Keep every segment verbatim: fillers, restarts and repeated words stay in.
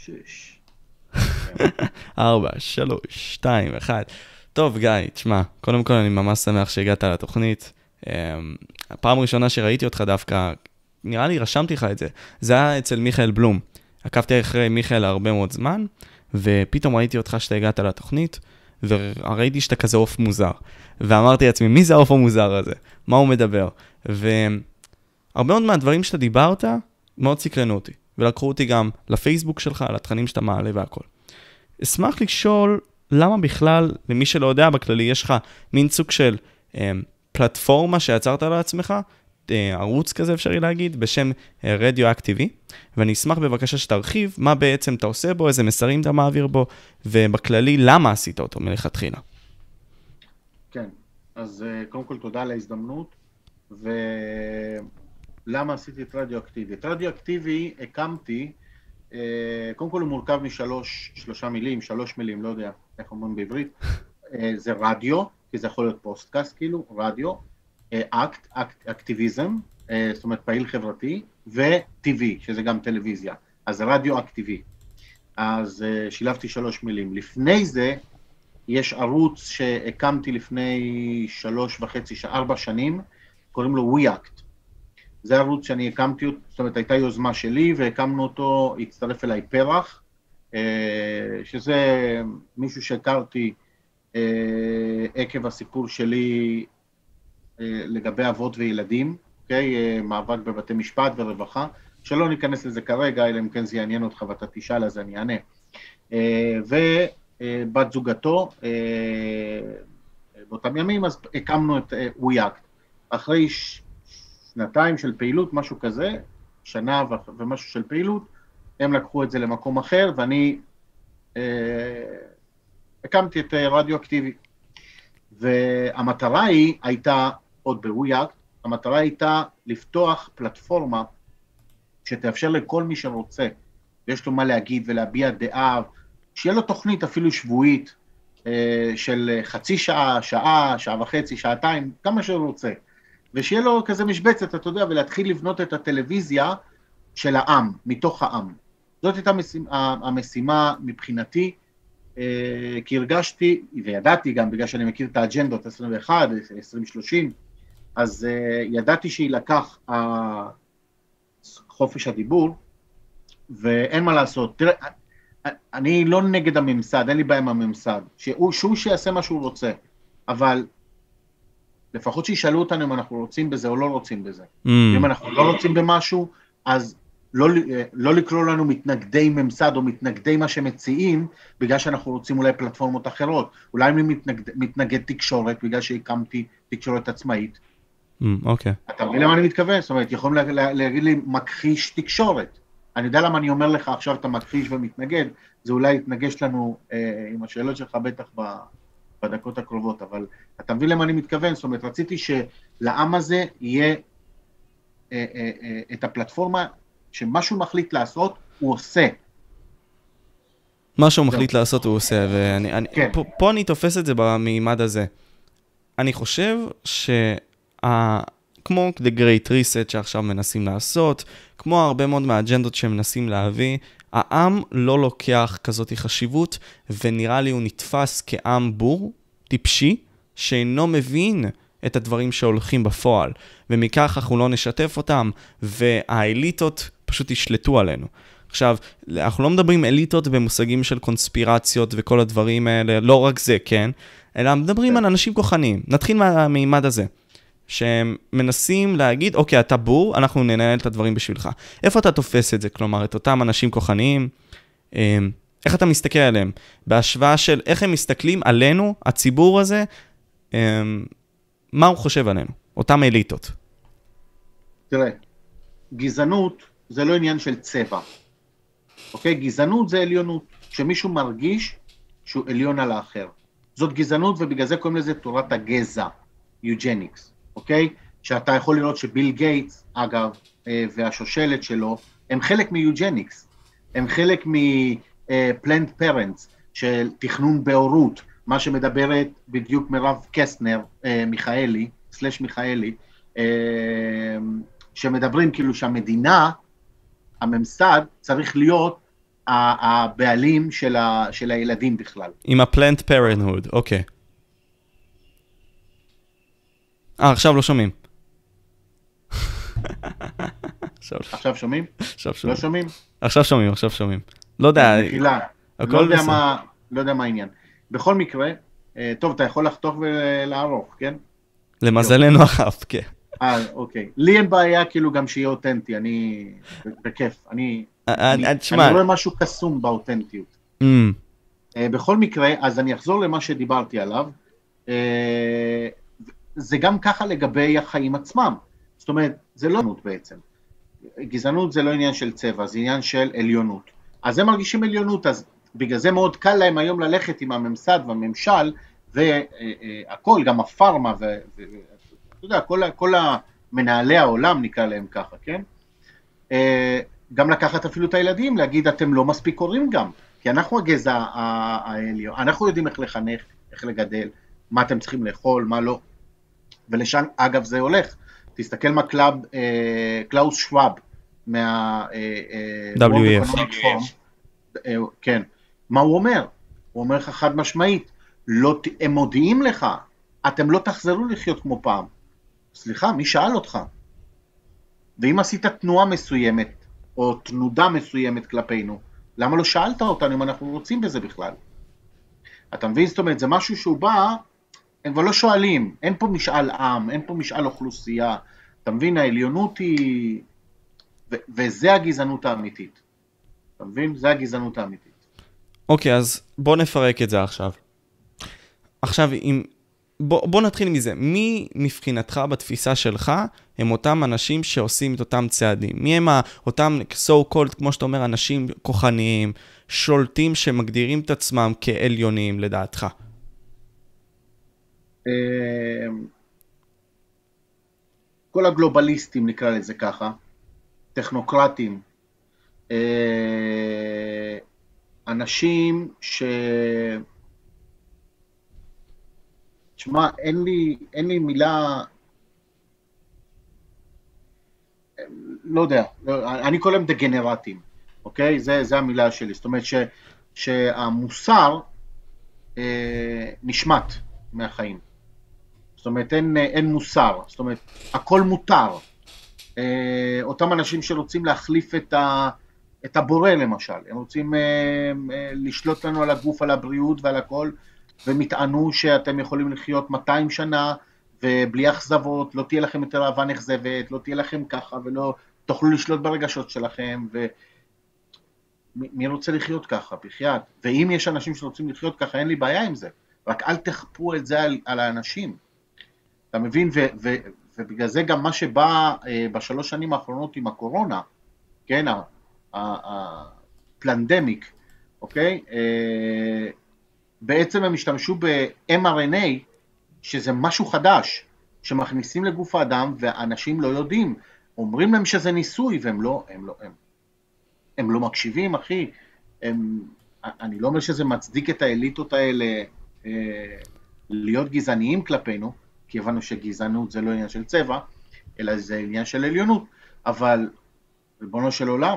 שש. ארבע, שלוש, שתיים, אחד. טוב, גיא, תשמע, קודם כל אני ממש שמח שהגעת לתוכנית. הפעם הראשונה שראיתי אותך דווקא, נראה לי רשמתי לך את זה, זה היה אצל מיכאל בלום. עקבתי אחרי מיכאל הרבה מאוד זמן, ופתאום ראיתי אותך שאתה הגעת לתוכנית, וראיתי שאתה כזה אוף מוזר. ואמרתי לעצמי, מי זה האוף המוזר הזה? מה הוא מדבר? והרבה מאוד מהדברים שאתה דיברת, מאוד סקרנו אותי. ולקחו אותי גם לפייסבוק שלך, לתכנים שאתה מעלה והכל. אשמח לשאול, למה בכלל, למי שלא יודע בכללי, יש לך מין סוג של אה, פלטפורמה שיצרת לעצמך, אה, ערוץ כזה אפשרי להגיד, בשם אה, רדיו-אקטיבי, ואני אשמח בבקשה שתרחיב מה בעצם אתה עושה בו, איזה מסרים אתה מעביר בו, ובכללי, למה עשית אותו מלכתחילה? כן, אז uh, קודם כל תודה על ההזדמנות, ולמה עשיתי את רדיו-אקטיבי? את רדיו-אקטיבי הקמתי, uh, קודם כל הוא מורכב משלוש, שלושה מילים, שלוש מילים, לא יודע איך אומרים בעברית, uh, זה רדיו, כי זה יכול להיות פוסטקאסט כאילו, רדיו, uh, אקט, אקט, אקטיביזם, uh, זאת אומרת פעיל חברתי, וטבעי, שזה גם טלוויזיה, אז רדיו-אקטיבי. אז uh, שילבתי שלוש מילים. לפני זה, יש ערוץ שהקמתי לפני שלוש וחצי, ארבע שנים, קוראים לו WeAct. זה ערוץ שאני הקמתי, זאת אומרת, הייתה יוזמה שלי, והקמנו אותו, הצטרף אליי פרח, שזה מישהו שהכרתי עקב הסיפור שלי לגבי אבות וילדים, אוקיי? מאבק בבתי משפט ורווחה, שלא ניכנס לזה כרגע, אלא אם כן זה יעניין אותך ואתה תשאל, אז אני אענה. ו... בת זוגתו, באותם ימים, אז הקמנו את WeAct. אחרי שנתיים של פעילות, משהו כזה, שנה ומשהו של פעילות, הם לקחו את זה למקום אחר, ואני הקמתי את רדיו-אקטיבי. והמטרה היא הייתה, עוד ב-WeAct, המטרה הייתה לפתוח פלטפורמה שתאפשר לכל מי שרוצה, ויש לו מה להגיד ולהביע דעה, שיהיה לו תוכנית אפילו שבועית של חצי שעה, שעה, שעה וחצי, שעתיים, כמה שהוא רוצה, ושיהיה לו כזה משבצת, אתה יודע, ולהתחיל לבנות את הטלוויזיה של העם, מתוך העם. זאת הייתה המשימה, המשימה מבחינתי, כי הרגשתי, וידעתי גם, בגלל שאני מכיר את האג'נדות עשרים ואחת, עשרים שלושים, אז ידעתי שילקח חופש הדיבור, ואין מה לעשות. תראה, אני לא נגד הממסד, אין לי בעיה עם הממסד, שהוא, שהוא שיעשה מה שהוא רוצה, אבל לפחות שישאלו אותנו אם אנחנו רוצים בזה או לא רוצים בזה. Mm. אם אנחנו לא רוצים במשהו, אז לא, לא לקרוא לנו מתנגדי ממסד או מתנגדי מה שמציעים, בגלל שאנחנו רוצים אולי פלטפורמות אחרות. אולי אני מתנגד, מתנגד תקשורת, בגלל שהקמתי תקשורת עצמאית. אוקיי. Mm, okay. אתה מבין למה אני מתכוון? זאת אומרת, יכולים לה, לה, להגיד לי, מכחיש תקשורת. אני יודע למה אני אומר לך עכשיו אתה מכחיש ומתנגד, זה אולי יתנגש לנו אה, עם השאלות שלך בטח ב, בדקות הקרובות, אבל אתה מבין למה אני מתכוון? זאת אומרת, רציתי שלעם הזה יהיה אה, אה, אה, את הפלטפורמה, שמה שהוא מחליט לעשות, הוא עושה. מה שהוא מחליט לעשות הוא עושה, ואני, אני, כן. פה, פה אני תופס את זה במימד הזה. אני חושב שה... כמו The Great Reset שעכשיו מנסים לעשות, כמו הרבה מאוד מהאג'נדות שהם מנסים להביא, העם לא לוקח כזאת חשיבות, ונראה לי הוא נתפס כעם בור, טיפשי, שאינו מבין את הדברים שהולכים בפועל, ומכך אנחנו לא נשתף אותם, והאליטות פשוט ישלטו עלינו. עכשיו, אנחנו לא מדברים אליטות במושגים של קונספירציות וכל הדברים האלה, לא רק זה, כן? אלא מדברים על אנשים כוחניים. נתחיל מהמימד הזה. שהם מנסים להגיד, אוקיי, אתה בור, אנחנו ננהל את הדברים בשבילך. איפה אתה תופס את זה? כלומר, את אותם אנשים כוחניים, איך אתה מסתכל עליהם? בהשוואה של איך הם מסתכלים עלינו, הציבור הזה, מה הוא חושב עלינו? אותם אליטות. תראה, גזענות זה לא עניין של צבע. אוקיי? גזענות זה עליונות, שמישהו מרגיש שהוא עליון על האחר. זאת גזענות, ובגלל זה קוראים לזה תורת הגזע, יוג'ניקס. אוקיי? שאתה יכול לראות שביל גייטס, אגב, והשושלת שלו, הם חלק מיוג'ניקס. הם חלק מפלנד פרנטס, של תכנון בהורות, מה שמדברת בדיוק מרב קסטנר, מיכאלי, סלש מיכאלי, שמדברים כאילו שהמדינה, הממסד, צריך להיות הבעלים של, ה, של הילדים בכלל. עם ה-Planned Parenthood, אוקיי. אה, עכשיו לא שומעים. עכשיו שומעים? עכשיו שומעים. לא שומעים? עכשיו שומעים, עכשיו שומעים. לא יודע. מחילה. לא יודע מה, לא יודע מה העניין. בכל מקרה, טוב, אתה יכול לחתוך ולערוך, כן? למזלנו אחף, כן. אה, אוקיי. לי אין בעיה כאילו גם שיהיה אותנטי, אני, בכיף, אני, אני, אני רואה משהו קסום באותנטיות. בכל מקרה, אז אני אחזור למה שדיברתי עליו, זה גם ככה לגבי החיים עצמם, זאת אומרת, זה לא גזענות בעצם, גזענות זה לא עניין של צבע, זה עניין של עליונות, אז הם מרגישים עליונות, אז בגלל זה מאוד קל להם היום ללכת עם הממסד והממשל, והכל, גם הפארמה, ואתה יודע, כל, כל המנהלי העולם נקרא להם ככה, כן? גם לקחת אפילו את הילדים, להגיד, אתם לא מספיק קוראים גם, כי אנחנו הגזע העליון, אנחנו יודעים איך לחנך, איך לגדל, מה אתם צריכים לאכול, מה לא, ולשם, אגב, זה הולך. תסתכל מה קלאב, קלאוס שוואב, מה... דאבליו אי אף. כן. מה הוא אומר? הוא אומר לך חד משמעית, לא, הם מודיעים לך, אתם לא תחזרו לחיות כמו פעם. סליחה, מי שאל אותך? ואם עשית תנועה מסוימת, או תנודה מסוימת כלפינו, למה לא שאלת אותנו אם אנחנו רוצים בזה בכלל? אתה מבין? זאת אומרת, זה משהו שהוא בא, הם כבר לא שואלים, אין פה משאל עם, אין פה משאל אוכלוסייה, אתה מבין? העליונות היא, ו- וזה הגזענות האמיתית. אתה מבין? זה הגזענות האמיתית. אוקיי, אז בוא נפרק את זה עכשיו. עכשיו, אם... בוא, בוא נתחיל מזה. מי מבחינתך בתפיסה שלך הם אותם אנשים שעושים את אותם צעדים? מי הם אותם so called, כמו שאתה אומר, אנשים כוחניים, שולטים שמגדירים את עצמם כעליונים לדעתך? כל הגלובליסטים נקרא לזה ככה, טכנוקרטים, אנשים ש... תשמע, אין לי, אין לי מילה, לא יודע, אני קורא להם דגנרטים, אוקיי? זה, זה המילה שלי, זאת אומרת ש, שהמוסר אה, נשמט מהחיים, זאת אומרת אין, אין מוסר, זאת אומרת הכל מותר, אה, אותם אנשים שרוצים להחליף את, ה, את הבורא למשל, הם רוצים אה, אה, לשלוט לנו על הגוף, על הבריאות ועל הכל, ומתענו שאתם יכולים לחיות מאתיים שנה, ובלי אכזבות, לא תהיה לכם יותר אהבה נחזבת, לא תהיה לכם ככה, ולא תוכלו לשלוט ברגשות שלכם, ומי רוצה לחיות ככה, בחייאת? ואם יש אנשים שרוצים לחיות ככה, אין לי בעיה עם זה, רק אל תכפו את זה על, על האנשים, אתה מבין? ו, ו, ובגלל זה גם מה שבא אה, בשלוש שנים האחרונות עם הקורונה, כן, הפלנדמיק, אוקיי? אה, בעצם הם השתמשו ב-אם אר אן איי, שזה משהו חדש, שמכניסים לגוף האדם, ואנשים לא יודעים, אומרים להם שזה ניסוי, והם לא, הם לא, הם, הם לא מקשיבים, אחי, הם, אני לא אומר שזה מצדיק את האליטות האלה, אה, להיות גזעניים כלפינו, כי הבנו שגזענות זה לא עניין של צבע, אלא זה עניין של עליונות, אבל, ריבונו של עולם,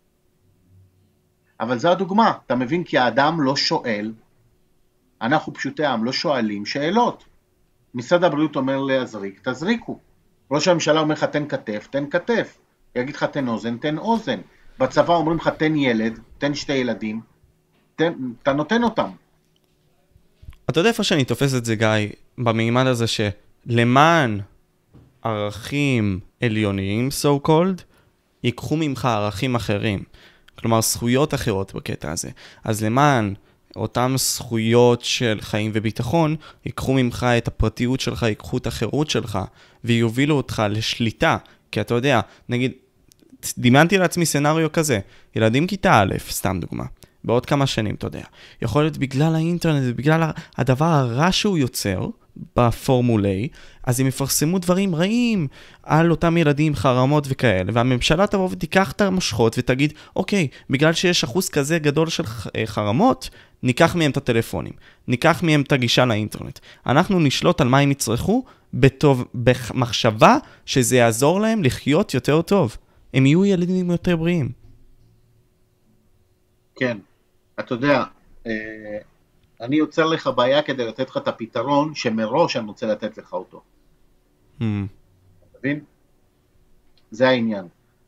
אבל זו הדוגמה, אתה מבין? כי האדם לא שואל, אנחנו פשוטי העם לא שואלים שאלות. משרד הבריאות אומר להזריק, תזריקו. ראש הממשלה אומר לך תן כתף, תן כתף. יגיד לך תן אוזן, תן אוזן. בצבא אומרים לך תן ילד, תן שתי ילדים, תן, אתה נותן אותם. אתה יודע איפה שאני תופס את זה, גיא, במימד הזה שלמען ערכים עליוניים, so called, ייקחו ממך ערכים אחרים. כלומר, זכויות אחרות בקטע הזה. אז למען אותם זכויות של חיים וביטחון, ייקחו ממך את הפרטיות שלך, ייקחו את החירות שלך, ויובילו אותך לשליטה. כי אתה יודע, נגיד, דמיינתי לעצמי סנריו כזה, ילדים כיתה א', סתם דוגמה, בעוד כמה שנים, אתה יודע, יכול להיות בגלל האינטרנט, בגלל הדבר הרע שהוא יוצר, בפורמולי, אז הם יפרסמו דברים רעים על אותם ילדים, חרמות וכאלה, והממשלה תבוא ותיקח את המושכות ותגיד, אוקיי, בגלל שיש אחוז כזה גדול של חרמות, ניקח מהם את הטלפונים, ניקח מהם את הגישה לאינטרנט. אנחנו נשלוט על מה הם יצרכו, בטוב, במחשבה שזה יעזור להם לחיות יותר טוב. הם יהיו ילדים יותר בריאים. כן, אתה יודע, אני יוצר לך בעיה כדי לתת לך את הפתרון שמראש אני רוצה לתת לך אותו. אתה מבין? זה העניין.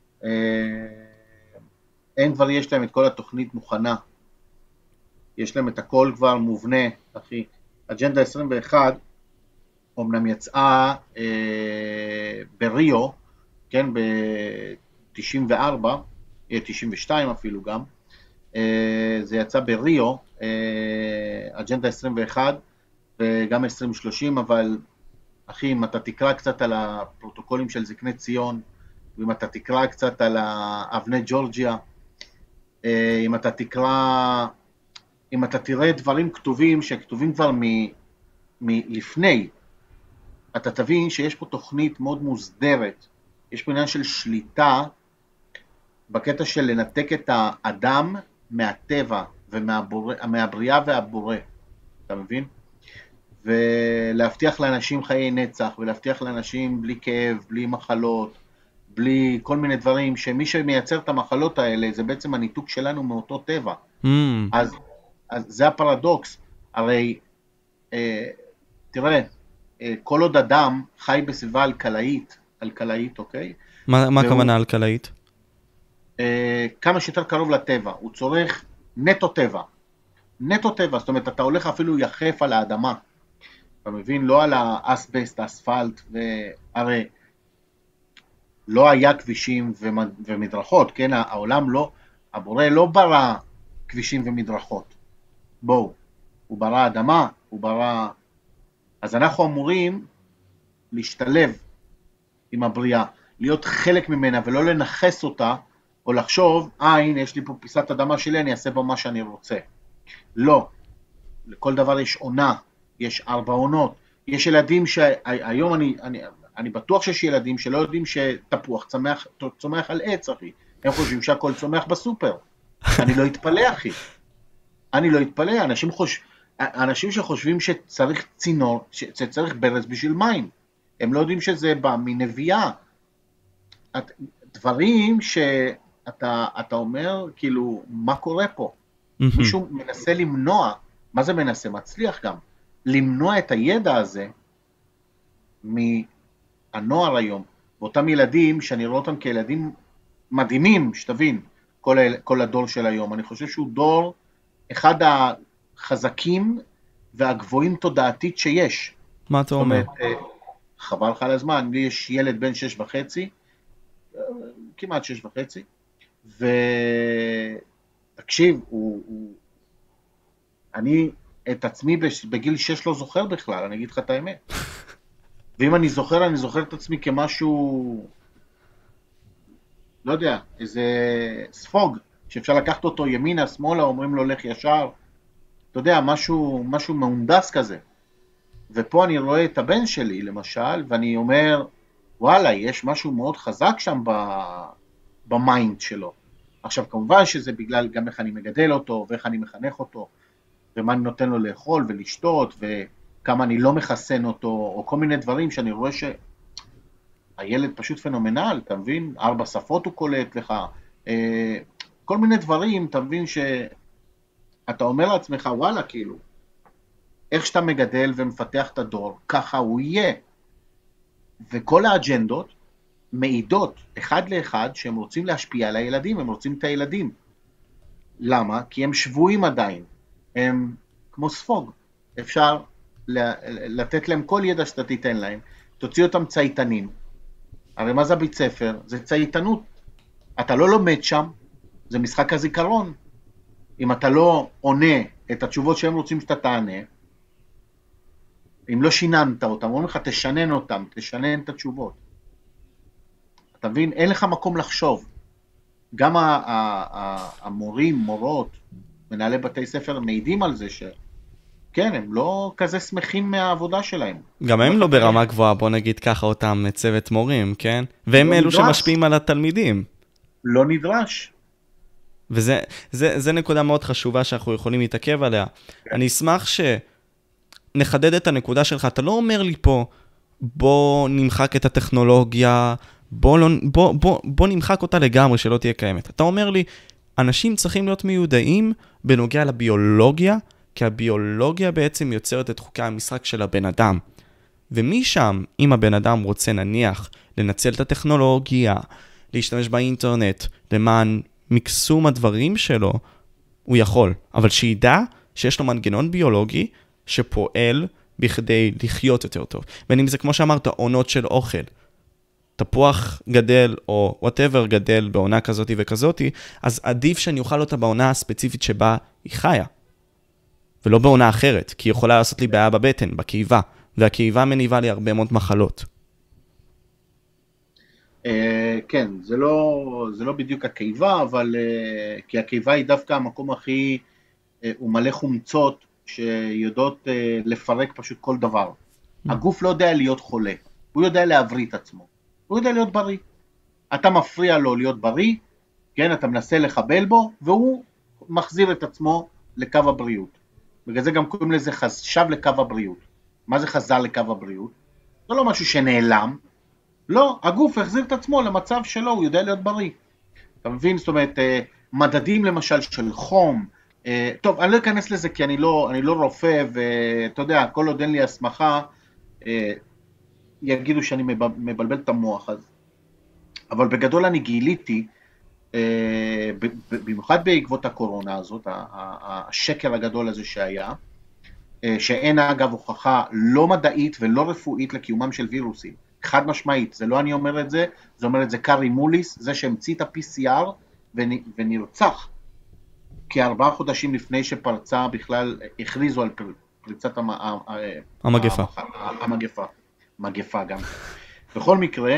אין כבר, יש להם את כל התוכנית מוכנה. יש להם את הכל כבר מובנה, אחי. אג'נדה עשרים ואחת, אומנם יצאה אה, בריו, כן, ב-תשעים וארבע, תשעים ושתיים אפילו גם, אה, זה יצא בריו, אה, אג'נדה עשרים ואחת, וגם עשרים שלושים, אבל, אחי, אם אתה תקרא קצת על הפרוטוקולים של זקני ציון, ואם אתה תקרא קצת על אבני ג'ורג'יה, אה, אם אתה תקרא... אם אתה תראה דברים כתובים, שכתובים כבר מ, מלפני, אתה תבין שיש פה תוכנית מאוד מוסדרת, יש פה עניין של שליטה, בקטע של לנתק את האדם מהטבע, ומהבריאה והבורא, אתה מבין? ולהבטיח לאנשים חיי נצח, ולהבטיח לאנשים בלי כאב, בלי מחלות, בלי כל מיני דברים, שמי שמייצר את המחלות האלה, זה בעצם הניתוק שלנו מאותו טבע. Mm. אז... אז זה הפרדוקס, הרי, אה, תראה, אה, כל עוד אדם חי בסביבה אלקלאית, אלקלאית, אוקיי? מה, מה הכוונה אלקלאית? אה, כמה שיותר קרוב לטבע, הוא צורך נטו טבע, נטו טבע, זאת אומרת, אתה הולך אפילו יחף על האדמה, אתה מבין? לא על האסבסט, האספלט, והרי לא היה כבישים ומדרכות, כן? העולם לא, הבורא לא ברא כבישים ומדרכות, בואו, הוא ברא אדמה, הוא ברא... אז אנחנו אמורים להשתלב עם הבריאה, להיות חלק ממנה ולא לנחס אותה, או לחשוב, אה, הנה, יש לי פה פיסת אדמה שלי, אני אעשה בה מה שאני רוצה. לא. לכל דבר יש עונה, יש ארבע עונות. יש ילדים שהיום אני, אני, אני בטוח שיש ילדים שלא יודעים שתפוח צומח, צומח על עץ, אחי. הם חושבים שהכל צומח בסופר. אני לא אתפלא, אחי. אני לא אתפלא, אנשים, חוש... אנשים שחושבים שצריך צינור, שצריך ברז בשביל מים, הם לא יודעים שזה בא מנביאה. דברים שאתה אתה אומר, כאילו, מה קורה פה? מישהו מנסה למנוע, מה זה מנסה? מצליח גם, למנוע את הידע הזה מהנוער היום, ואותם ילדים, שאני רואה אותם כילדים מדהימים, שתבין, כל, כל הדור של היום. אני חושב שהוא דור אחד החזקים והגבוהים תודעתית שיש. מה אתה אומר? חבל לך על הזמן, לי יש ילד בן שש וחצי, כמעט שש וחצי, ותקשיב, הוא, הוא, אני את עצמי בגיל שש לא זוכר בכלל, אני אגיד לך את האמת. ואם אני זוכר, אני זוכר את עצמי כמשהו, לא יודע, איזה ספוג, שאפשר לקחת אותו ימינה, שמאלה, אומרים לו לך ישר, אתה יודע, משהו, משהו מהונדס כזה. ופה אני רואה את הבן שלי, למשל, ואני אומר, וואלה, יש משהו מאוד חזק שם במיינד שלו. עכשיו, כמובן שזה בגלל גם איך אני מגדל אותו, ואיך אני מחנך אותו, ומה אני נותן לו לאכול ולשתות, וכמה אני לא מחסן אותו, או כל מיני דברים שאני רואה שהילד פשוט פנומנל, אתה מבין? ארבע שפות הוא קולט לך, כל מיני דברים, אתה מבין שאתה אומר לעצמך, וואלה, כאילו, איך שאתה מגדל ומפתח את הדור, ככה הוא יהיה. וכל האג'נדות מעידות אחד לאחד שהם רוצים להשפיע על הילדים, הם רוצים את הילדים. למה? כי הם שבויים עדיין. הם כמו ספוג. אפשר לתת להם כל ידע שאתה תיתן להם, תוציא אותם צייתנים. הרי מה זה בית ספר? זה צייתנות. אתה לא לומד שם, זה משחק הזיכרון. אם אתה לא עונה את התשובות שהם רוצים שאתה תענה, אם לא שיננת אותם, אומרים לך, תשנן אותם, תשנן את התשובות. אתה מבין? אין לך מקום לחשוב. גם המורים, מורות, מנהלי בתי ספר מעידים על זה ש... כן, הם לא כזה שמחים מהעבודה שלהם. גם הם לא ברמה גבוהה, בוא נגיד ככה אותם צוות מורים, כן? והם אלו שמשפיעים על התלמידים. לא נדרש. וזה זה, זה נקודה מאוד חשובה שאנחנו יכולים להתעכב עליה. אני אשמח שנחדד את הנקודה שלך. אתה לא אומר לי פה, בוא נמחק את הטכנולוגיה, בוא, לא, בוא, בוא, בוא נמחק אותה לגמרי שלא תהיה קיימת. אתה אומר לי, אנשים צריכים להיות מיודעים בנוגע לביולוגיה, כי הביולוגיה בעצם יוצרת את חוקי המשחק של הבן אדם. ומשם, אם הבן אדם רוצה נניח לנצל את הטכנולוגיה, להשתמש באינטרנט, למען מקסום הדברים שלו, הוא יכול. אבל שידע שיש לו מנגנון ביולוגי שפועל בכדי לחיות יותר טוב. בין אם זה כמו שאמרת, עונות של אוכל. תפוח גדל או whatever גדל בעונה כזאת וכזאת, אז עדיף שאני אוכל אותה בעונה הספציפית שבה היא חיה. ולא בעונה אחרת, כי היא יכולה לעשות לי בעיה בבטן, בקיבה. והקיבה מניבה לי הרבה מאוד מחלות. כן, זה לא, זה לא בדיוק הקיבה, אבל כי הקיבה היא דווקא המקום הכי, הוא מלא חומצות שיודעות לפרק פשוט כל דבר. הגוף לא יודע להיות חולה, הוא יודע להבריא את עצמו, הוא יודע להיות בריא. אתה מפריע לו להיות בריא, כן, אתה מנסה לחבל בו, והוא מחזיר את עצמו לקו הבריאות. בגלל זה גם קוראים לזה חשב לקו הבריאות. מה זה חזר לקו הבריאות? זה לא משהו שנעלם, לא, הגוף החזיר את עצמו למצב שלו, הוא יודע להיות בריא. אתה מבין? זאת אומרת, מדדים למשל של חום, טוב, אני לא אכנס לזה כי אני לא, אני לא רופא, ואתה יודע, כל עוד אין לי הסמכה, יגידו שאני מבלבל את המוח, אז. אבל בגדול אני גיליתי, במיוחד בעקבות הקורונה הזאת, השקר הגדול הזה שהיה, שאין אגב הוכחה לא מדעית ולא רפואית לקיומם של וירוסים. חד משמעית, זה לא אני אומר את זה, זה אומר את זה קארי מוליס, זה שהמציא את ה-פי סי אר ונרצח כארבעה חודשים לפני שפרצה בכלל, הכריזו על פריצת המגפה. המגפה, מגפה גם. בכל מקרה,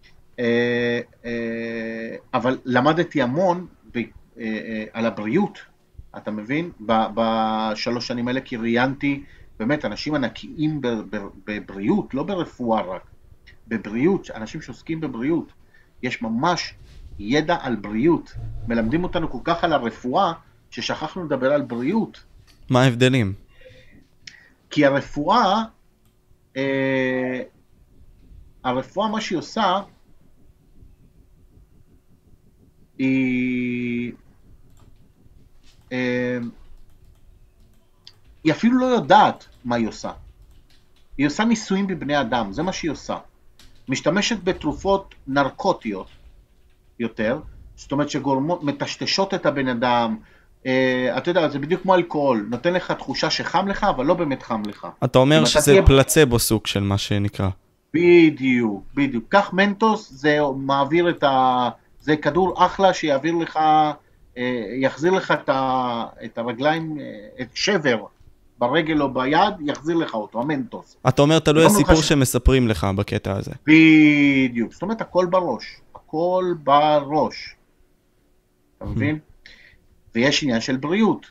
אבל למדתי המון על הבריאות, אתה מבין? בשלוש שנים האלה כי ראיינתי באמת אנשים ענקיים בבריאות, לא ברפואה רק, בבריאות, אנשים שעוסקים בבריאות. יש ממש ידע על בריאות. מלמדים אותנו כל כך על הרפואה, ששכחנו לדבר על בריאות. מה ההבדלים? כי הרפואה, אה, הרפואה מה שהיא עושה, היא, אה, היא אפילו לא יודעת מה היא עושה. היא עושה ניסויים בבני אדם, זה מה שהיא עושה. משתמשת בתרופות נרקוטיות יותר, זאת אומרת שגורמות, מטשטשות את הבן אדם, אה, אתה יודע, זה בדיוק כמו אלכוהול, נותן לך תחושה שחם לך, אבל לא באמת חם לך. אתה אומר שזה תהיה... פלצבו סוג של מה שנקרא. בדיוק, בדיוק. כך מנטוס זה מעביר את ה... זה כדור אחלה שיעביר לך, אה, יחזיר לך את, ה... את הרגליים, את שבר ברגל או ביד, יחזיר לך אותו, המנטוס. אתה אומר, תלוי הסיפור ש... שמספרים לך בקטע הזה. בדיוק, זאת אומרת, הכל בראש. הכל בראש. אתה מבין? ויש עניין של בריאות.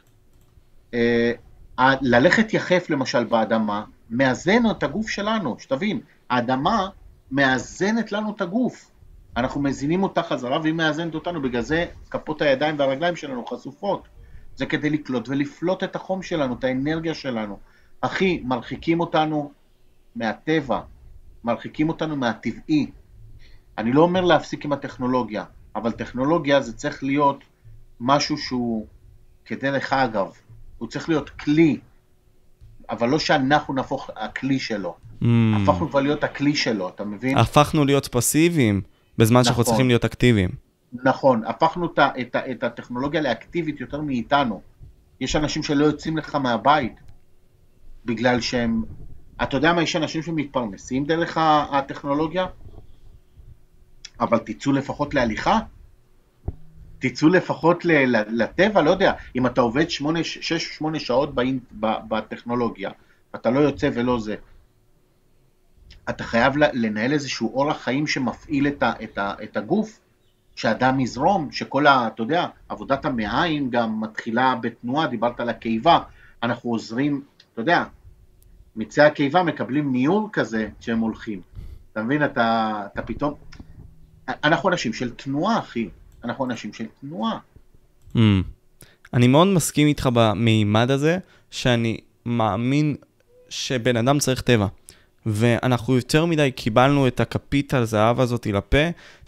ללכת יחף למשל באדמה, מאזן את הגוף שלנו, שתבין, האדמה מאזנת לנו את הגוף. אנחנו מזינים אותה חזרה והיא מאזנת אותנו, בגלל זה כפות הידיים והרגליים שלנו חשופות. זה כדי לקלוט ולפלוט את החום שלנו, את האנרגיה שלנו. אחי, מרחיקים אותנו מהטבע, מרחיקים אותנו מהטבעי. אני לא אומר להפסיק עם הטכנולוגיה, אבל טכנולוגיה זה צריך להיות משהו שהוא, כדרך אגב, הוא צריך להיות כלי, אבל לא שאנחנו נהפוך הכלי שלו. Mm. הפכנו כבר להיות הכלי שלו, אתה מבין? הפכנו להיות פסיביים, בזמן נכון. שאנחנו צריכים להיות אקטיביים. נכון, הפכנו את, את, את הטכנולוגיה לאקטיבית יותר מאיתנו. יש אנשים שלא יוצאים לך מהבית, בגלל שהם, אתה יודע מה, יש אנשים שמתפרנסים דרך הטכנולוגיה, אבל תצאו לפחות להליכה, תצאו לפחות לטבע, לא יודע, אם אתה עובד שש שמונה שעות בטכנולוגיה, אתה לא יוצא ולא זה, אתה חייב לנהל איזשהו אורח חיים שמפעיל את, ה, את, ה, את הגוף, שאדם יזרום, שכל ה, אתה יודע, עבודת המעיים גם מתחילה בתנועה, דיברת על הקיבה, אנחנו עוזרים, אתה יודע, מצי הקיבה מקבלים ניור כזה שהם הולכים, אתה מבין, אתה, אתה פתאום, אנחנו אנשים של תנועה, אחי, אנחנו אנשים של תנועה. Mm. אני מאוד מסכים איתך במימד הזה, שאני מאמין שבן אדם צריך טבע. ואנחנו יותר מדי קיבלנו את הקפיטל זהב הזאת לפה, של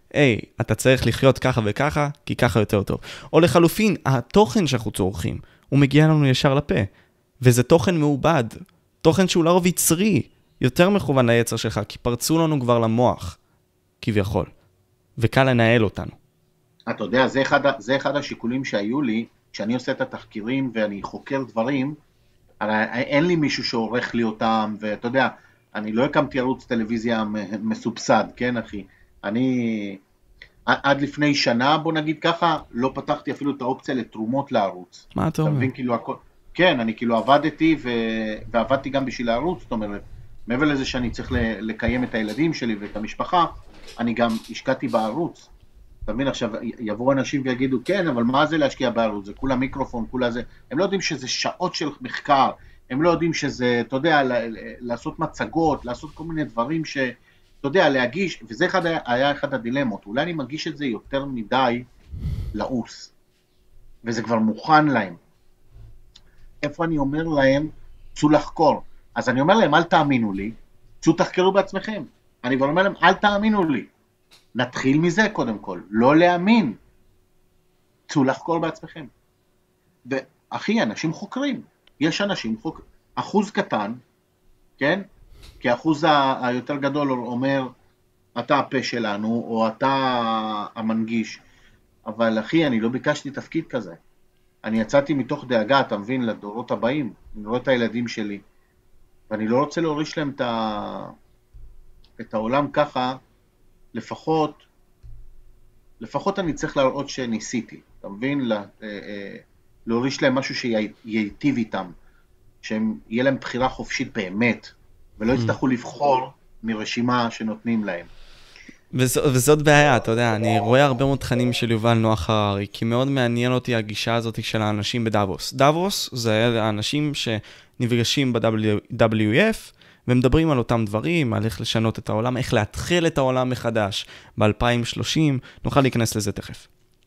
היי, אתה צריך לחיות ככה וככה, כי ככה יותר טוב. או לחלופין, התוכן שאנחנו צורכים, הוא מגיע לנו ישר לפה. וזה תוכן מעובד, תוכן שהוא לרוב יצרי, יותר מכוון ליצר שלך, כי פרצו לנו כבר למוח, כביכול. וקל לנהל אותנו. אתה יודע, זה אחד, זה אחד השיקולים שהיו לי, כשאני עושה את התחקירים ואני חוקר דברים, אין לי מישהו שעורך לי אותם, ואתה יודע, אני לא הקמתי ערוץ טלוויזיה מסובסד, כן אחי? אני, עד לפני שנה, בוא נגיד ככה, לא פתחתי אפילו את האופציה לתרומות לערוץ. מה אתה אומר? מבין, כאילו, הכל, כן, אני כאילו עבדתי, ו, ועבדתי גם בשביל הערוץ, זאת אומרת, מעבר לזה שאני צריך לקיים את הילדים שלי ואת המשפחה, אני גם השקעתי בערוץ. אתה מבין, עכשיו יבואו אנשים ויגידו, כן, אבל מה זה להשקיע בערוץ? זה כולה מיקרופון, כולה זה. הם לא יודעים שזה שעות של מחקר, הם לא יודעים שזה, אתה יודע, לעשות מצגות, לעשות כל מיני דברים ש, אתה יודע, להגיש, וזה אחד, היה אחד הדילמות. אולי אני מגיש את זה יותר מדי לעוס, וזה כבר מוכן להם. איפה אני אומר להם, צאו לחקור. אז אני אומר להם, אל תאמינו לי, צאו תחקרו בעצמכם. אני כבר אומר להם, אל תאמינו לי. נתחיל מזה קודם כל, לא להאמין. צאו לחקור בעצמכם. ואחי, אנשים חוקרים. יש אנשים חוקרים. אחוז קטן, כן? כי האחוז היותר גדול אומר, אתה הפה שלנו, או אתה המנגיש. אבל אחי, אני לא ביקשתי תפקיד כזה. אני יצאתי מתוך דאגה, אתה מבין, לדורות הבאים. אני רואה את הילדים שלי. ואני לא רוצה להוריש להם את, ה... את העולם ככה, לפחות, לפחות אני צריך להראות שניסיתי, אתה מבין? לה, להוריש להם משהו שייטיב איתם, שיהיה להם בחירה חופשית באמת, ולא יצטרכו לבחור מרשימה שנותנים להם. וז, וזאת בעיה, אתה יודע, אני רואה הרבה מאוד תכנים של יובל נוח הררי, כי מאוד מעניין אותי הגישה הזאת של האנשים בדאבוס. דאבוס זה האנשים שנפגשים ב-דאבליו אי אף, ומדברים על אותם דברים, על איך לשנות את העולם, איך להתחיל את העולם מחדש ב-אלפיים ושלושים, נוכל להיכנס לזה תכף.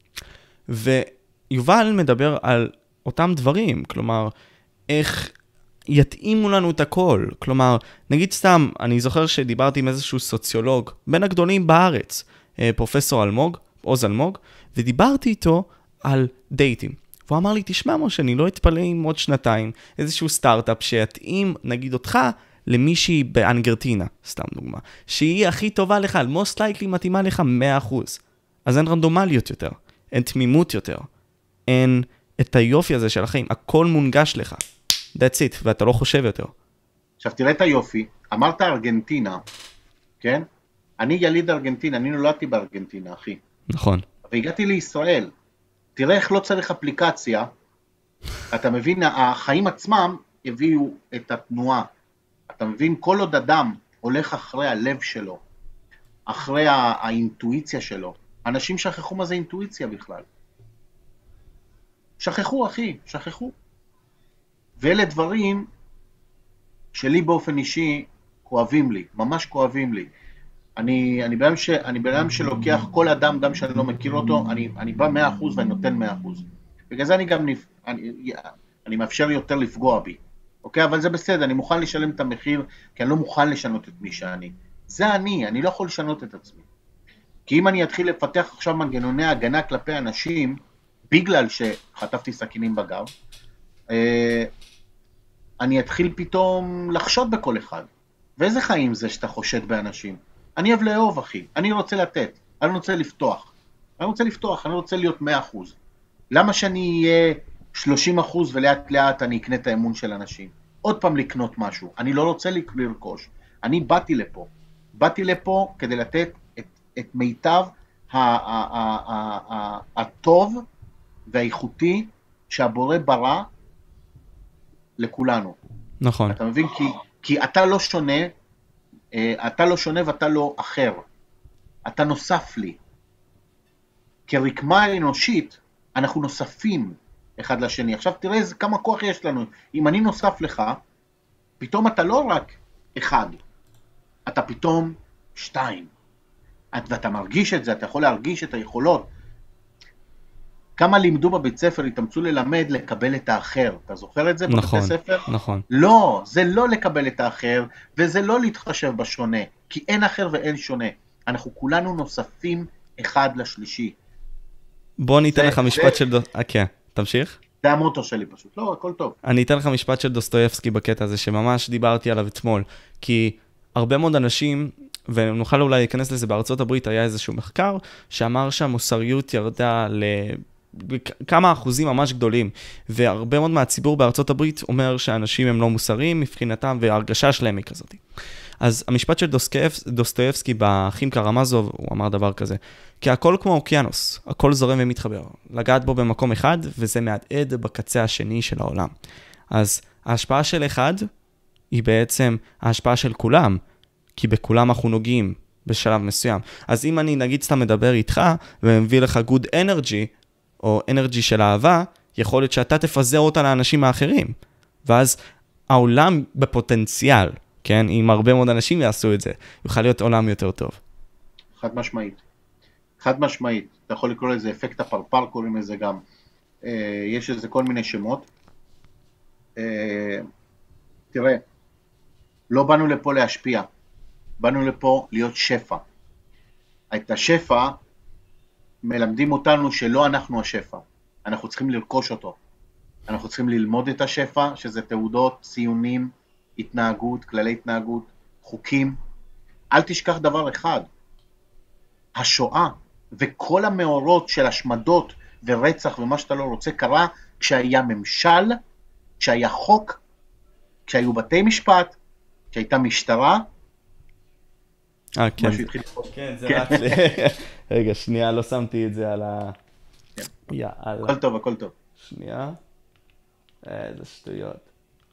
ויובל מדבר על אותם דברים, כלומר, איך יתאימו לנו את הכל. כלומר, נגיד סתם, אני זוכר שדיברתי עם איזשהו סוציולוג, בין הגדולים בארץ, פרופסור אלמוג, עוז אלמוג, ודיברתי איתו על דייטים. והוא אמר לי, תשמע משה, אני לא אתפלא עם עוד שנתיים, איזשהו סטארט-אפ שיתאים, נגיד אותך, למישהי באנגרטינה, סתם דוגמה, שהיא הכי טובה לך, most likely מתאימה לך מאה אחוז. אז אין רנדומליות יותר, אין תמימות יותר, אין את היופי הזה של החיים, הכל מונגש לך. That's it, ואתה לא חושב יותר. עכשיו תראה את היופי, אמרת ארגנטינה, כן? אני יליד ארגנטינה, אני נולדתי בארגנטינה, אחי. נכון. והגעתי לישראל, תראה איך לא צריך אפליקציה, אתה מבין, החיים עצמם הביאו את התנועה, אתה מבין, כל עוד אדם הולך אחרי הלב שלו, אחרי האינטואיציה שלו, אנשים שכחו מה זה אינטואיציה בכלל. שכחו, אחי, שכחו. ואלה דברים שלי באופן אישי כואבים לי, ממש כואבים לי. אני, אני בן ש, אני בן שלוקח כל אדם, גם שאני לא מכיר אותו, אני, אני בא מאה אחוז ואני נותן מאה אחוז. בגלל זה אני גם, אני, אני מאפשר יותר לפגוע בי. אוקיי, אבל זה בסדר, אני מוכן לשלם את המחיר, כי אני לא מוכן לשנות את מי שאני. זה אני, אני לא יכול לשנות את עצמי. כי אם אני אתחיל לפתח עכשיו מנגנוני הגנה כלפי אנשים, בגלל שחטפתי סכינים בגב, אני אתחיל פתאום לחשוד בכל אחד. ואיזה חיים זה שאתה חושד באנשים? אני אוהב לאהוב, אחי. אני רוצה לתת. אני רוצה לפתוח. אני רוצה לפתוח, אני רוצה להיות מאה אחוז. למה שאני אהיה שלושים אחוז ולאט לאט אני אקנה את האמון של אנשים? עוד פעם לקנות משהו. אני לא רוצה לרכוש. אני באתי לפה. באתי לפה כדי לתת את, את מיטב הטוב והאיכותי שהבורא ברא לכולנו. נכון. אתה מבין? כי, כי אתה לא שונה, אתה לא שונה ואתה לא אחר. אתה נוסף לי. כרקמה אנושית, אנחנו נוספים אחד לשני. עכשיו תראה איזה, כמה כוח יש לנו. אם אני נוסף לך, פתאום אתה לא רק אחד, אתה פתאום שתיים. ואתה מרגיש את זה, אתה יכול להרגיש את היכולות. כמה לימדו בבית ספר, התאמצו ללמד לקבל את האחר. אתה זוכר את זה בבית נכון, ספר? נכון. לא, זה לא לקבל את האחר, וזה לא להתחשב בשונה, כי אין אחר ואין שונה. אנחנו כולנו נוספים אחד לשלישי. בוא ניתן לך משפט של... כן, תמשיך. זה המוטו שלי פשוט, לא, הכל טוב. אני אתן לך משפט של דוסטויבסקי בקטע הזה, שממש דיברתי עליו אתמול, כי הרבה מאוד אנשים, ונוכל אולי להיכנס לזה, בארצות הברית היה איזשהו מחקר, שאמר שהמוסריות ירדה לכמה אחוזים ממש גדולים, והרבה מאוד מהציבור בארצות הברית אומר שאנשים הם לא מוסריים מבחינתם, וההרגשה שלהם היא כזאת. אז המשפט של דוסטויבסקי באחים קרמזוב, הוא אמר דבר כזה, כי הכל כמו אוקיינוס, הכל זורם ומתחבר. לגעת בו במקום אחד, וזה מהדהד בקצה השני של העולם. אז ההשפעה של אחד, היא בעצם ההשפעה של כולם, כי בכולם אנחנו נוגעים בשלב מסוים. אז אם אני נגיד סתם מדבר איתך, ומביא לך good energy, או energy של אהבה, יכול להיות שאתה תפזר אותה לאנשים האחרים. ואז העולם בפוטנציאל, כן, אם הרבה מאוד אנשים יעשו את זה, יוכל להיות עולם יותר טוב. חד משמעית. חד משמעית. אתה יכול לקרוא לזה אפקט הפרפר, קוראים לזה גם. אה, יש לזה כל מיני שמות. אה, תראה, לא באנו לפה להשפיע. באנו לפה להיות שפע. את השפע מלמדים אותנו שלא אנחנו השפע. אנחנו צריכים לרכוש אותו. אנחנו צריכים ללמוד את השפע, שזה תעודות, ציונים, התנהגות, כללי התנהגות, חוקים. אל תשכח דבר אחד. השואה וכל המאורות של השמדות ורצח ומה שאתה לא רוצה קרה כשהיה ממשל, כשהיה חוק, כשהיו בתי משפט, כשהייתה משטרה. אה, כן. כן, זה רץ לי. רגע, שנייה, לא שמתי את זה על ה... יאללה. הכל טוב, הכל טוב. שנייה. איזה שטויות.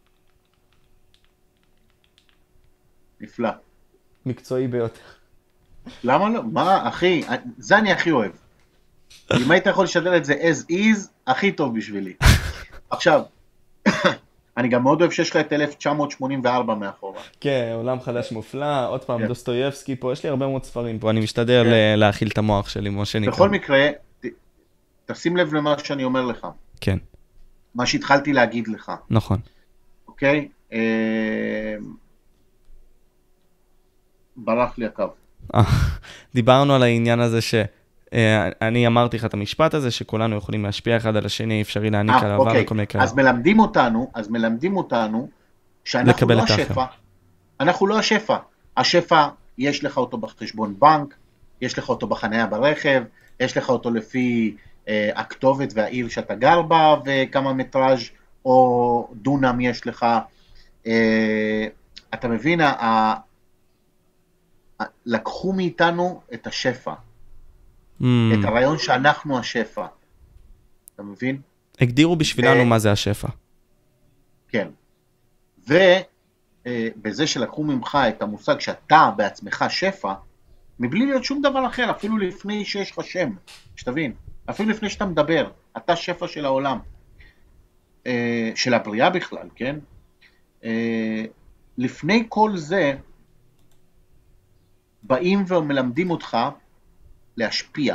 נפלא. מקצועי ביותר. למה לא? מה, אחי, זה אני הכי אוהב. אם היית יכול לשדר את זה as is, הכי טוב בשבילי. עכשיו, אני גם מאוד אוהב שיש לך את אלף תשע מאות שמונים וארבע מאחורה. כן, עולם חדש מופלא, עוד פעם, דוסטויבסקי פה, יש לי הרבה מאוד ספרים פה, אני משתדל להכיל את המוח שלי, מה שנקרא. בכל מקרה, תשים לב למה שאני אומר לך. כן. מה שהתחלתי להגיד לך. נכון. אוקיי? ברח לי הקו. דיברנו על העניין הזה שאני אמרתי לך את המשפט הזה, שכולנו יכולים להשפיע אחד על השני, אפשרי להעניק על העבר וכל מיני כאלה. אז מלמדים אותנו, אז מלמדים אותנו, שאנחנו לא השפע. אנחנו לא השפע. השפע, יש לך אותו בחשבון בנק, יש לך אותו בחניה ברכב, יש לך אותו לפי אה, הכתובת והעיר שאתה גר בה, וכמה מטראז' או דונם יש לך. אה, אתה מבין, ה... לקחו מאיתנו את השפע, mm. את הרעיון שאנחנו השפע. אתה מבין? הגדירו בשבילנו ו... מה זה השפע. כן. ובזה שלקחו ממך את המושג שאתה בעצמך שפע, מבלי להיות שום דבר אחר, אפילו לפני שיש לך שם, שתבין, אפילו לפני שאתה מדבר, אתה שפע של העולם, של הבריאה בכלל, כן? לפני כל זה, באים ומלמדים אותך להשפיע.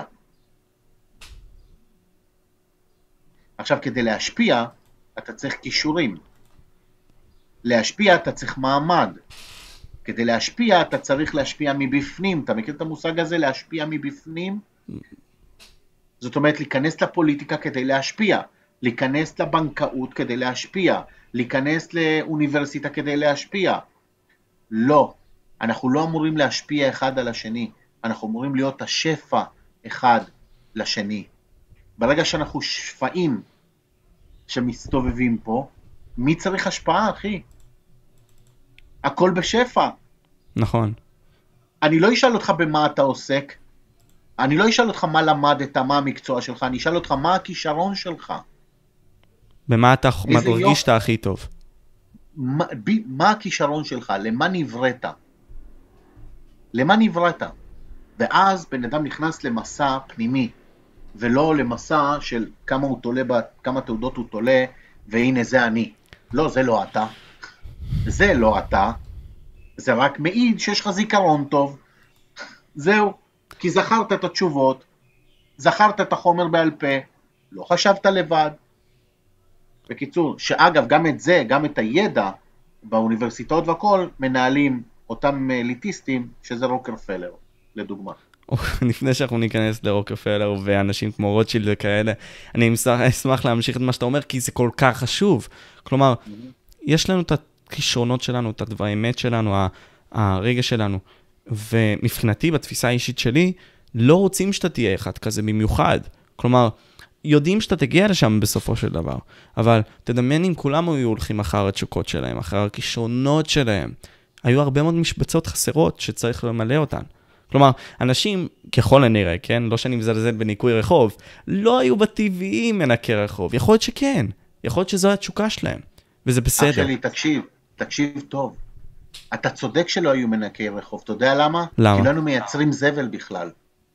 עכשיו, כדי להשפיע, אתה צריך כישורים. להשפיע, אתה צריך מעמד. כדי להשפיע, אתה צריך להשפיע מבפנים. אתה מכיר את המושג הזה? להשפיע מבפנים? זאת אומרת, להיכנס לפוליטיקה כדי להשפיע. להיכנס לבנקאות כדי להשפיע. להיכנס לאוניברסיטה כדי להשפיע. לא. אנחנו לא אמורים להשפיע אחד על השני, אנחנו אמורים להיות השפע אחד לשני. ברגע שאנחנו שפעים שמסתובבים פה, מי צריך השפעה, אחי? הכל בשפע. נכון. אני לא אשאל אותך במה אתה עוסק, אני לא אשאל אותך מה למדת, מה המקצוע שלך, אני אשאל אותך מה הכישרון שלך. במה אתה מרגיש את הכי טוב? מה, ב, מה הכישרון שלך? למה נבראת? למה נבראת? ואז בן אדם נכנס למסע פנימי, ולא למסע של כמה הוא תולה, כמה תעודות הוא תולה, והנה זה אני. לא, זה לא אתה. זה לא אתה. זה רק מעיד שיש לך זיכרון טוב. זהו. כי זכרת את התשובות, זכרת את החומר בעל פה, לא חשבת לבד. בקיצור, שאגב, גם את זה, גם את הידע, באוניברסיטאות והכל, מנהלים אותם אליטיסטים, שזה רוקרפלר, לדוגמה. לפני שאנחנו ניכנס לרוקפלר ואנשים כמו רוטשילד וכאלה, אני אשמח להמשיך את מה שאתה אומר, כי זה כל כך חשוב. כלומר, יש לנו את הכישרונות שלנו, את הדבר האמת שלנו, הרגע שלנו, ומבחינתי, בתפיסה האישית שלי, לא רוצים שאתה תהיה אחד כזה במיוחד. כלומר, יודעים שאתה תגיע לשם בסופו של דבר, אבל תדמיין אם כולם היו הולכים אחר התשוקות שלהם, אחר הכישרונות שלהם, היו הרבה מאוד משבצות חסרות שצריך למלא אותן. כלומר, אנשים, ככל הנראה, כן? לא שאני מזלזל בניקוי רחוב, לא היו בטבעיים מנקי רחוב. יכול להיות שכן. יכול להיות שזו התשוקה שלהם. וזה בסדר. אח שלי, תקשיב, תקשיב טוב. אתה צודק שלא היו מנקי רחוב. אתה יודע למה? למה? כי לא היינו מייצרים זבל בכלל.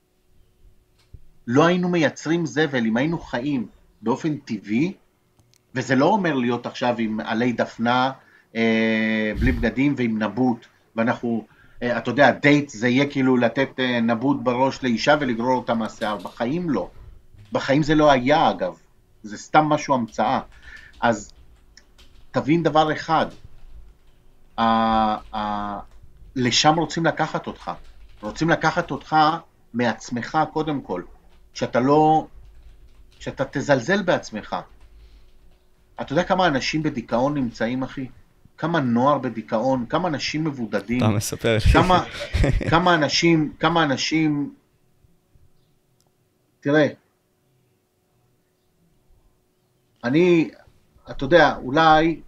לא היינו מייצרים זבל. אם היינו חיים באופן טבעי, וזה לא אומר להיות עכשיו עם עלי דפנה, אה, בלי בגדים ועם נבוט, ואנחנו... אתה יודע, דייט זה יהיה כאילו לתת נבוט בראש לאישה ולגרור אותה מהשיער. בחיים לא. בחיים זה לא היה, אגב. זה סתם משהו המצאה. אז תבין דבר אחד. ה- ה- לשם רוצים לקחת אותך. רוצים לקחת אותך מעצמך קודם כל. שאתה לא... שאתה תזלזל בעצמך. אתה יודע כמה אנשים בדיכאון נמצאים, אחי? כמה נוער בדיכאון, כמה אנשים מבודדים, אתה מספר לי. כמה, כמה אנשים, כמה אנשים, תראה, אני, אתה יודע, אולי,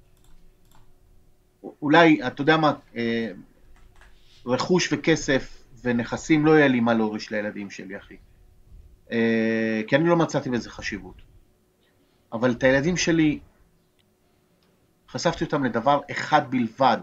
אולי, אתה יודע מה, רכוש וכסף ונכסים לא יהיה לי מה להוריש לילדים שלי, אחי. כי אני לא מצאתי בזה חשיבות. אבל את הילדים שלי, חשפתי אותם לדבר אחד בלבד.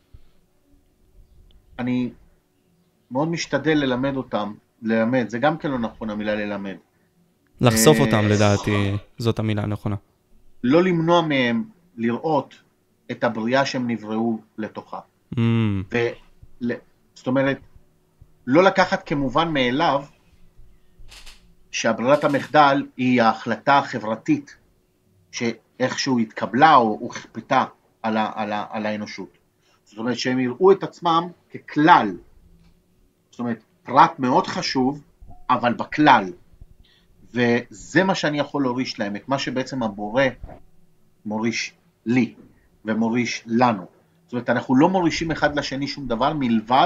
אני מאוד משתדל ללמד אותם, ללמד, זה גם כן לא נכון המילה ללמד. לחשוף אותם לדעתי, זאת המילה הנכונה. לא למנוע מהם לראות את הבריאה שהם נבראו לתוכה. Mm. ול, זאת אומרת, לא לקחת כמובן מאליו, שהברירת המחדל היא ההחלטה החברתית, שאיכשהו התקבלה או הוכפתה על, ה, על, ה, על האנושות. זאת אומרת שהם יראו את עצמם ככלל, זאת אומרת פרט מאוד חשוב, אבל בכלל, וזה מה שאני יכול להוריש להם, את מה שבעצם הבורא מוריש לי, ומוריש לנו. זאת אומרת, אנחנו לא מורישים אחד לשני שום דבר, מלבד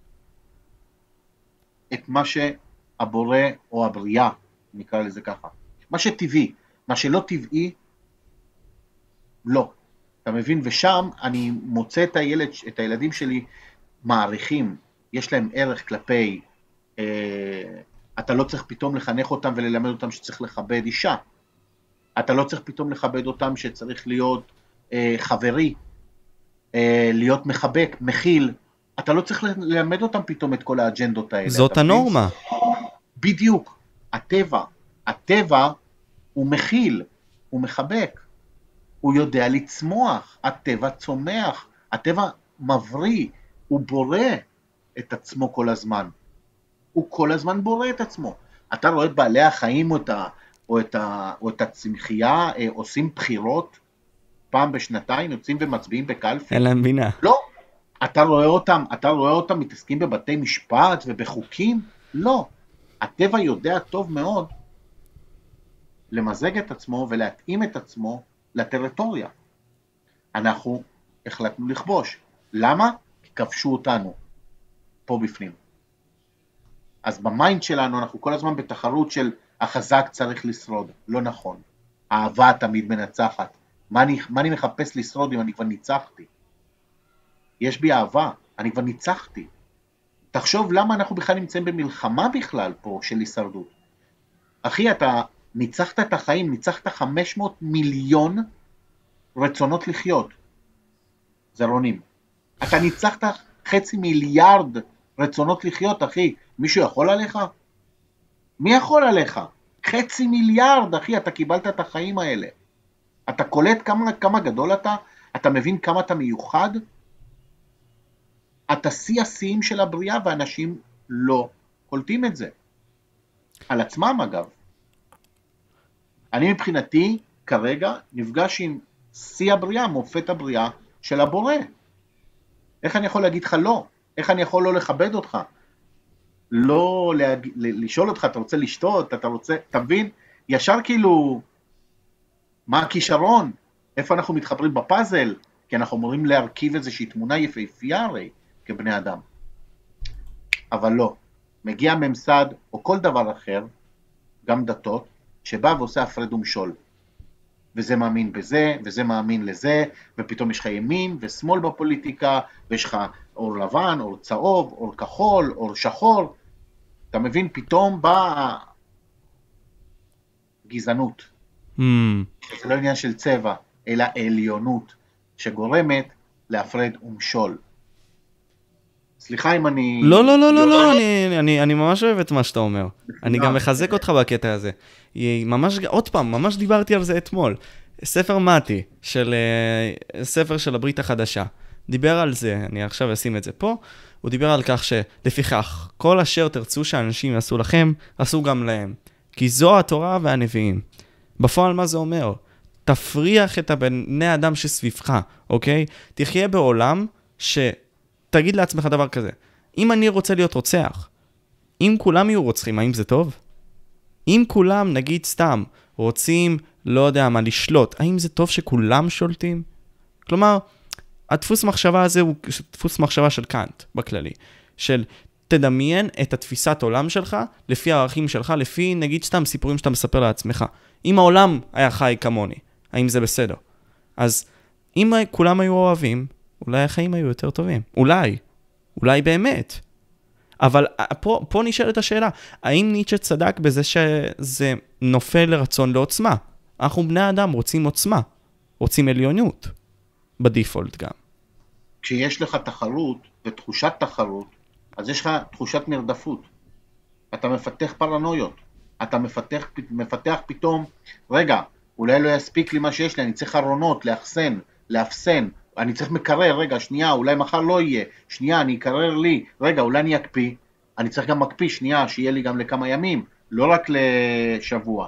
את מה שהבורא או הבריאה, נקרא לזה ככה, מה שטבעי, מה שלא טבעי, לא. אתה מבין? ושם אני מוצא את הילד, את הילדים שלי מעריכים, יש להם ערך כלפי, אה, אתה לא צריך פתאום לחנך אותם וללמד אותם שצריך לכבד אישה. אתה לא צריך פתאום לכבד אותם שצריך להיות אה, חברי, אה, להיות מחבק, מכיל. אתה לא צריך ללמד אותם פתאום את כל האג'נדות האלה. זאת הנורמה. בדיוק. הטבע. הטבע הוא מכיל, הוא מחבק. הוא יודע לצמוח, הטבע צומח, הטבע מבריא, הוא בורא את עצמו כל הזמן. הוא כל הזמן בורא את עצמו. אתה רואה את בעלי החיים או את, ה, או את, ה, או את הצמחייה, עושים בחירות פעם בשנתיים, יוצאים ומצביעים בקלפי. אין להם בינה. לא. אתה רואה אותם, אתה רואה אותם מתעסקים בבתי משפט ובחוקים? לא. הטבע יודע טוב מאוד למזג את עצמו ולהתאים את עצמו לטריטוריה. אנחנו החלטנו לכבוש. למה? כי כבשו אותנו פה בפנים. אז במיינד שלנו אנחנו כל הזמן בתחרות של החזק צריך לשרוד. לא נכון. האהבה תמיד מנצחת. מה אני, מה אני מחפש לשרוד אם אני כבר ניצחתי? יש בי אהבה, אני כבר ניצחתי. תחשוב למה אנחנו בכלל נמצאים במלחמה בכלל פה של הישרדות. אחי, אתה ניצחת את החיים, ניצחת חמש מאות מיליון רצונות לחיות. זרונים. אתה ניצחת חצי מיליארד רצונות לחיות, אחי. מישהו יכול עליך? מי יכול עליך? חצי מיליארד, אחי, אתה קיבלת את החיים האלה. אתה קולט כמה, כמה גדול אתה? אתה מבין כמה אתה מיוחד? אתה שיא השיאים של הבריאה, ואנשים לא קולטים את זה. על עצמם, אגב. אני מבחינתי, כרגע, נפגש עם שיא הבריאה, מופת הבריאה של הבורא. איך אני יכול להגיד לך לא? איך אני יכול לא לכבד אותך? לא להג... לשאול אותך, אתה רוצה לשתות, אתה רוצה, אתה מבין? ישר כאילו, מה הכישרון? איפה אנחנו מתחברים בפאזל? כי אנחנו אמורים להרכיב איזושהי תמונה יפהפייה הרי, כבני אדם. אבל לא. מגיע ממסד, או כל דבר אחר, גם דתות, שבא ועושה הפרד ומשול. וזה מאמין בזה, וזה מאמין לזה, ופתאום יש לך ימין ושמאל בפוליטיקה, ויש לך אור לבן, אור צהוב, אור כחול, אור שחור. אתה מבין, פתאום באה גזענות. Mm. זה לא עניין של צבע, אלא עליונות, שגורמת להפרד ומשול. סליחה אם אני... לא, לא, לא, לא, לא, אני, אני, אני ממש אוהב את מה שאתה אומר. אני גם מחזק אותך בקטע הזה. ממש, עוד פעם, ממש דיברתי על זה אתמול. ספר מתי, של, ספר של הברית החדשה. דיבר על זה, אני עכשיו אשים את זה פה, הוא דיבר על כך שלפיכך, כל אשר תרצו שאנשים יעשו לכם, עשו גם להם. כי זו התורה והנביאים. בפועל מה זה אומר? תפריח את הבני האדם שסביבך, אוקיי? תחיה בעולם ש... תגיד לעצמך דבר כזה, אם אני רוצה להיות רוצח, אם כולם יהיו רוצחים, האם זה טוב? אם כולם, נגיד סתם, רוצים, לא יודע מה, לשלוט, האם זה טוב שכולם שולטים? כלומר, הדפוס מחשבה הזה הוא דפוס מחשבה של קאנט, בכללי, של תדמיין את התפיסת עולם שלך, לפי הערכים שלך, לפי, נגיד סתם, סיפורים שאתה מספר לעצמך. אם העולם היה חי כמוני, האם זה בסדר? אז אם כולם היו אוהבים, אולי החיים היו יותר טובים. אולי. אולי באמת. אבל פה, פה נשאלת השאלה, האם ניטשה צדק בזה שזה נופל לרצון לעוצמה? אנחנו בני האדם רוצים עוצמה. רוצים עליונות. בדיפולט גם. כשיש לך תחרות ותחושת תחרות, אז יש לך תחושת מרדפות. אתה מפתח פרנויות. אתה מפתח, מפתח פתאום, רגע, אולי לא יספיק לי מה שיש לי, אני צריך ארונות, לאחסן, לאפסן, אני צריך מקרר, רגע, שנייה, אולי מחר לא יהיה, שנייה, אני אקרר לי, רגע, אולי אני אקפיא, אני צריך גם מקפיא, שנייה, שיהיה לי גם לכמה ימים, לא רק לשבוע.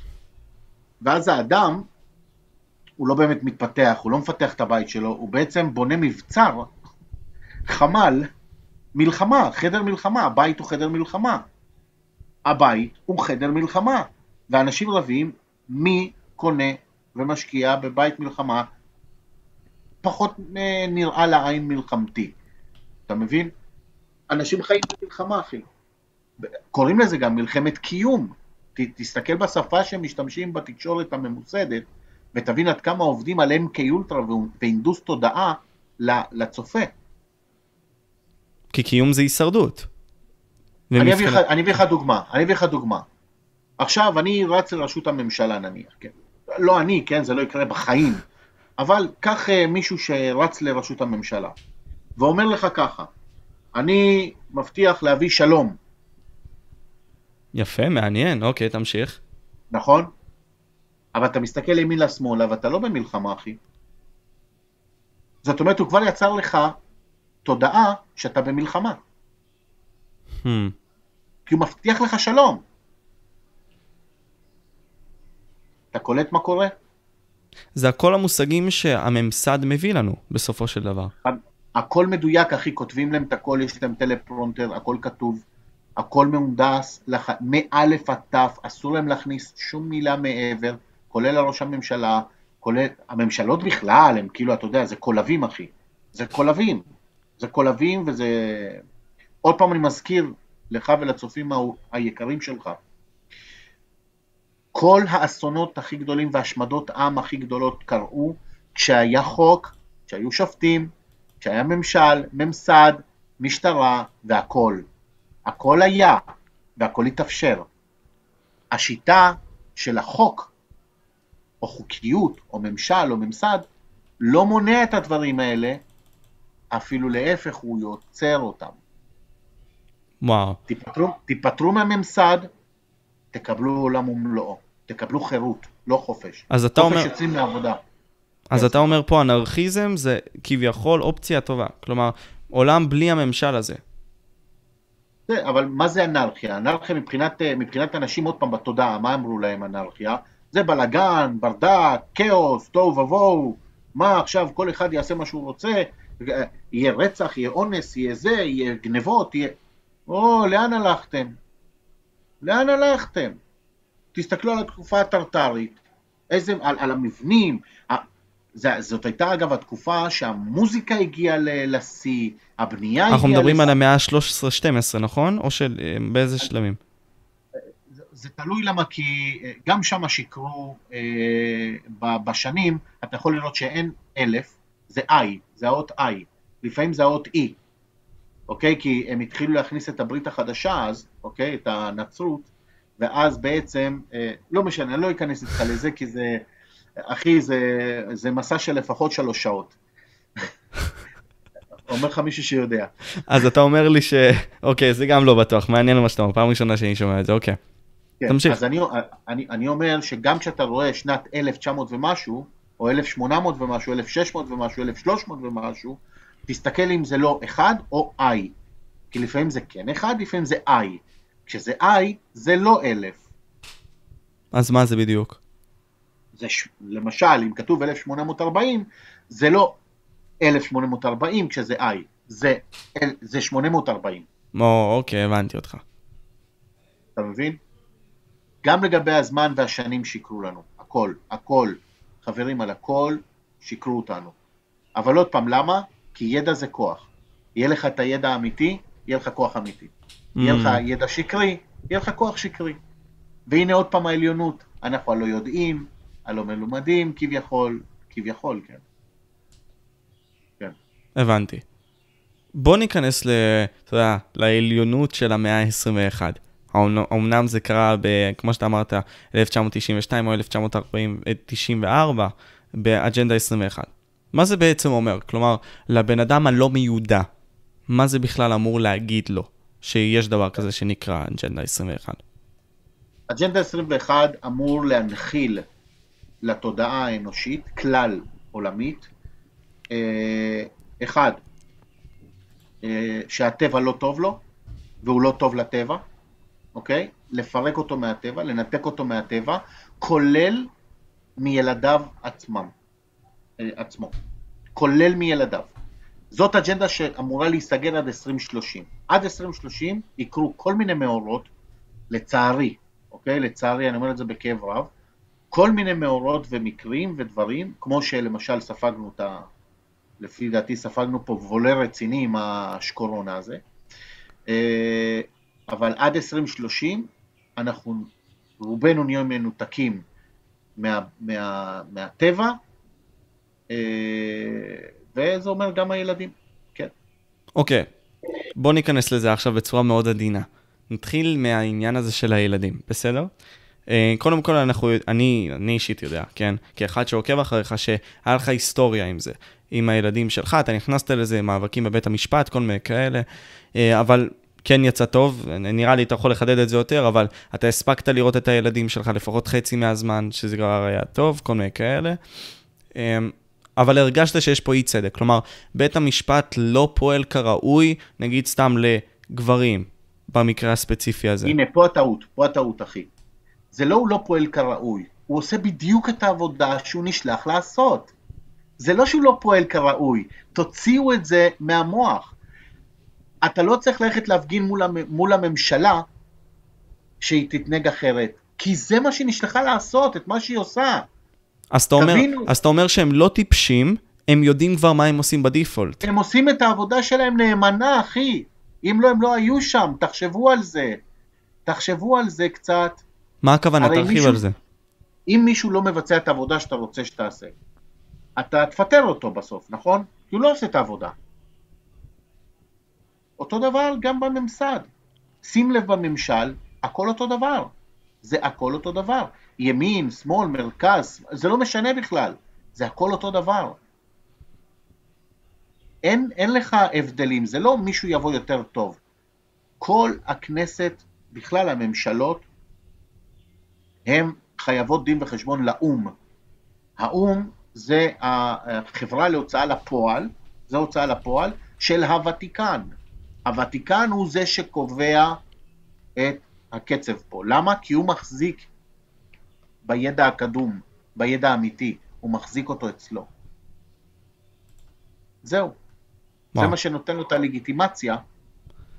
ואז האדם, הוא לא באמת מתפתח, הוא לא מפתח את הבית שלו, הוא בעצם בונה מבצר, חמל, מלחמה, חדר מלחמה, הבית הוא חדר מלחמה. הבית הוא חדר מלחמה, ואנשים רבים, מי קונה ומשקיע בבית מלחמה, פחות נראה לעין מלחמתי. אתה מבין? אנשים חיים במלחמה, אחי. קוראים לזה גם מלחמת קיום. ת, תסתכל בשפה שהם משתמשים בתקשורת הממוסדת, ותבין עד כמה עובדים עליהם כאולטרה ואינדוס תודעה לצופה. כי קיום זה הישרדות. אני אביא לך, אני אביא לך דוגמה, אני אביא לך דוגמה. עכשיו אני רץ לרשות הממשלה נניח, כן? לא אני, כן? זה לא יקרה בחיים. אבל כך מישהו שרץ לרשות הממשלה, ואומר לך ככה, אני מבטיח להביא שלום. יפה, מעניין, אוקיי, תמשיך. נכון? אבל אתה מסתכל לימין לשמאל, אבל אתה לא במלחמה, אחי. זאת אומרת, הוא כבר יצר לך תודעה שאתה במלחמה. Hmm. כי הוא מבטיח לך שלום. אתה קולט מה קורה? זה הכל המושגים שהממסד מביא לנו, בסופו של דבר. הכל מדויק, אחי, כותבים להם את הכל, יש להם טלפרונטר, הכל כתוב, הכל מהונדס, לח... מאלף עד תף, אסור להם להכניס שום מילה מעבר, כולל הראש הממשלה, כולל, הממשלות בכלל, הם כאילו, אתה יודע, זה קולבים, אחי, זה קולבים, זה קולבים, וזה, עוד פעם אני מזכיר לך ולצופים היקרים שלך, כל האסונות הכי גדולים והשמדות עם הכי גדולות קראו כשהיה חוק, כשהיו שופטים, כשהיה ממשל, ממסד, משטרה והכל. הכל היה והכל התאפשר. השיטה של החוק או חוקיות או ממשל או ממסד לא מונע את הדברים האלה, אפילו להפך הוא יוצר אותם. וואו. תיפטרו, תיפטרו מהממסד, תקבלו עולם ומלואו. תקבלו חירות, לא חופש. אז אתה אומר... חופש יוצאים לעבודה. אז אתה אומר פה, אנרכיזם זה כביכול אופציה טובה. כלומר, עולם בלי הממשל הזה. זה, אבל מה זה אנרכיה? אנרכיה מבחינת, מבחינת אנשים עוד פעם בתודעה, מה אמרו להם אנרכיה? זה בלגן, ברדק, כאוס, תוהו ובוהו, מה עכשיו כל אחד יעשה מה שהוא רוצה, יהיה רצח, יהיה אונס, יהיה זה, יהיה גנבות, יהיה... או, לאן הלכתם? לאן הלכתם? תסתכלו על התקופה הטרטרית, איזה, על, על המבנים, זאת הייתה אגב התקופה שהמוזיקה הגיעה לשיא, הבנייה הגיעה לשיא. אנחנו מדברים על המאה ה-שלוש עשרה שתים עשרה, נכון? או של, באיזה שלבים? זה, זה תלוי למה, כי גם שם שיקרו אה, בשנים, אתה יכול לראות שאין אלף, זה I, זה האות I, לפעמים זה האות E, אוקיי? כי הם התחילו להכניס את הברית החדשה אז, אוקיי? את הנצרות, ואז בעצם, אה, לא משנה, אני לא אכנס איתך לזה, כי זה... אחי, זה, זה מסע של לפחות שלוש שעות. אומר לך מישהו שיודע. אז אתה אומר לי ש... אוקיי, זה גם לא בטוח, מעניין מה שאתה אומר, פעם ראשונה שאני שומע את זה, אוקיי. כן, תמשיך. אז אני, אני, אני אומר שגם כשאתה רואה שנת אלף תשע מאות ומשהו, או אלף שמונה מאות ומשהו, אלף שש מאות ומשהו, אלף שלוש מאות ומשהו, תסתכל אם זה לא אחד או I. כי לפעמים זה כן אחד, לפעמים זה I. כשזה I, זה לא אלף. אז מה זה בדיוק? זה, למשל, אם כתוב אלף שמונה מאות וארבעים, זה לא אלף שמונה מאות וארבעים כשזה I, זה, זה שמונה מאות וארבעים. או, אוקיי, הבנתי אותך. אתה מבין? גם לגבי הזמן והשנים שיקרו לנו, הכל, הכל, חברים על הכל, שיקרו אותנו. אבל עוד פעם, למה? כי ידע זה כוח. יהיה לך את הידע האמיתי, יהיה לך כוח אמיתי. Mm. יהיה לך ידע שקרי, יהיה לך כוח שקרי. והנה עוד פעם העליונות, אנחנו לא יודעים, הלא מלומדים, כביכול, כביכול, כן. כן. הבנתי. בוא ניכנס ל, אתה יודע, לעליונות של המאה ה-עשרים ואחת. אמנם זה קרה, ב, כמו שאתה אמרת, אלף תשע מאות תשעים ושתיים או אלף תשע מאות תשעים וארבע, באג'נדה עשרים ואחת. מה זה בעצם אומר? כלומר, לבן אדם הלא מיודע, מה זה בכלל אמור להגיד לו, שיש דבר כזה שנקרא אג'נדה עשרים ואחת? אג'נדה עשרים ואחת אמור להנחיל לתודעה האנושית, כלל עולמית, אחד, שהטבע לא טוב לו, והוא לא טוב לטבע, אוקיי? לפרק אותו מהטבע, לנתק אותו מהטבע, כולל מילדיו עצמם, עצמו, כולל מילדיו. זאת אג'נדה שאמורה להיסגר עד עשרים שלושים. עד עשרים שלושים יקרו כל מיני מאורות, לצערי, אוקיי? לצערי, אני אומר את זה בכאב רב, כל מיני מאורות ומקרים ודברים, כמו שלמשל ספגנו את ה... לפי דעתי ספגנו פה וולר רציני עם השקורונה הזה, אבל עד עשרים שלושים אנחנו רובנו נהיה מנותקים מה, מה, מהטבע, וזה אומר גם הילדים, כן. אוקיי, בוא ניכנס לזה עכשיו בצורה מאוד עדינה. נתחיל מהעניין הזה של הילדים, בסדר? קודם כל, אנחנו, אני, אני אישית יודע, כן? כאחד שעוקב אחריך, שהיה לך היסטוריה עם זה, עם הילדים שלך, אתה נכנסת לזה, מאבקים בבית המשפט, כל מיני כאלה, אבל כן יצא טוב, נראה לי אתה יכול לחדד את זה יותר, אבל אתה הספקת לראות את הילדים שלך לפחות חצי מהזמן, שזה כבר היה טוב, כל מיני כאלה, אבל הרגשת שיש פה אי צדק, כלומר, בית המשפט לא פועל כראוי, נגיד סתם לגברים, במקרה הספציפי הזה. הנה, פה הטעות, פה הטעות, אחי. זה לא הוא לא פועל כראוי, הוא עושה בדיוק את העבודה שהוא נשלח לעשות. זה לא שהוא לא פועל כראוי, תוציאו את זה מהמוח. אתה לא צריך ללכת להפגין מול, מול הממשלה שהיא תתנהג אחרת, כי זה מה שהיא נשלחה לעשות, את מה שהיא עושה. אז אתה אומר, אז אתה אומר שהם לא טיפשים, הם יודעים כבר מה הם עושים בדיפולט. הם עושים את העבודה שלהם נאמנה, אחי. אם לא, הם לא היו שם, תחשבו על זה. תחשבו על זה קצת. מה הכוונה? תרחיב מישהו, על זה. אם מישהו לא מבצע את העבודה שאתה רוצה שתעשה, אתה תפטר אותו בסוף, נכון? כי הוא לא עושה את העבודה. אותו דבר גם בממסד. שים לב בממשל, הכל אותו דבר. זה הכל אותו דבר. ימין, שמאל, מרכז, זה לא משנה בכלל. זה הכל אותו דבר. אין, אין לך הבדלים, זה לא מישהו יבוא יותר טוב. כל הכנסת, בכלל הממשלות, הם חייבות דין וחשבון לאום. האום זה החברה להוצאה לפועל, זה הוצאה לפועל של הוותיקן. הוותיקן הוא זה שקובע את הקצב פה. למה? כי הוא מחזיק בידע הקדום, בידע האמיתי, הוא מחזיק אותו אצלו. זהו. מה? זה מה שנותן לו את הלגיטימציה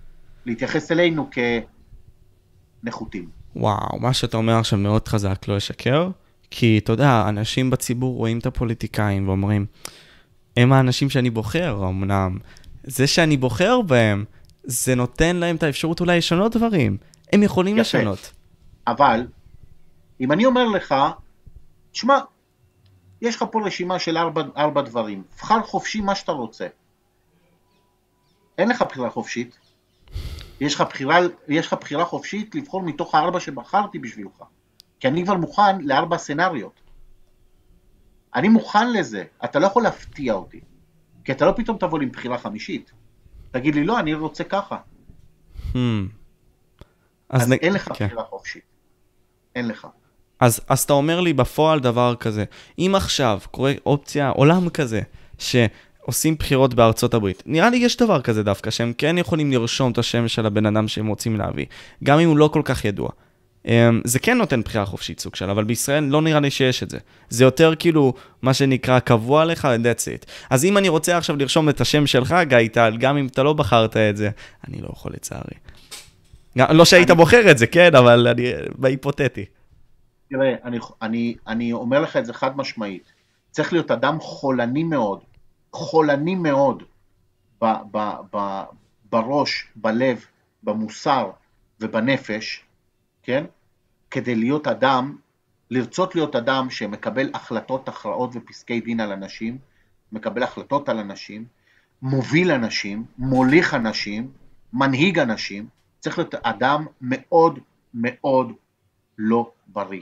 להתייחס אלינו כנחותים. וואו, מה שאתה אומר עכשיו מאוד חזק, לא ישקר, כי אתה יודע, אנשים בציבור רואים את הפוליטיקאים ואומרים, הם האנשים שאני בוחר, אמנם. זה שאני בוחר בהם, זה נותן להם את האפשרות אולי לשנות דברים. הם יכולים יפה. לשנות. אבל, אם אני אומר לך, תשמע, יש לך פה רשימה של ארבע, ארבע דברים. בחר חופשי מה שאתה רוצה. אין לך בחירה חופשית. יש לך בחירה, יש לך בחירה חופשית לבחור מתוך הארבע שבחרתי בשבילך. כי אני כבר מוכן לארבע סנריות. אני מוכן לזה. אתה לא יכול להפתיע אותי. כי אתה לא פתאום תבוא לי עם בחירה חמישית. תגיד לי, לא, אני רוצה ככה. Hmm. אז, אז נ... אין לך okay. בחירה חופשית. אין לך. אז, אז אתה אומר לי בפועל דבר כזה. אם עכשיו קורה אופציה, עולם כזה, שעושים בחירות בארצות הברית, נראה לי יש דבר כזה דווקא, שהם כן יכולים לרשום את השם של הבן אדם שהם רוצים להביא, גם אם הוא לא כל כך ידוע. זה כן נותן בחירה חופשית סוג של, אבל בישראל לא נראה לי שיש את זה. זה יותר כאילו מה שנקרא קבוע לך, that's it. אז אם אני רוצה עכשיו לרשום את השם שלך, גיא טל, גם אם אתה לא בחרת את זה, אני לא יכול לצערי. לא שהיית בוחר את זה, כן, אבל אני בהיפותטי. תראה, אני, אני, אני אומר לך את זה חד משמעית. צריך להיות אדם חולני מאוד, חולני מאוד, ב, ב, ב, בראש, בלב, במוסר ובנפש, כן? כדי להיות אדם, לרצות להיות אדם שמקבל החלטות, הכרעות ופסקי דין על אנשים, מקבל החלטות על אנשים, מוביל אנשים, מוליך אנשים, מנהיג אנשים, צריך להיות אדם מאוד מאוד לא בריא.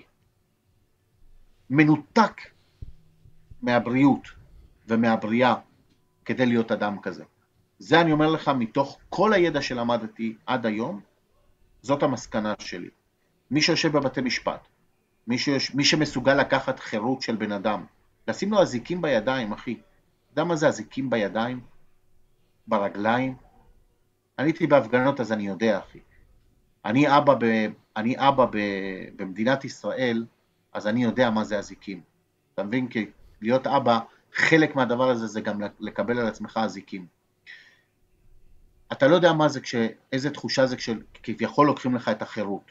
מנותק מהבריאות ומהבריאה כדי להיות אדם כזה. זה אני אומר לך מתוך כל הידע שלמדתי עד היום, זאת המסקנה שלי. מי שיושב בבתי משפט, מי, שיש, מי שמסוגל לקחת חירות של בן אדם, לשים לו אזיקים בידיים, אחי. אתה יודע מה זה אזיקים בידיים? ברגליים? אני הייתי בהפגנות, אז אני יודע, אחי. אני אבא, ב, אני אבא ב, במדינת ישראל, אז אני יודע מה זה אזיקים. אתה מבין? כי להיות אבא, חלק מהדבר הזה זה גם לקבל על עצמך אזיקים. אתה לא יודע מה זה, כש, איזה תחושה זה כשכביכול לוקחים לך את החירות.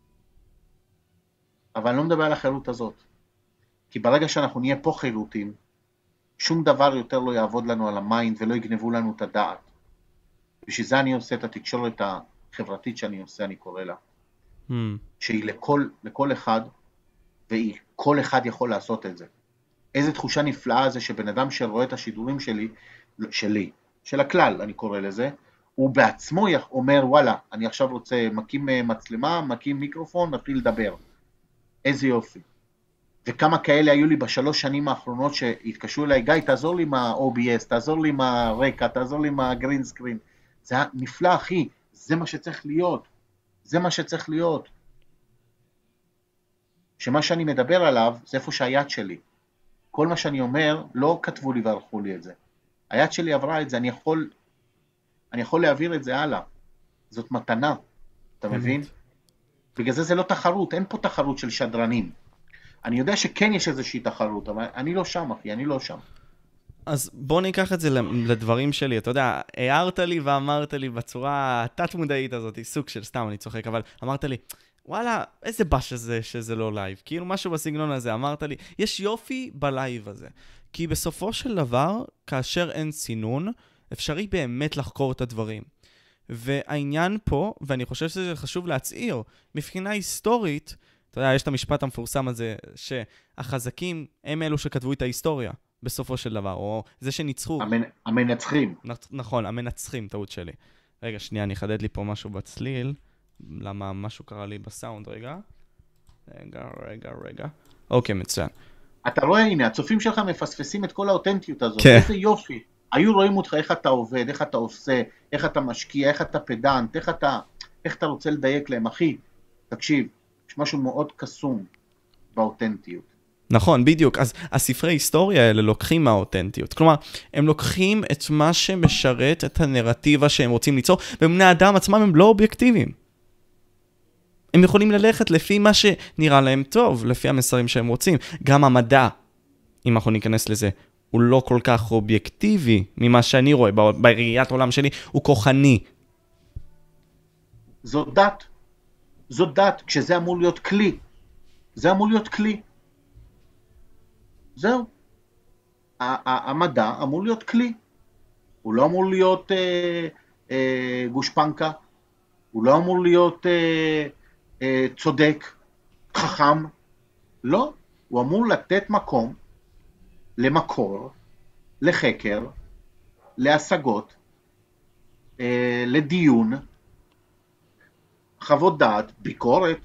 אבל אני לא מדבר על החירות הזאת. כי ברגע שאנחנו נהיה פה חירותים, שום דבר יותר לא יעבוד לנו על המיינד ולא יגנבו לנו את הדעת. בשביל זה אני עושה את התקשורת החברתית שאני עושה, אני קורא לה. Hmm. שהיא לכל, לכל אחד, והיא כל אחד יכול לעשות את זה. איזה תחושה נפלאה זה שבן אדם שרואה את השידורים שלי, שלי, של הכלל אני קורא לזה, הוא בעצמו אומר, וואלה, אני עכשיו רוצה, מקים מצלמה, מקים מיקרופון, מתחיל לדבר. איזה יופי. וכמה כאלה היו לי בשלוש שנים האחרונות שהתקשרו אליי, גיא, תעזור לי עם ה-או בי אס, תעזור לי עם הרקע, תעזור לי עם הגרין סקרין. זה היה נפלא, אחי. זה מה שצריך להיות. זה מה שצריך להיות. שמה שאני מדבר עליו, זה איפה שהיד שלי. כל מה שאני אומר, לא כתבו לי וערכו לי את זה. היד שלי עברה את זה, אני יכול, אני יכול להעביר את זה הלאה. זאת מתנה. אתה מבין? בגלל זה זה לא תחרות, אין פה תחרות של שדרנים. אני יודע שכן יש איזושהי תחרות, אבל אני לא שם, אחי, אני לא שם. אז בוא ניקח את זה לדברים שלי. אתה יודע, הערת לי ואמרת לי בצורה תת-מודעית הזאת, סוג של סתם, אני צוחק, אבל אמרת לי, וואלה, איזה בש הזה שזה לא לייב. כאילו משהו בסגנון הזה, אמרת לי, יש יופי בלייב הזה. כי בסופו של דבר, כאשר אין סינון, אפשרי באמת לחקור את הדברים. והעניין פה, ואני חושב שזה חשוב להצעיר, מבחינה היסטורית, אתה יודע, יש את המשפט המפורסם הזה, שהחזקים הם אלו שכתבו את ההיסטוריה, בסופו של דבר, או זה שניצחו. המנ... המנצחים. נכון, המנצחים, טעות שלי. רגע, שנייה, אני אחדד לי פה משהו בצליל, למה משהו קרה לי בסאונד, רגע. רגע, רגע, רגע. אוקיי, מצוין. אתה רואה, הנה, הצופים שלך מפספסים את כל האותנטיות הזאת. כן. איזה יופי. היו רואים אותך איך אתה עובד, איך אתה עושה, איך אתה משקיע, איך אתה פדנט, איך אתה, איך אתה רוצה לדייק להם. אחי, תקשיב, יש משהו מאוד קסום באותנטיות. נכון, בדיוק. אז הספרי היסטוריה האלה לוקחים מהאותנטיות. כלומר, הם לוקחים את מה שמשרת את הנרטיבה שהם רוצים ליצור, ובני אדם עצמם הם לא אובייקטיביים. הם יכולים ללכת לפי מה שנראה להם טוב, לפי המסרים שהם רוצים. גם המדע, אם אנחנו ניכנס לזה, הוא לא כל כך אובייקטיבי ממה שאני רואה, בראיית עולם שלי, הוא כוחני. זאת דת. זאת דת, כשזה אמור להיות כלי. זה אמור להיות כלי. זהו. המדע אמור להיות כלי. הוא לא אמור להיות אה, אה, גושפנקה. הוא לא אמור להיות אה, אה, צודק, חכם. לא. הוא אמור לתת מקום למקור, לחקר, להשגות, אה, לדיון, חוות דעת, ביקורת.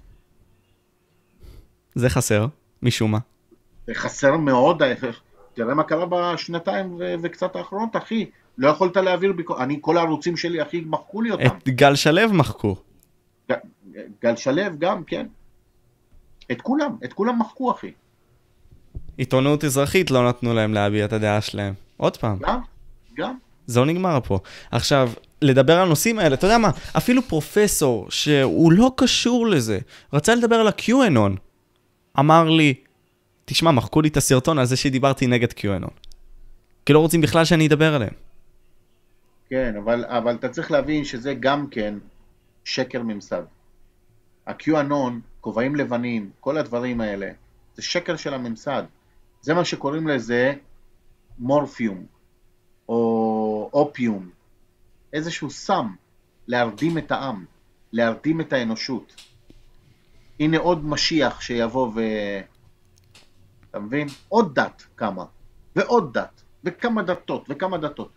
זה חסר, משום מה. זה חסר מאוד, תראה מה קרה בשנתיים ו- וקצת האחרונות, אחי. לא יכולת להעביר ביקורת, אני, כל הערוצים שלי, אחי, מחקו לי אותם. את גל שלב מחקו. ג- גל שלב גם, כן. את כולם, את כולם מחקו, אחי. עיתונות אזרחית לא נתנו להם להביע את הדעה שלהם. עוד פעם. גם, גם. זהו נגמר פה. עכשיו, לדבר על הנושאים האלה, אתה יודע מה? אפילו פרופסור שהוא לא קשור לזה, רצה לדבר על ה-QAnon, אמר לי, תשמע, מחקו לי את הסרטון על זה שדיברתי נגד QAnon. כי לא רוצים בכלל שאני אדבר עליהם. כן, אבל, אבל אתה צריך להבין שזה גם כן שקר ממסד. ה-QAnon, כובעים לבנים, כל הדברים האלה, זה שקר של הממסד. זה מה שקוראים לזה מורפיום, או אופיום, איזשהו סם, להרדים את העם, להרדים את האנושות. הנה עוד משיח שיבוא ו... אתה מבין? עוד דת כמה, ועוד דת, וכמה דתות, וכמה דתות.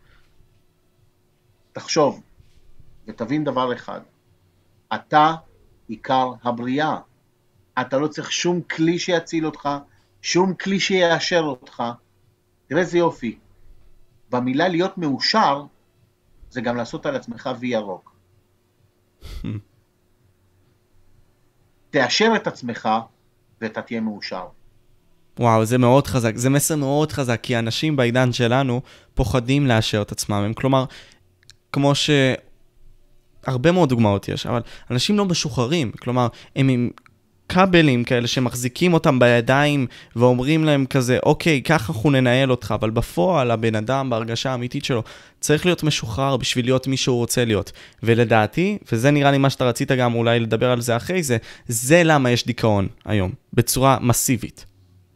תחשוב, ותבין דבר אחד, אתה עיקר הבריאה. אתה לא צריך שום כלי שיציל אותך, שום כלי שיאשר אותך. תראה איזה יופי. במילה להיות מאושר, זה גם לעשות על עצמך וי ירוק. תאשר את עצמך, ואתה תהיה מאושר. וואו, זה מאוד חזק. זה מסר מאוד חזק, כי האנשים בעידן שלנו פוחדים לאשר את עצמם. הם, כלומר, כמו ש... הרבה מאוד דוגמאות יש, אבל אנשים לא משוחררים. כלומר, הם עם כבלים כאלה שמחזיקים אותם בידיים ואומרים להם כזה, אוקיי, ככה אנחנו ננהל אותך, אבל בפועל הבן אדם בהרגשה האמיתית שלו צריך להיות משוחרר בשביל להיות מי שהוא רוצה להיות. ולדעתי, וזה נראה לי מה שאתה רצית גם אולי לדבר על זה אחרי זה, זה למה יש דיכאון היום, בצורה מסיבית.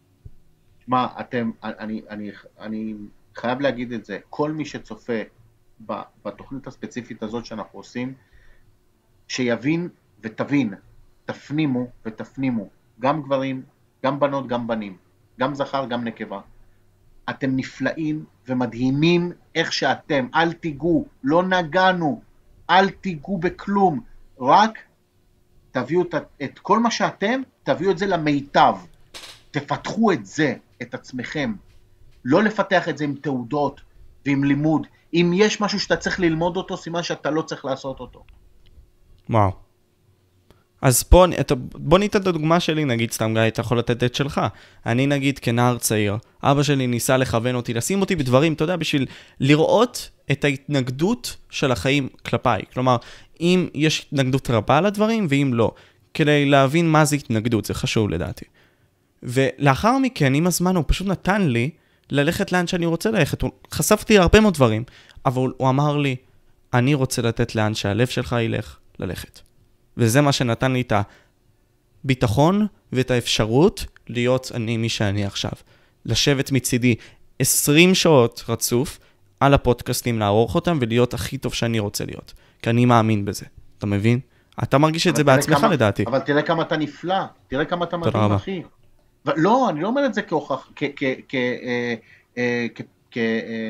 מה, אתם, אני, אני, אני חייב להגיד את זה, כל מי שצופה בתוכנית הספציפית הזאת שאנחנו עושים, שיבין ותבין, תפנימו ותפנימו, גם גברים, גם בנות, גם בנים, גם זכר, גם נקבה. אתם נפלאים ומדהימים איך שאתם, אל תיגעו, לא נגענו, אל תיגעו בכלום, רק תביאו את, את כל מה שאתם, תביאו את זה למיטב, תפתחו את זה, את עצמכם, לא לפתח את זה עם תעודות ועם לימוד. אם יש משהו שאתה צריך ללמוד אותו, סימן שאתה לא צריך לעשות אותו. וואו. אז פה, בוא ניתן את הדוגמה שלי, נגיד סתם גיא, אתה יכול לתת את שלך. אני נגיד כנער צעיר, אבא שלי ניסה לכוון אותי, לשים אותי בדברים, אתה יודע, בשביל לראות את ההתנגדות של החיים כלפיי. כלומר, אם יש התנגדות רבה לדברים, ואם לא, כדי להבין מה זה התנגדות, זה חשוב לדעתי. ולאחר מכן, עם הזמן, הוא פשוט נתן לי ללכת לאן שאני רוצה ללכת. חשפתי הרבה מאוד דברים, אבל הוא אמר לי, אני רוצה לתת לאן שהלב שלך ילך ללכת. וזה מה שנתן לי את הביטחון ואת האפשרות להיות אני מי שאני עכשיו. לשבת מצידי עשרים שעות רצוף על הפודקאסטים, לערוך אותם ולהיות הכי טוב שאני רוצה להיות. כי אני מאמין בזה. אתה מבין? אתה מרגיש את זה בעצמך כמה, לדעתי. אבל תראה כמה אתה נפלא. תראה כמה אתה מדהים, אחי. לא, אני לא אומר את זה כהוכח, כ... כ... כ... כ... כ...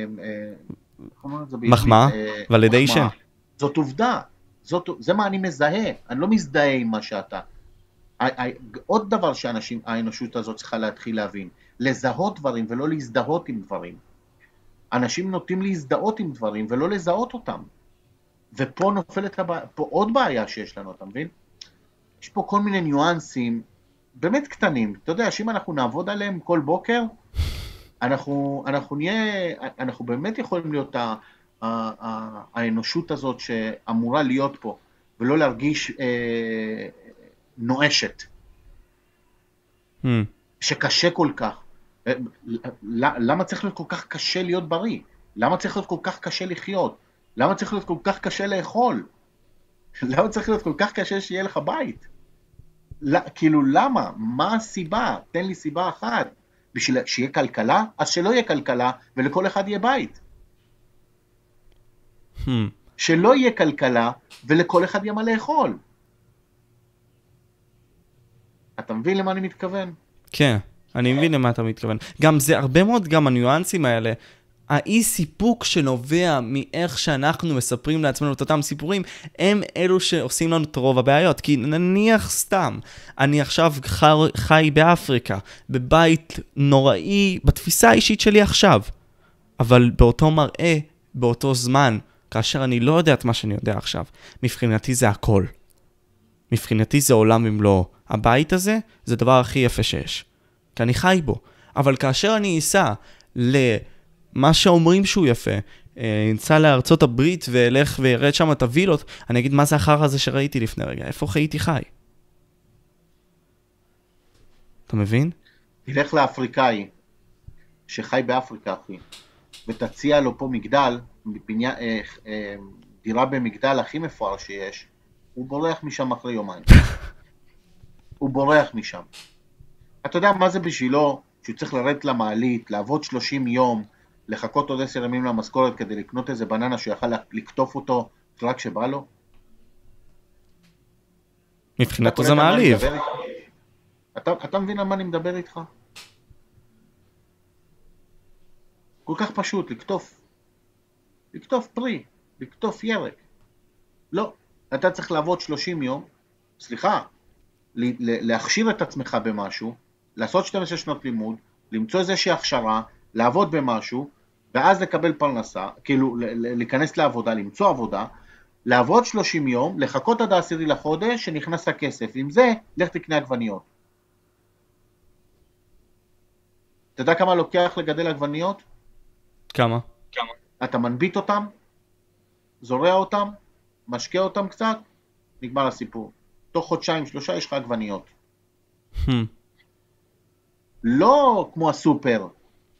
מחמאה, ועל ידי שם. זאת עובדה. זאת, זה מה אני מזהה, אני לא מזדהה עם מה שאתה. עוד דבר שאנשים, האנושות הזאת צריכה להתחיל להבין, לזהות דברים ולא להזדהות עם דברים. אנשים נוטים להזדהות עם דברים ולא לזהות אותם. ופה נופלת הבעיה, פה עוד בעיה שיש לנו, אתה מבין? יש פה כל מיני ניואנסים, באמת קטנים. אתה יודע, שאם אנחנו נעבוד עליהם כל בוקר, אנחנו, אנחנו נהיה, אנחנו באמת יכולים להיות ה... האנושות הזאת שאמורה להיות פה, ולא להרגיש אה, נואשת. Mm. שקשה כל כך. למה צריך להיות כל כך קשה להיות בריא? למה צריך להיות כל כך קשה לחיות? למה צריך להיות כל כך קשה לאכול? למה צריך להיות כל כך קשה שיהיה לך בית? לא, כאילו למה? מה הסיבה? תן לי סיבה אחת. בשביל שיהיה כלכלה? אז שלא יהיה כלכלה, ולכל אחד יהיה בית. Hmm. שלא יהיה כלכלה, ולכל אחד יהיה מה לאכול. אתה מבין למה אני מתכוון? כן, אני מבין למה אתה מתכוון. גם זה הרבה מאוד, גם הניואנסים האלה, האי סיפוק שנובע מאיך שאנחנו מספרים לעצמנו את אותם סיפורים, הם אלו שעושים לנו את רוב הבעיות. כי נניח סתם, אני עכשיו חי, חי באפריקה, בבית נוראי, בתפיסה האישית שלי עכשיו. אבל באותו מראה, באותו זמן, כאשר אני לא יודע את מה שאני יודע עכשיו, מבחינתי זה הכל. מבחינתי זה עולם במלואו. הבית הזה זה הדבר הכי יפה שיש. כי אני חי בו. אבל כאשר אני אסע למה שאומרים שהוא יפה, נצא לארצות הברית ואלך וירד שם את הווילות, אני אגיד מה זה אחר הזה שראיתי לפני רגע. איפה חייתי חי? אתה מבין? תלך לאפריקאי שחי באפריקה, אחי, ותציע לו פה מגדל, בבניין, אה, אה, דירה במגדל הכי מפואר שיש, הוא בורח משם אחרי יומיים. הוא בורח משם. אתה יודע מה זה בשבילו? שהוא צריך לרדת למעלית, לעבוד שלושים יום, לחכות עוד עשר ימים למשכורת כדי לקנות איזה בננה שיכל לקטוף אותו רק שבא לו? מבחינתו זה מעליב. אתה, אתה מבין על מה אני מדבר איתך? כל כך פשוט, לקטוף. לקטוף פרי, לקטוף ירק. לא, אתה צריך לעבוד שלושים יום, סליחה, להכשיר את עצמך במשהו, לעשות שתים עשרה שנות לימוד, למצוא איזושהי הכשרה, לעבוד במשהו, ואז לקבל פרנסה, כאילו להיכנס לעבודה, למצוא עבודה, לעבוד שלושים יום, לחכות עד העשירי לחודש, שנכנס הכסף. עם זה, לך תקנה עגבניות. אתה יודע כמה לוקח לגדל עגבניות? כמה? כמה? אתה מנביט אותם, זורע אותם, משקה אותם קצת, נגמר הסיפור. תוך חודשיים, שלושה, יש לך עגבניות. Hmm. לא כמו הסופר.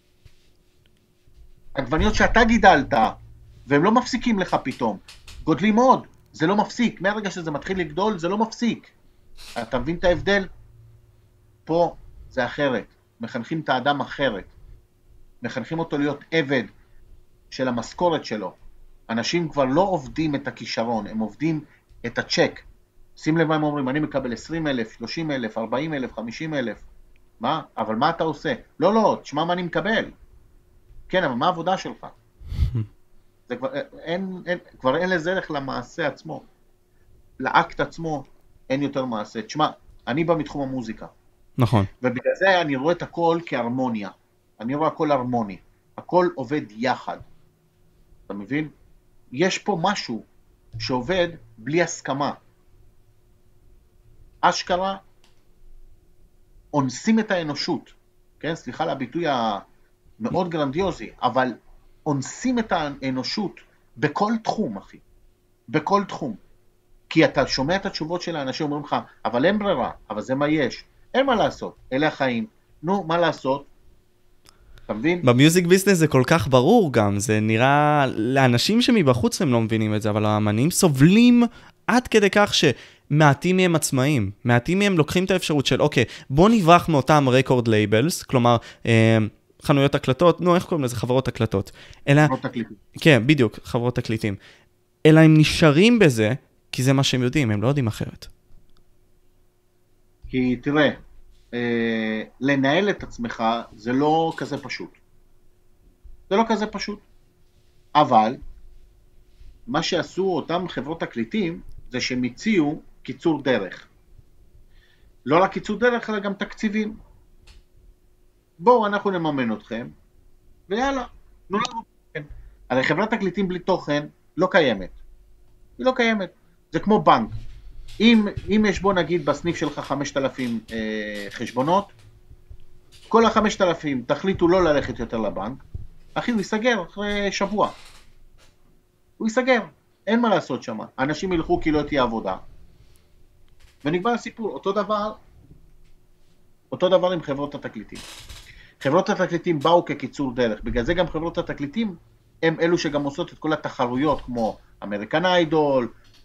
עגבניות שאתה גידלת, והם לא מפסיקים לך פתאום. גודלים עוד, זה לא מפסיק. מהרגע שזה מתחיל לגדול, זה לא מפסיק. אתה מבין את ההבדל? פה זה אחרת. מחנכים את האדם אחרת. מחנכים אותו להיות עבד של המשכורת שלו. אנשים כבר לא עובדים את הכישרון, הם עובדים את הצ'ק. שים לב מה הם אומרים, אני מקבל עשרים אלף, שלושים אלף, ארבעים אלף, חמישים אלף. מה? אבל מה אתה עושה? לא, לא, תשמע מה אני מקבל. כן, אבל מה העבודה שלך? זה כבר אין, אין, כבר אין לזה ערך למעשה עצמו. לאקט עצמו אין יותר מעשה. תשמע, אני בא מתחום המוזיקה. נכון. ובגלל זה אני רואה את הכל כהרמוניה. אני רואה הכל הרמוני. הכל עובד יחד. אתה מבין? יש פה משהו שעובד בלי הסכמה. אשכרה אונסים את האנושות. כן? סליחה לביטוי המאוד גרנדיוזי, אבל אונסים את האנושות בכל תחום, אחי. בכל תחום. כי אתה שומע את התשובות של האנשים, אומרים לך, אבל אין ברירה, אבל זה מה יש. אין מה לעשות, אלה החיים. נו, מה לעשות? אתה מבין? במיוזיק ביזנס זה כל כך ברור גם, זה נראה, לאנשים שמבחוץ הם לא מבינים את זה, אבל האמנים סובלים עד כדי כך שמעטים מהם עצמאים, מעטים מהם לוקחים את האפשרות של, אוקיי, בוא נברח מאותם רקורד לייבלס, כלומר, אה, חנויות הקלטות, נו, איך קוראים לזה? חברות הקלטות. אלא, חברות תקליטים. כן, בדיוק, חברות תקליטים. אלא הם נשארים בזה, כי זה מה שהם יודעים, הם לא יודעים אחרת. כי תראה, אה, לנהל את עצמך זה לא כזה פשוט. זה לא כזה פשוט. אבל, מה שעשו אותם חברות תקליטים, זה שהם הציעו קיצור דרך. לא רק קיצור דרך, אלא גם תקציבים. בואו, אנחנו נממן אתכם, ויאללה, נו לנו תוכן. הרי חברת תקליטים בלי תוכן לא קיימת. היא לא קיימת. זה כמו בנק. אם, אם יש בוא נגיד בסניף שלך חמשת אלפים אה, חשבונות, כל ה-חמשת אלפים תחליטו לא ללכת יותר לבנק, אחי, הוא ייסגר אחרי שבוע. הוא ייסגר. אין מה לעשות שם. אנשים ילכו כי לא תהיה עבודה. ונקבע הסיפור. אותו דבר, אותו דבר עם חברות התקליטים. חברות התקליטים באו כקיצור דרך. בגלל זה גם חברות התקליטים הם אלו שגם עושות את כל התחרויות, כמו אמריקן איידול,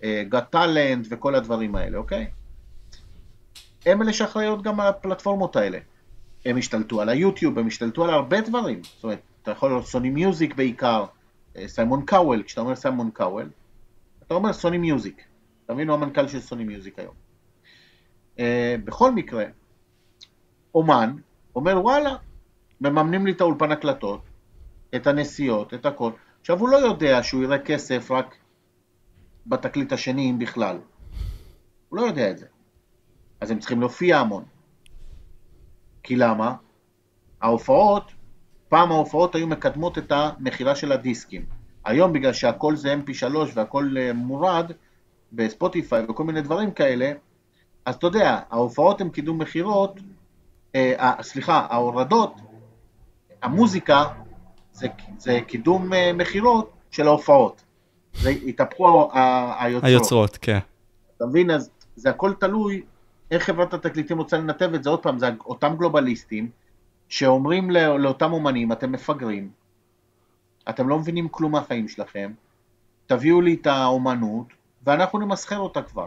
Got Talent וכל הדברים האלה, אוקיי? הם אלה שאחראיות גם על הפלטפורמות האלה. הם השתלטו על היוטיוב, הם השתלטו על הרבה דברים. זאת אומרת, אתה יכול לראות סוני מיוזיק בעיקר, סיימון קאוול, כשאתה אומר סיימון קאוול, אתה אומר סוני מיוזיק. אתה מבין, הוא המנכ"ל של סוני מיוזיק היום. בכל מקרה, אומן אומר, וואלה, מממנים לי את האולפן הקלטות, את הנסיעות, את הכל. עכשיו, הוא לא יודע שהוא יראה כסף רק בתקליט השני, אם בכלל. הוא לא יודע את זה. אז הם צריכים להופיע המון. כי למה? ההופעות, פעם ההופעות היו מקדמות את המחירה של הדיסקים. היום בגלל שהכל זה אם פי שלוש והכל מורד בספוטיפיי וכל מיני דברים כאלה, אז אתה יודע, ההופעות הם קידום מחירות, אה, סליחה, ההורדות, המוזיקה זה, זה קידום אה, מחירות של ההופעות. זה התהפכו היוצרות. היוצרות, כן. אתה מבין? אז זה הכל תלוי איך חברת התקליטים רוצה לנתב את זה. עוד פעם, זה אותם גלובליסטים שאומרים לא, לאותם אומנים, אתם מפגרים, אתם לא מבינים כלום מהחיים שלכם, תביאו לי את האומנות, ואנחנו נמסחר אותה כבר.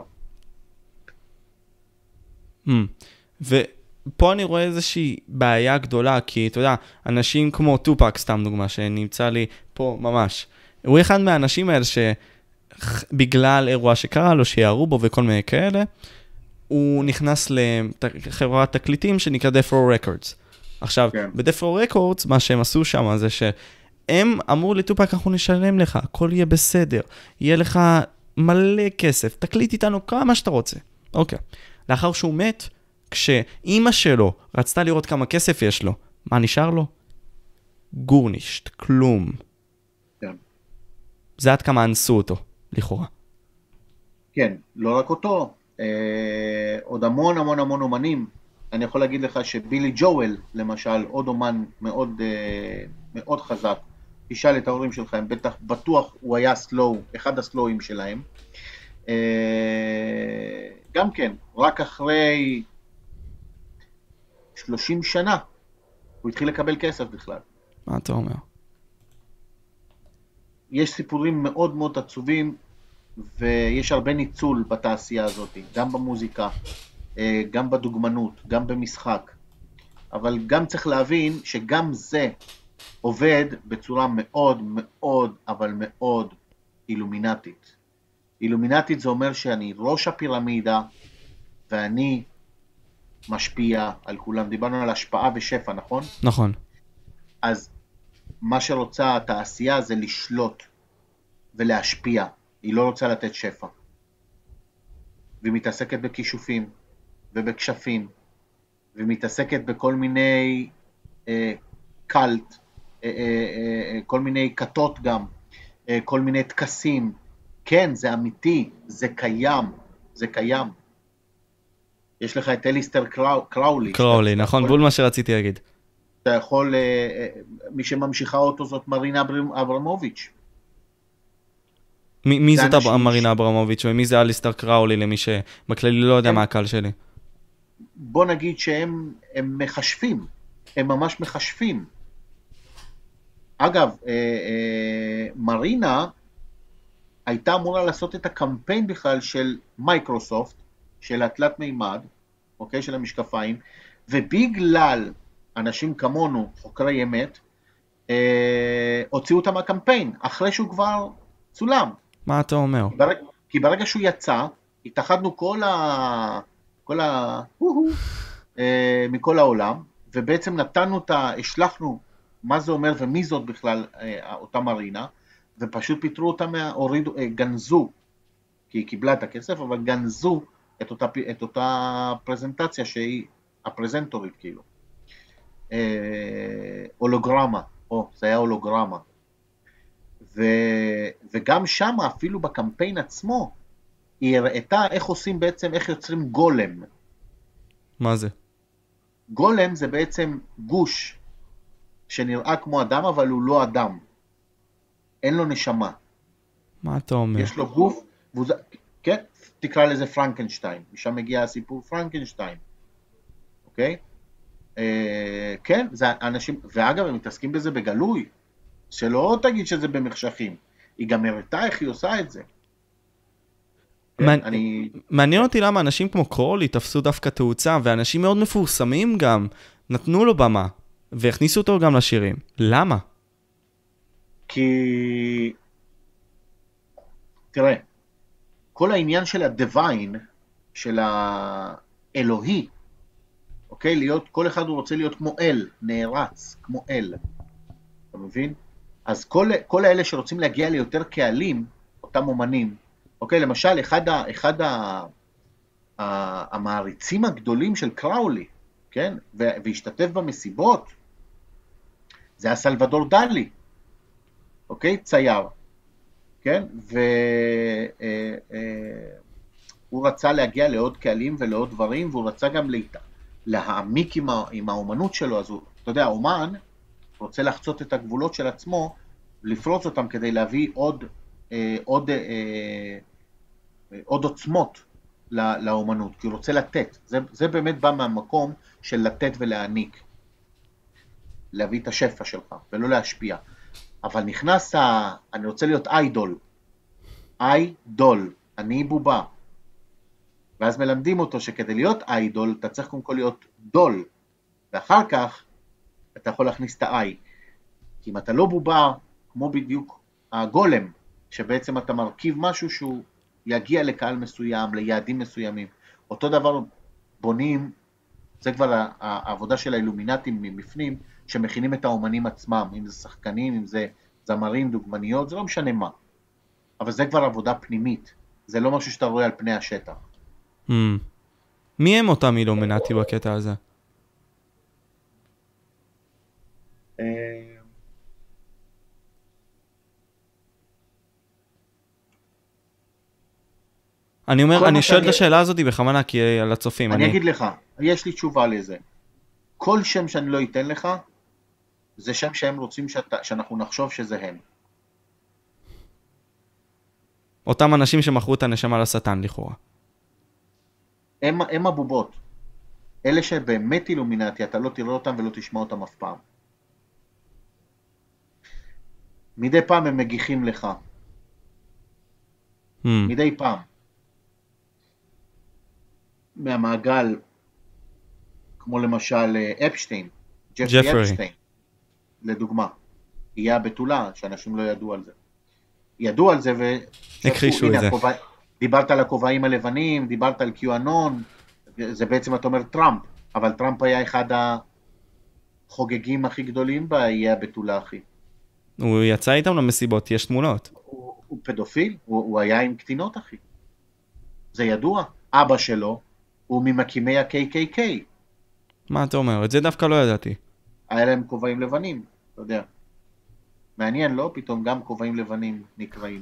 Hmm. ופה אני רואה איזושהי בעיה גדולה, כי אתה יודע, אנשים כמו טופק, סתם דוגמה, שנמצא לי פה ממש, הוא אחד מהאנשים האלה שבגלל אירוע שקרה לו, שיערו בו וכל מיני כאלה, הוא נכנס לחברת תקליטים שנקרא Death Row Records. עכשיו, כן. ב-Death Row Records, מה שהם עשו שם זה שהם אמרו לטופק, אנחנו נשלם לך, הכל יהיה בסדר, יהיה לך מלא כסף, תקליט איתנו כמה שאתה רוצה. אוקיי. לאחר שהוא מת, כשאימא שלו רצתה לראות כמה כסף יש לו, מה נשאר לו? גורנישט, כלום. כן. זה עד כמה אנסו אותו, לכאורה. כן, לא רק אותו, אה, עוד המון המון המון אומנים. אני יכול להגיד לך שבילי ג'ואל, למשל, עוד אומן מאוד, אה, מאוד חזק, תשאל את ההורים שלך, הם בטח, בטוח הוא היה סלואו, אחד הסלואים שלהם. אה, גם כן, רק אחרי שלושים שנה, הוא התחיל לקבל כסף בכלל. מה אתה אומר? יש סיפורים מאוד מאוד עצובים, ויש הרבה ניצול בתעשייה הזאת, גם במוזיקה, גם בדוגמנות, גם במשחק. אבל גם צריך להבין שגם זה עובד בצורה מאוד מאוד, אבל מאוד אילומינטית. אילומינטית זה אומר שאני ראש הפירמידה, ואני משפיע על כולם. דיברנו על השפעה ושפע, נכון? נכון. אז מה שרוצה התעשייה זה לשלוט ולהשפיע. היא לא רוצה לתת שפע. והיא מתעסקת בכישופים ובקשפים, והיא מתעסקת בכל מיני אה, קלט, אה, אה, אה, כל מיני כתות גם, אה, כל מיני תקסים. כן, זה אמיתי, זה קיים, זה קיים. יש לך את אליסטר קראו, קראולי. קראולי, נכון, יכול, בול מה שרציתי להגיד. אתה יכול, מי שממשיכה אותו זאת מרינה אברמוביץ'. מי, מי זאת מרינה אברמוביץ' ומי זה אליסטר קראולי, למי שבכללי לא יודע הם, מה הקהל שלי? בוא נגיד שהם הם מחשבים, הם ממש מחשבים. אגב, אה, אה, מרינה הייתה אמורה לעשות את הקמפיין בכלל של מייקרוסופט, של התלת מימד, אוקיי, של המשקפיים, ובגלל אנשים כמונו, חוקרי אמת, אה, הוציאו אותם מהקמפיין, אחרי שהוא כבר צולם. מה אתה אומר? כי ברגע, כי ברגע שהוא יצא, התאחדנו כל ה... כל ה... אה, מכל העולם, ובעצם נתנו את ה... השלחנו מה זה אומר ומי זאת בכלל אה, אותה מרינה, ופשוט פיתרו אותה, מה... הורידו, אה, גנזו, כי היא קיבלה את הכסף, אבל גנזו את אותה, את אותה פרזנטציה שהיא הפרזנטורית כאילו. אה, הולוגרמה, או, זה היה הולוגרמה. ו, וגם שם, אפילו בקמפיין עצמו, היא הראתה איך עושים בעצם, איך יוצרים גולם. מה זה? גולם זה בעצם גוש שנראה כמו אדם, אבל הוא לא אדם. אין לו נשמה. מה אתה אומר? יש לו גוף, והוא, כן, תקרא לזה פרנקנשטיין. משם מגיע הסיפור פרנקנשטיין. אוקיי? אה, כן, זה אנשים, ואגב, הם מתעסקים בזה בגלוי. שלא תגיד שזה במחשכים. היא גם הראתה איך היא עושה את זה. מעניין אותי למה אנשים כמו קרולי תפסו דווקא תאוצה, ואנשים מאוד מפורסמים גם נתנו לו במה, והכניסו אותו גם לשירים. למה? כי... תראה, כל העניין של הדיוויין, של האלוהי, אוקיי? להיות, כל אחד הוא רוצה להיות כמו אל, נערץ, כמו אל. אתה מבין? אז כל, כל האלה שרוצים להגיע ליותר קהלים, אותם אומנים, אוקיי, למשל, אחד, ה, אחד ה, ה, המעריצים הגדולים של קראולי, כן? והשתתף במסיבות, זה היה סלבדור דלי, אוקיי? צייר, כן? והוא רצה להגיע לעוד קהלים ולעוד דברים, והוא רצה גם להת... להעמיק עם, ה... עם האומנות שלו, אז הוא, אתה יודע, האומן רוצה לחצות את הגבולות של עצמו, לפרוץ אותם כדי להביא עוד, אה, עוד, אה, עוד עוצמות לא, לאומנות, כי הוא רוצה לתת. זה, זה באמת בא מהמקום של לתת ולהעניק. להביא את השפע שלך, ולא להשפיע. אבל נכנס ה... אני רוצה להיות איידול. איידול. אני בובה. ואז מלמדים אותו שכדי להיות איידול, אתה צריך קודם כל להיות דול. ואחר כך, אתה יכול להכניס את האי. כי אם אתה לא בובה, כמו בדיוק הגולם, שבעצם אתה מרכיב משהו שהוא יגיע לקהל מסוים, ליעדים מסוימים. אותו דבר בונים, זה כבר העבודה של האילומינטים מבפנים, שמכינים את האומנים עצמם, אם זה שחקנים, אם זה זמרים, דוגמניות, זה לא משנה מה. אבל זה כבר עבודה פנימית, זה לא משהו שאתה רואה על פני השטח. Hmm. מי הם אותם אילומינטי בקטע הזה? אני אומר, אני שואל את השאלה הזאת בכוונה, כי על הצופים. אני אגיד לך, יש לי תשובה לזה. כל שם שאני לא אתן לך, זה שם שהם רוצים שאתה, שאנחנו נחשוב שזה הם. אותם אנשים שמכרו את הנשמה לשטן לכאורה. הם, הם הבובות. אלה שבאמת אילומינטי, אתה לא תראה אותם ולא תשמע אותם אף פעם. מדי פעם הם מגיחים לך. Hmm. מדי פעם. מהמעגל, כמו למשל אפשטיין, ג'פרי אפשטיין, לדוגמה. יהיה הבתולה, שאנשים לא ידעו על זה. ידעו על זה ו... הכחישו את זה. הכובע... דיברת על הכובעים הלבנים, דיברת על קיואנון, זה בעצם אתה אומר טראמפ, אבל טראמפ היה אחד החוגגים הכי גדולים באיי הבתולה הכי. הוא יצא איתם למסיבות, יש תמונות. הוא, הוא פדופיל, הוא, הוא היה עם קטינות אחי. זה ידוע. אבא שלו הוא ממקימי ה-קיי קיי קיי. מה אתה אומר? את זה דווקא לא ידעתי. היה להם כובעים לבנים, אתה יודע. מעניין, לא? פתאום גם כובעים לבנים נקראים.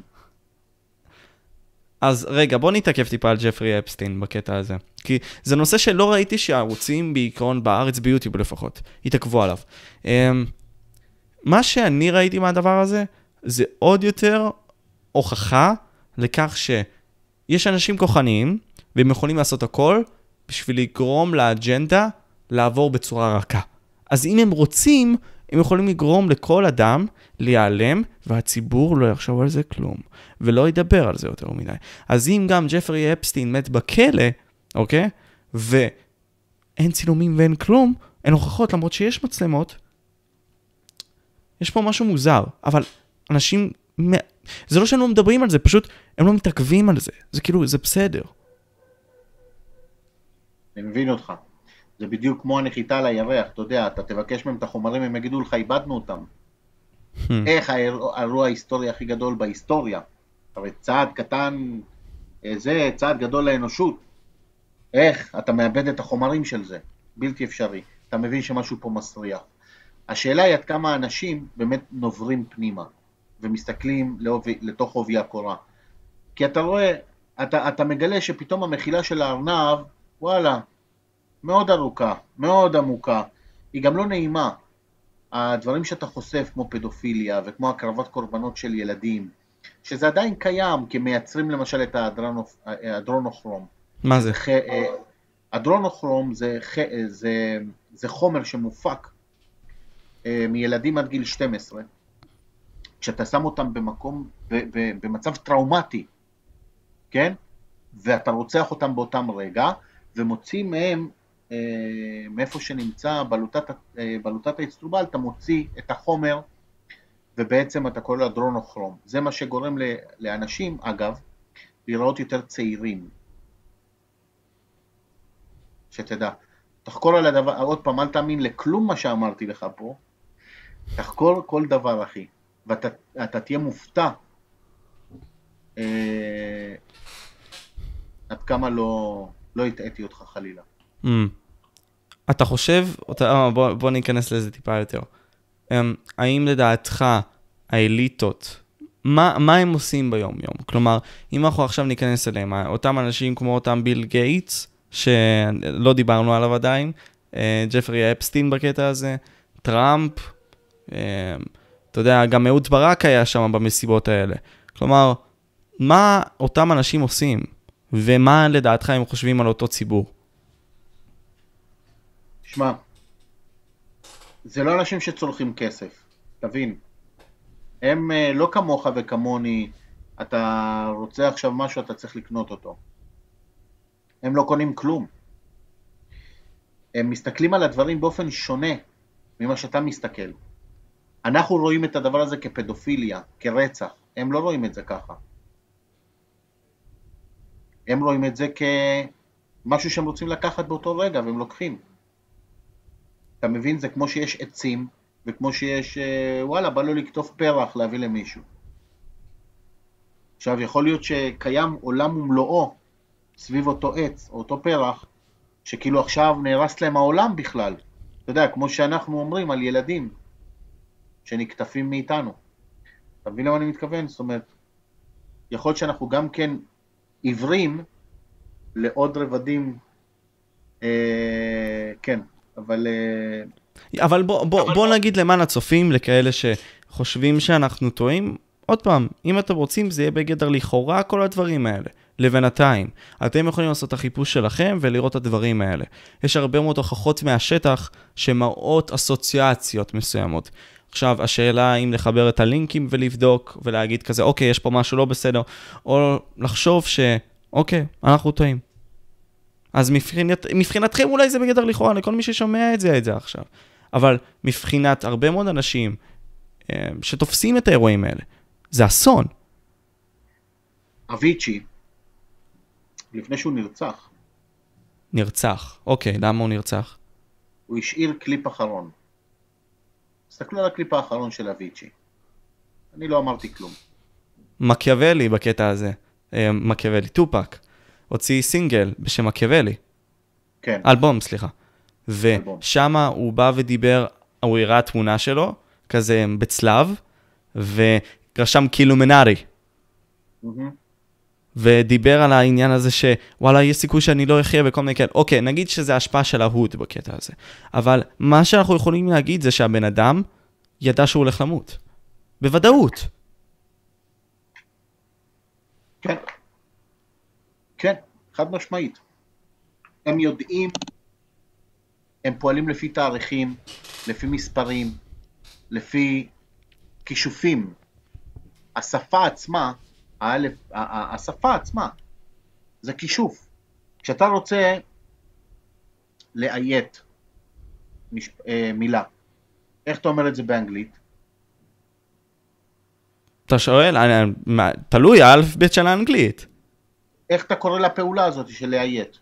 אז רגע, בוא נתעכב טיפה על ג'פרי אפסטין בקטע הזה. כי זה נושא שלא ראיתי שהערוצים בעיקרון בארץ, ביוטיוב לפחות, התעכבו עליו. מה שאני ראיתי מהדבר הזה, זה עוד יותר הוכחה לכך שיש אנשים כוחניים, והם יכולים לעשות הכל בשביל לגרום לאג'נדה לעבור בצורה רכה. אז אם הם רוצים, הם יכולים לגרום לכל אדם להיעלם, והציבור לא יחשוב על זה כלום, ולא ידבר על זה יותר מדי. אז אם גם ג'פרי אפסטין מת בכלא, אוקיי? ואין צילומים ואין כלום, אין הוכחות, למרות שיש מצלמות, יש פה משהו מוזר, אבל אנשים, זה לא שהם לא מדברים על זה, פשוט הם לא מתעכבים על זה. זה כאילו, זה בסדר. אני מבין אותך. זה בדיוק כמו הנחיתה על הירח, אתה יודע, אתה תבקש מהם את החומרים, הם יגידו לך, איבדנו אותם. איך האירוע ההיסטורי הכי גדול בהיסטוריה? הרי צעד קטן, זה צעד גדול לאנושות. איך? אתה מאבד את החומרים של זה. בלתי אפשרי. אתה מבין שמשהו פה מסריח. השאלה היא עד כמה אנשים באמת נוברים פנימה, ומסתכלים לתוך עובי הקורה. כי אתה רואה, אתה, אתה מגלה שפתאום המחילה של הארנב, וואלה, מאוד ארוכה, מאוד עמוקה, היא גם לא נעימה. הדברים שאתה חושף כמו פדופיליה וכמו הקרבת קורבנות של ילדים, שזה עדיין קיים, כי מייצרים למשל את האדרונוכרום. מה זה? אדרונוכרום זה, זה, זה חומר שמופק מילדים עד גיל שתים עשרה, כשאתה שם אותם במקום, במצב טראומטי, כן? ואתה רוצח אותם באותם רגע, ומוציא מהם, אה, מאיפה שנמצא בלוטת, אה, בלוטת האצטרובל, אתה מוציא את החומר, ובעצם אתה קורא לאדרונוכרום. זה מה שגורם לאנשים, אגב, לראות יותר צעירים. שתדע, תחקור על הדבר, עוד פעם, אל תאמין לכלום מה שאמרתי לך פה, תחקור כל דבר, אחי, ואתה אתה תהיה מופתע אה, עד כמה לא, לא התאיתי אותך חלילה. Mm. אתה חושב, אתה, בוא, בוא ניכנס לזה טיפה יותר. Um, האם לדעתך האליטות, מה, מה הם עושים ביום יום? כלומר, אם אנחנו עכשיו ניכנס אליהם, אותם אנשים כמו אותם ביל גייטס, שלא דיברנו עליו עדיין, ג'פרי אפסטין בקטע הזה, טראמפ, אתה יודע, גם אהוד ברק היה שם במסיבות האלה. כלומר, מה אותם אנשים עושים, ומה לדעתך הם חושבים על אותו ציבור? שמע, זה לא אנשים שצורכים כסף, תבין. הם לא כמוך וכמוני, אתה רוצה עכשיו משהו, אתה צריך לקנות אותו. הם לא קונים כלום. הם מסתכלים על הדברים באופן שונה ממה שאתה מסתכל. אנחנו רואים את הדבר הזה כפדופיליה, כרצח. הם לא רואים את זה ככה. הם רואים את זה כמשהו שהם רוצים לקחת באותו רגע, והם לוקחים. אתה מבין? זה כמו שיש עצים, וכמו שיש, וואלה, בא לו לקטוף פרח להביא למישהו. עכשיו, יכול להיות שקיים עולם ומלואו, סביב אותו עץ, או אותו פרח, שכאילו עכשיו נהרס להם העולם בכלל. אתה יודע, כמו שאנחנו אומרים על ילדים, שנקטפים מאיתנו. אתה מבין למה אני מתכוון? זאת אומרת, יכול להיות שאנחנו גם כן עיוורים לעוד רבדים, אה, כן, אבל... אה, אבל בוא, בוא, אבל בוא בוא נגיד למען הצופים, לכאלה שחושבים שאנחנו טועים, עוד פעם, אם אתם רוצים, זה יהיה בגדר לכאורה כל הדברים האלה. לבינתיים, אתם יכולים לעשות את החיפוש שלכם ולראות את הדברים האלה. יש הרבה מאוד הוכחות מהשטח שמראות אסוציאציות מסוימות. עכשיו, השאלה אם לחבר את הלינקים ולבדוק ולהגיד כזה, אוקיי, יש פה משהו לא בסדר, או לחשוב שאוקיי, אנחנו טועים. אז מבחינת, מבחינתכם אולי זה בגדר לכאורה, לכל מי ששומע את זה, את זה עכשיו. אבל מבחינת הרבה מאוד אנשים שתופסים את האירועים האלה, זה אסון. אביצ'י, לפני שהוא נרצח. נרצח, אוקיי, למה הוא נרצח? הוא השאיר קליפ אחרון. תסתכלו על הקליפ האחרון של אביצ'י. אני לא אמרתי כלום. מקיאוולי בקטע הזה, מקיאוולי, טופק, הוציא סינגל בשם מקיאוולי. כן. אלבום, סליחה. ושם הוא בא ודיבר, הוא הראה תמונה שלו, כזה בצלב, ורשם קילומנרי. Mm-hmm. ודיבר על העניין הזה שוואלה, יש סיכוי שאני לא אחיה וכל מיני כאלה. אוקיי, נגיד שזה השפעה של ההוד בקטע הזה. אבל מה שאנחנו יכולים להגיד זה שהבן אדם ידע שהוא הולך למות. בוודאות. כן. כן, חד משמעית. הם יודעים, הם פועלים לפי תאריכים, לפי מספרים, לפי כישופים. השפה עצמה, האלף, השפה עצמה, זה כישוף. כשאתה רוצה לאיית מש, אה, מילה, איך אתה אומר את זה באנגלית? אתה שואל, אני, מה, תלוי, האלף בית של האנגלית. איך אתה קורא לפעולה הזאת של לאיית?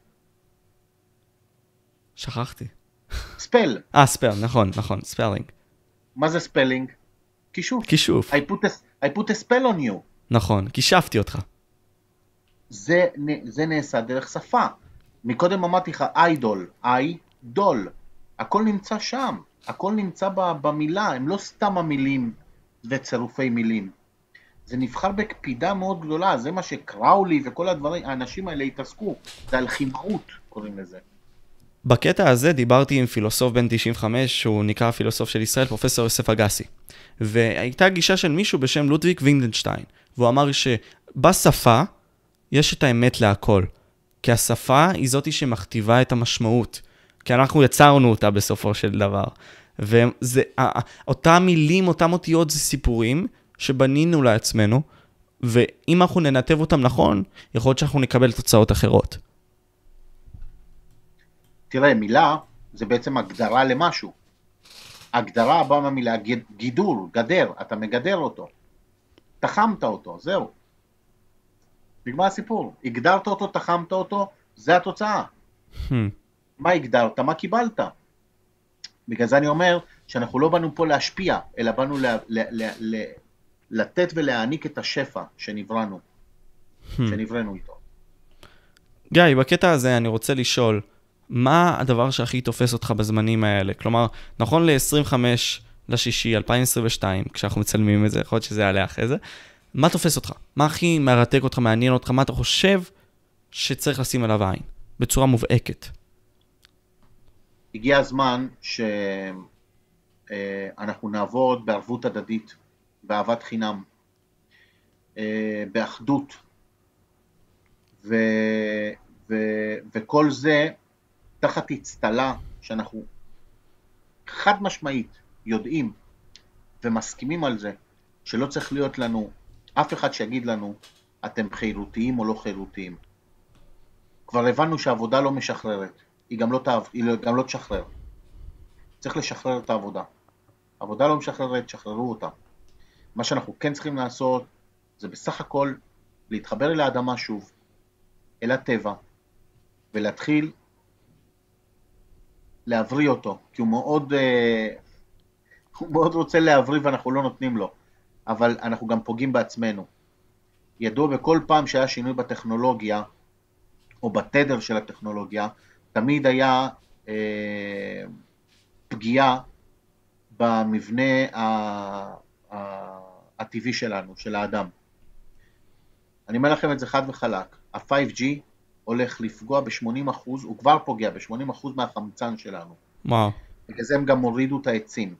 שכחתי. ספל. אה, ספל, נכון, נכון, ספלינג. מה זה ספלינג? כישוף. כישוף. I put a, I put a spell on you. נכון, כישפתי אותך. זה, זה נעשה דרך שפה. מקודם אמרתי לך, איידול, איידול. הכל נמצא שם. הכל נמצא במילה. הם לא סתם המילים וצירופי מילים. זה נבחר בקפידה מאוד גדולה. זה מה שקראולי וכל הדברים, האנשים האלה התעסקו. זה על חימאות, קוראים לזה. בקטע הזה דיברתי עם פילוסוף בן תשעים וחמש, שהוא נקרא הפילוסוף של ישראל, פרופסור יוסף אגסי. והייתה גישה של מישהו בשם לודוויג וינגנשטיין. והוא אמר שבשפה יש את האמת להכל. כי השפה היא זאתי שמכתיבה את המשמעות. כי אנחנו יצרנו אותה בסופו של דבר. ואותם מילים, אותם אותיות זה סיפורים שבנינו לעצמנו, ואם אנחנו ננתב אותם נכון, יכול להיות שאנחנו נקבל תוצאות אחרות. תראה, מילה זה בעצם הגדרה למשהו. הגדרה באה מהמילה גידור, גדר, אתה מגדר אותו. תחמת אותו, זהו. נגמר הסיפור. הגדרת אותו, תחמת אותו, זה התוצאה. Hmm. מה הגדרת? מה קיבלת? בגלל זה אני אומר שאנחנו לא באנו פה להשפיע, אלא באנו ל- ל- ל- ל- לתת ולהעניק את השפע שנבראנו, hmm. שנבראנו איתו. גיא, בקטע הזה אני רוצה לשאול, מה הדבר שהכי תופס אותך בזמנים האלה? כלומר, נכון ל-עשרים וחמישה לשישי אלפיים עשרים ושתיים, כשאנחנו מצלמים את זה, יכול להיות שזה יעלה אחרי זה, מה תופס אותך? מה הכי מרתק אותך, מעניין אותך? מה אתה חושב שצריך לשים עליו עין? בצורה מובהקת. הגיע הזמן שאנחנו נעבוד בערבות הדדית, באהבת חינם, באחדות, ו... ו... וכל זה תחת הצטלה שאנחנו חד משמעית יודעים ומסכימים על זה, שלא צריך להיות לנו אף אחד שיגיד לנו אתם חירותיים או לא חירותיים. כבר הבנו שהעבודה לא משחררת, היא גם לא, תאב... היא גם לא תשחרר. צריך לשחרר את העבודה. העבודה לא משחררת, שחררו אותה. מה שאנחנו כן צריכים לעשות זה בסך הכל להתחבר אל האדמה שוב, אל הטבע, ולהתחיל להבריא אותו, כי הוא מאוד, הוא מאוד רוצה להבריא ואנחנו לא נותנים לו, אבל אנחנו גם פוגעים בעצמנו. ידוע בכל פעם שהיה שינוי בטכנולוגיה, או בתדר של הטכנולוגיה, תמיד היה אה, פגיעה במבנה ה- ה- הטבעי שלנו, של האדם. אני אומר לכם את זה חד וחלק, ה-פייב ג'י הולך לפגוע ב-שמונים אחוז, הוא כבר פוגע ב-שמונים אחוז מהחמצן שלנו. וואו. בגלל זה הם גם הורידו את העצים.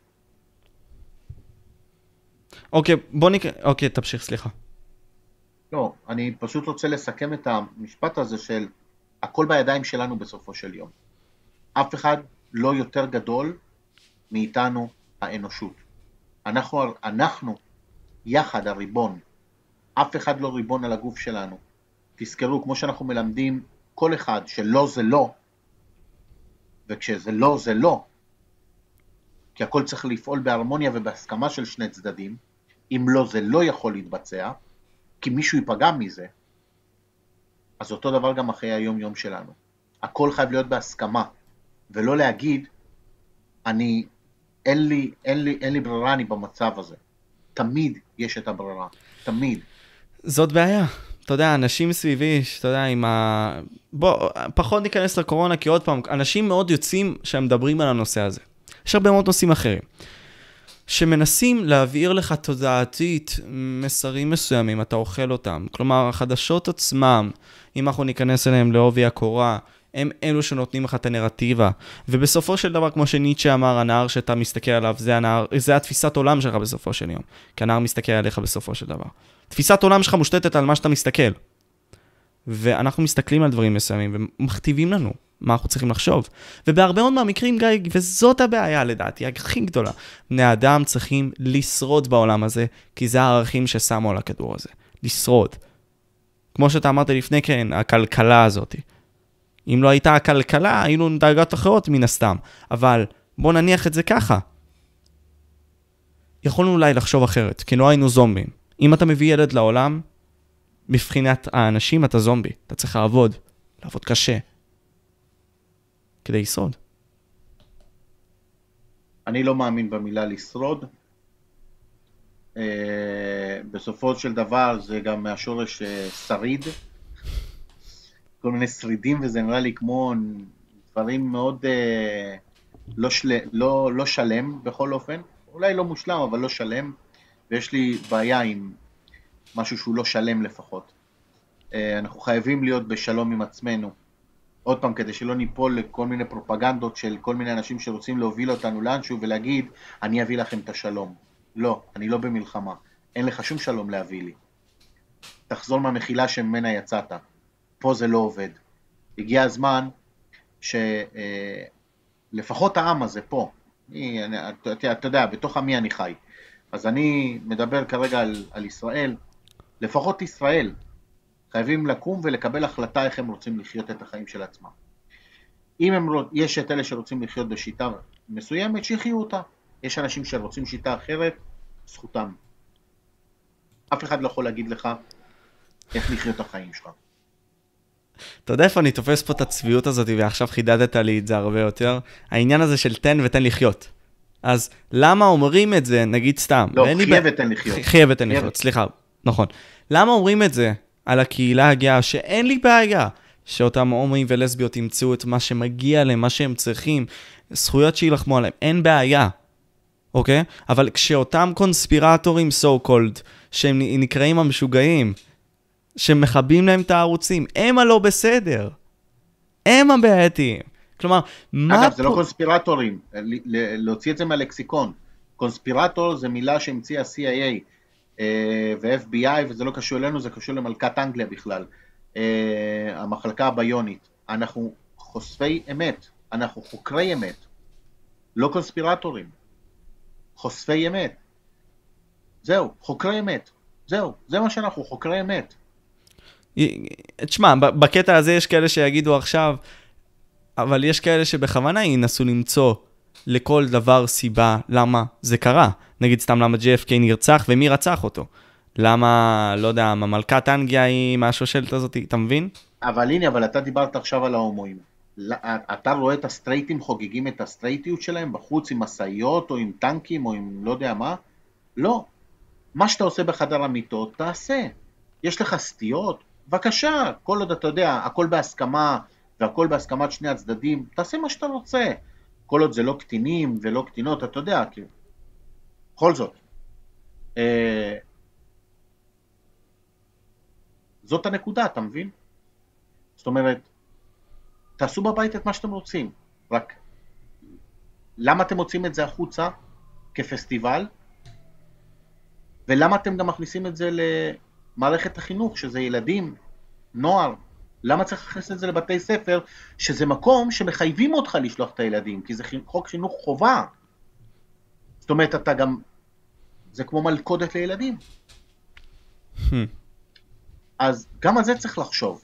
אוקיי, בוא נק... אוקיי, תמשיך, סליחה. לא, אני פשוט רוצה לסכם את המשפט הזה של הכל בידיים שלנו בסופו של יום. אף אחד לא יותר גדול מאיתנו האנושות. אנחנו, אנחנו יחד הריבון. אף אחד לא ריבון על הגוף שלנו. תזכרו, כמו שאנחנו מלמדים כל אחד שלא זה לא, וכשזה לא זה לא, כי הכל צריך לפעול בהרמוניה ובהסכמה של שני צדדים, אם לא זה לא יכול להתבצע, כי מישהו ייפגע מזה, אז אותו דבר גם אחרי היום יום שלנו. הכל חייב להיות בהסכמה, ולא להגיד, אני, אין לי, אין לי, אין לי ברירה, אני במצב הזה. תמיד יש את הברירה, תמיד. זאת בעיה. אתה יודע, אנשים סביבי, אתה יודע, עם ה... בוא, פחות ניכנס לקורונה, כי עוד פעם, אנשים מאוד יוצאים שהם מדברים על הנושא הזה. יש הרבה מאוד נושאים אחרים. שמנסים להעביר לך תודעתית מסרים מסוימים, אתה אוכל אותם. כלומר, החדשות עצמם, אם אנחנו ניכנס אליהם לעובי הקורה, הם אלו שנותנים לך את הנרטיבה. ובסופו של דבר, כמו שניטשה אמר, הנער שאתה מסתכל עליו, זה הנער, זה התפיסת עולם שלך בסופו של יום. כי הנער מסתכל עליך בסופו של דבר. תפיסת עולם שלך מושתתת על מה שאתה מסתכל. ואנחנו מסתכלים על דברים מסוימים, ומכתיבים לנו מה אנחנו צריכים לחשוב. ובהרבה מאוד מהמקרים, גיא, וזאת הבעיה לדעתי, הכי גדולה. בני האדם צריכים לשרוד בעולם הזה, כי זה הערכים ששמו על הכדור הזה. לשרוד. כמו שאתה אמרת לפני כן, הכלכלה הזאת. אם לא הייתה הכלכלה, היינו דרגות אחרות מן הסתם. אבל בוא נניח את זה ככה. יכולנו אולי לחשוב אחרת, כי לא היינו זומבים. אם אתה מביא ילד לעולם, מבחינת האנשים אתה זומבי. אתה צריך לעבוד, לעבוד קשה. כדי לשרוד. אני לא מאמין במילה לשרוד. בסופו של דבר זה גם מהשורש שריד. כל מיני שרידים, וזה נראה לי כמו דברים מאוד לא, של... לא, לא שלם בכל אופן. אולי לא מושלם, אבל לא שלם. ויש לי בעיה עם משהו שהוא לא שלם לפחות. אנחנו חייבים להיות בשלום עם עצמנו. עוד פעם, כדי שלא ניפול לכל מיני פרופגנדות של כל מיני אנשים שרוצים להוביל אותנו לאנשהו ולהגיד, אני אביא לכם את השלום. לא, אני לא במלחמה. אין לך שום שלום להביא לי. תחזור מהמחילה שממנה יצאת. פה זה לא עובד. הגיע הזמן שלפחות העם הזה פה, אני, אני, אתה, אתה יודע, בתוך עמי אני חי. אז אני מדבר כרגע על, על ישראל, לפחות ישראל, חייבים לקום ולקבל החלטה איך הם רוצים לחיות את החיים של עצמם. אם הם, יש את אלה שרוצים לחיות בשיטה מסוימת, שיחיו אותה. יש אנשים שרוצים שיטה אחרת, זכותם. אף אחד לא יכול להגיד לך איך לחיות את החיים שלך. אתה יודע איפה אני תופס פה את הצביעות הזאת, ועכשיו חידדת לי את זה הרבה יותר? העניין הזה של תן ותן לחיות. אז למה אומרים את זה, נגיד סתם? לא, חיה ותן לחיות. חיה ותן לחיות, סליחה, נכון. למה אומרים את זה על הקהילה הגאה, שאין לי בעיה שאותם הומואים ולסביות ימצאו את מה שמגיע להם, מה שהם צריכים, זכויות שילחמו עליהם, אין בעיה, אוקיי? אבל כשאותם קונספירטורים so called, שהם נקראים המשוגעים, שמחבים להם את הערוצים, הם הלא בסדר. הם הבעייתיים. כלומר, מה... אגב, זה לא קונספירטורים, להוציא את זה מהלקסיקון. קונספירטור זה מילה שהמציא ה-סי איי איי ו-אף בי איי, וזה לא קשור אלינו, זה קשור למלכת אנגליה בכלל. המחלקה הביונית. אנחנו חושפי אמת, אנחנו חוקרי אמת, לא קונספירטורים. חושפי אמת. זהו, חוקרי אמת. זהו, זה מה שאנחנו, חוקרי אמת. תשמע, בקטע הזה יש כאלה שיגידו עכשיו, אבל יש כאלה שבכוונה ינסו למצוא לכל דבר סיבה למה זה קרה. נגיד סתם למה ג'י אף קיי נרצח ומי רצח אותו. למה, לא יודע, מלכת אנגליה היא מהשושלת הזאת, אתה מבין? אבל הנה, אבל אתה דיברת עכשיו על ההומואים. אתה רואה את הסטרייטים חוגגים את הסטרייטיות שלהם בחוץ עם מסעיות או עם טנקים או עם לא יודע מה? לא. מה שאתה עושה בחדר המיטות, תעשה. יש לך סטיות? בבקשה. כל עוד אתה יודע, הכל בהסכמה והכל בהסכמת שני הצדדים, תעשה מה שאתה רוצה. כל עוד זה לא קטינים ולא קטינות, אתה יודע, כי... בכל זאת. אה... זאת הנקודה, אתה מבין? זאת אומרת, תעשו בבית את מה שאתם רוצים, רק למה אתם מוצאים את זה החוצה כפסטיבל, ולמה אתם גם מכניסים את זה למערכת החינוך, שזה ילדים, נוער, למה צריך להכניס את זה לבתי ספר, שזה מקום שמחייבים אותך לשלוח את הילדים, כי זה חוק חינוך חובה, זאת אומרת, אתה גם, זה כמו מלכודת לילדים. אז גם על זה צריך לחשוב.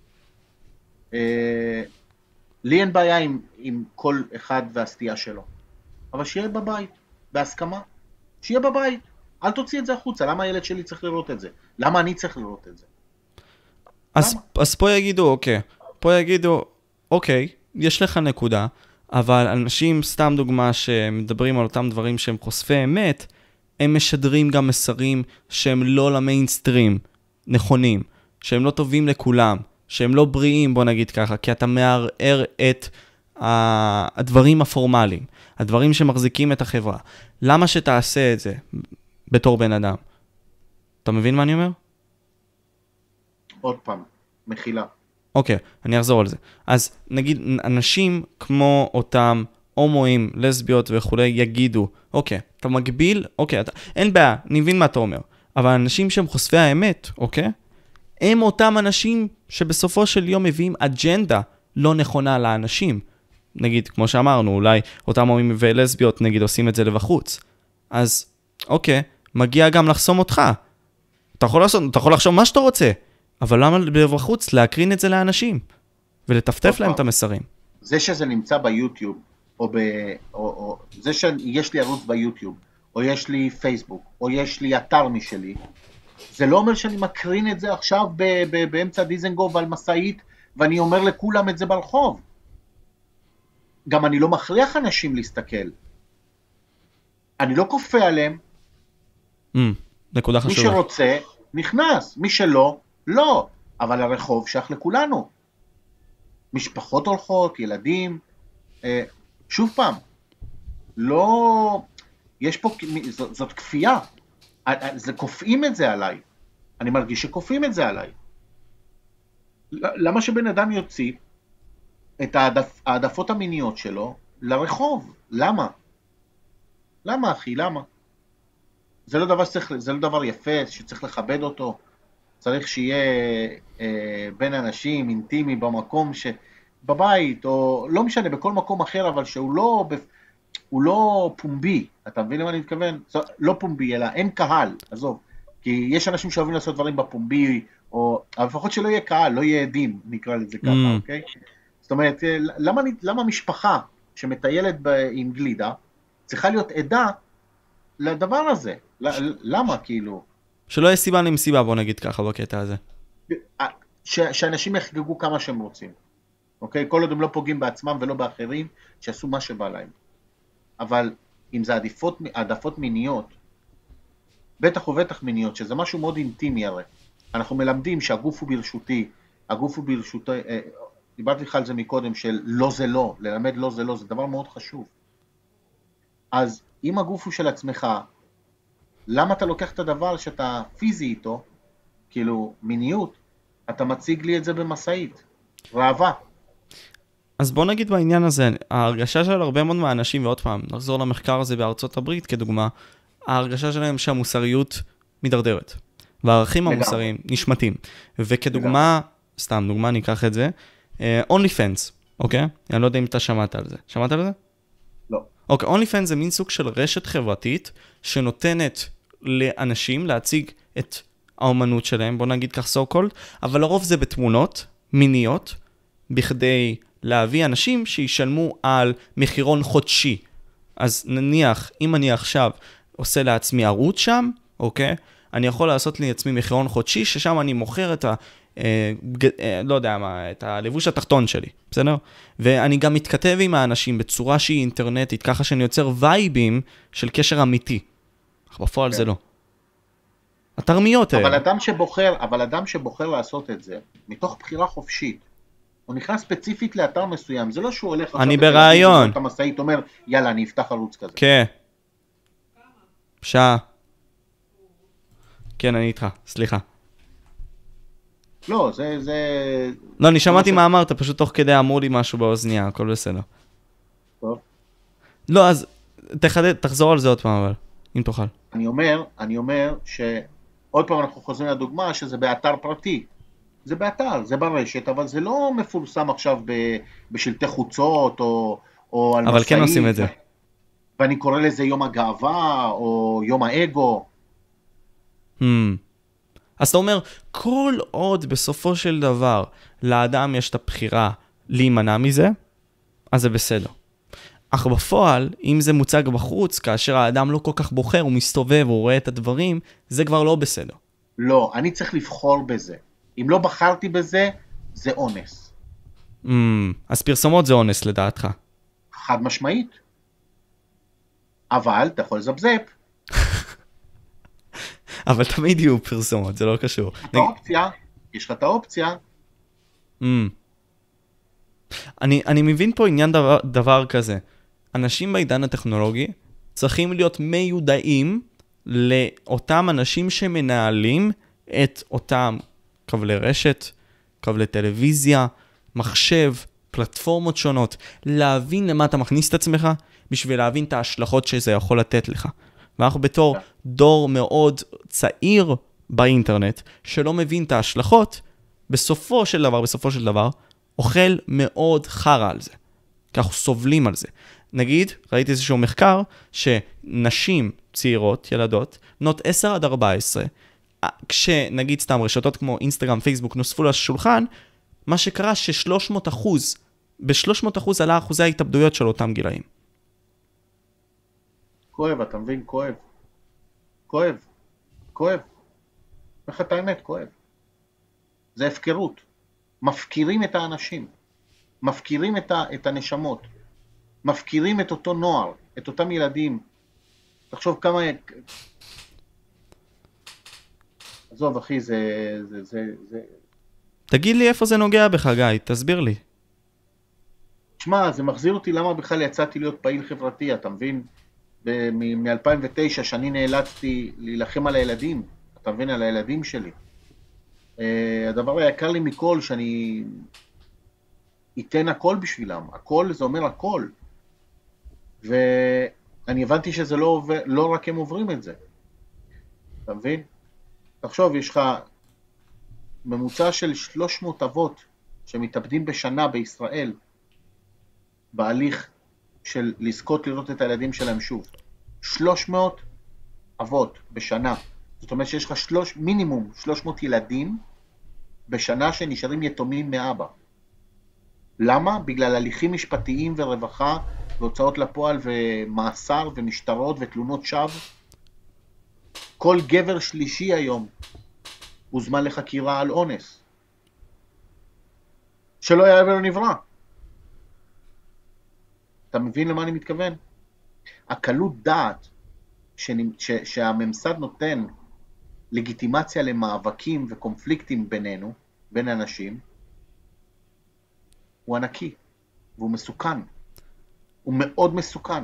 אה, לי אין בעיה עם, עם כל אחד והסטייה שלו, אבל שיהיה בבית, בהסכמה, שיהיה בבית, אל תוציא את זה החוצה, למה הילד שלי צריך לראות את זה? למה אני צריך לראות את זה? אז, אז פה יגידו, אוקיי, פה יגידו, אוקיי, יש לך נקודה, אבל אנשים, סתם דוגמה, שמדברים על אותם דברים שהם חושפי אמת, הם משדרים גם מסרים שהם לא למיינסטרים, נכונים, שהם לא טובים לכולם, שהם לא בריאים, בוא נגיד ככה, כי אתה מערער את הדברים הפורמליים, הדברים שמחזיקים את החברה. למה שתעשה את זה בתור בן אדם? אתה מבין מה אני אומר? עוד פעם, מחילה. אוקיי, אני אחזור על זה. אז נגיד, אנשים כמו אותם הומואים, לסביות וכו' יגידו, אוקיי, אתה מגביל, אוקיי, אתה, אין בעיה, אני מבין מה אתה אומר. אבל אנשים שהם חושפי האמת, אוקיי? הם אותם אנשים שבסופו של יום מביאים אג'נדה לא נכונה לאנשים. נגיד, כמו שאמרנו, אולי אותם הומואים ולסביות, נגיד, עושים את זה לבחוץ. אז, אוקיי, מגיע גם לחסום אותך. אתה יכול לעשות, אתה יכול לחשוב מה שאתה רוצה, אבל למה לבחוץ להקרין את זה לאנשים? ולטפטף להם את המסרים. זה שזה נמצא ביוטיוב, או ב... או, או, זה שיש לי ערוץ ביוטיוב, או יש לי פייסבוק, או יש לי אתר משלי, זה לא אומר שאני מקרין את זה עכשיו ב- ב- באמצע דיזנגוף על מסעית, ואני אומר לכולם את זה ברחוב. גם אני לא מכריח אנשים להסתכל. אני לא כופה עליהם. Mm, נקודה חשובה. מי שרוצה, נכנס. מי שלא, לא. אבל הרחוב שייך לכולנו. משפחות הולכות, ילדים. אה, שוב פעם, לא... יש פה... זאת, זאת כפייה. זה כופים את זה עליי. אני מרגיש שכופים את זה עליי. למה שבן אדם יוציא את העדפ, העדפות המיניות שלו לרחוב? למה? למה, אחי? למה? זה לא דבר שצריך, זה לא דבר יפה, שצריך לכבד אותו. צריך שיהיה אה, בין אנשים אינטימי במקום ש... בבית, או לא משנה, בכל מקום אחר, אבל שהוא לא... הוא לא פומבי, אתה מבין למה אני מתכוון? לא פומבי, אלא אין קהל, עזוב. כי יש אנשים שאוהבים לעשות דברים בפומבי, או לפחות שלא יהיה קהל, לא יהיה עדים, נקרא לזה ככה, Mm. אוקיי? זאת אומרת, למה, למה משפחה שמטיילת ב- עם גלידה, צריכה להיות עדה לדבר הזה? ל- למה, כאילו? שלא יהיה סיבה למסיבה, בוא נגיד ככה, בקטע הזה. ש- שאנשים יחגגו כמה שהם רוצים, אוקיי? כל עוד הם לא פוגעים בעצמם ולא באחרים, שעשו מה שבא להם. אבל אם זה עדיפות, עדפות מיניות, בטח ובטח מיניות, שזה משהו מאוד אינטימי הרי. אנחנו מלמדים שהגוף הוא ברשותי, הגוף הוא ברשותי, אה, דיברתי לך על זה מקודם, של לא זה לא, ללמד לא זה לא, זה דבר מאוד חשוב. אז אם הגוף הוא של עצמך, למה אתה לוקח את הדבר שאתה פיזי איתו, כאילו מיניות, אתה מציג לי את זה במסעית, רעבה. אז בוא נגיד בעניין הזה, ההרגשה של הרבה מאוד מהאנשים, ועוד פעם, נחזור למחקר הזה בארצות הברית כדוגמה, ההרגשה שלהם שהמוסריות מדרדרת, והערכים המוסריים נשמטים. וכדוגמה, סתם דוגמה, ניקח את זה, OnlyFans, אוקיי? אני לא יודע אם אתה שמעת על זה. שמעת על זה? לא. אוקיי, OnlyFans זה מין סוג של רשת חברתית, שנותנת לאנשים להציג את האומנות שלהם, בוא נגיד כך so called, אבל לרוב זה בתמונות מיניות, בכדי להביא אנשים שישלמו על מחירון חודשי. אז נניח, אם אני עכשיו עושה לעצמי ערוץ שם, אוקיי? אני יכול לעשות לעצמי מחירון חודשי, ששם אני מוכר את ה... אה, אה, לא יודע מה, את הלבוש התחתון שלי, בסדר? ואני גם מתכתב עם האנשים בצורה שהיא אינטרנטית, ככה שאני יוצר וייבים של קשר אמיתי. אך בפועל זה לא. התרמיות האלה. אבל אדם שבוחר, אבל אדם שבוחר לעשות את זה, מתוך בחירה חופשית, הוא נכנס ספציפית לאתר מסוים, זה לא שהוא הולך... אני ברעיון. אתה מסעית אומר, יאללה, אני אפתח ערוץ כזה. כן. שעה. כן, אני איתך, סליחה. לא, זה... זה... לא, אני שמעתי מה אמרת, פשוט תוך כדי אמרו לי משהו באוזניה, הכל בסדר. טוב. לא, אז תחדד, תחזור על זה עוד פעם, אבל, אם תוכל. אני אומר, אני אומר ש... עוד פעם אנחנו חוזרים לדוגמה שזה באתר פרטי. זה באתר, זה ברשת, אבל זה לא מפורסם עכשיו ב... בשלטי חוצות או, או על אבל מסעית. כן עושים את זה. ואני קורא לזה יום הגאווה או יום האגו. Hmm. אז אתה אומר, כל עוד בסופו של דבר לאדם יש את הבחירה להימנע מזה, אז זה בסדר. אך בפועל, אם זה מוצג בחוץ, כאשר האדם לא כל כך בוחר, הוא מסתובב, הוא רואה את הדברים, זה כבר לא בסדר. לא, אני צריך לבחור בזה. אם לא בחרתי בזה, זה אונס. Mm, אז פרסומות זה אונס לדעתך. חד משמעית. אבל אתה יכול לזבזב. אבל תמיד יהיו פרסומות, זה לא קשור. את האופציה, יש לך את האופציה. Mm. אני, אני מבין פה עניין דבר, דבר כזה. אנשים בעידן הטכנולוגי צריכים להיות מיודעים לאותם אנשים שמנהלים את אותם קבלי רשת, קבלי טלוויזיה, מחשב, פלטפורמות שונות. להבין למה אתה מכניס את עצמך, בשביל להבין את ההשלכות שזה יכול לתת לך. ואנחנו בתור דור מאוד צעיר באינטרנט, שלא מבין את ההשלכות, בסופו של דבר, בסופו של דבר, אוכל מאוד חרה על זה. כי אנחנו סובלים על זה. נגיד, ראיתי איזשהו מחקר, שנשים צעירות, ילדות, בנות עשר עד ארבע עשרה, כשנגיד סתם רשתות כמו אינסטגרם, פייסבוק נוספו לשולחן, מה שקרה ש-שלוש מאות אחוז, ב-שלוש מאות אחוז עלה אחוזי ההתאבדויות של אותם גילאים. כואב, אתה מבין? כואב. כואב. כואב. איך את האמת? כואב. זה הפקרות. מפקירים את האנשים. מפקירים את, ה, את הנשמות. מפקירים את אותו נוער, את אותם ילדים. תחשוב כמה... עזוב, אחי, זה... זה, זה, זה... תגיד לי איפה זה נוגע בך, גיא, תסביר לי. תשמע, זה מחזיר אותי למה בכלל יצאתי להיות פעיל חברתי, אתה מבין? מ-אלפיים ותשע, שאני נאלצתי להילחם על הילדים, אתה מבין? על הילדים שלי. הדבר היקר לי מכל, שאני אתן הכל בשבילם. הכל, זה אומר הכל. ואני הבנתי שזה לא, עובר, לא רק הם עוברים את זה. אתה מבין? תחשוב, יש לך ממוצע של שלוש מאות אבות שמתאבדים בשנה בישראל, בהליך של לזכות לראות את הילדים שלהם שוב. שלוש מאות אבות בשנה. זאת אומרת שיש לך שלוש, מינימום שלוש מאות ילדים בשנה שנשארים יתומים מאבא. למה? בגלל הליכים משפטיים ורווחה והוצאות לפועל ומאסר ומשטרות ותלונות שווא. כל גבר שלישי היום הוזמן לחקירה על אונס. שלא היה ולא נברא. אתה מבין למה אני מתכוון? הקלות דעת ש- שהממסד נותן לגיטימציה למאבקים וקונפליקטים בינינו, בין אנשים, הוא ענקי, והוא מסוכן. הוא מאוד מסוכן.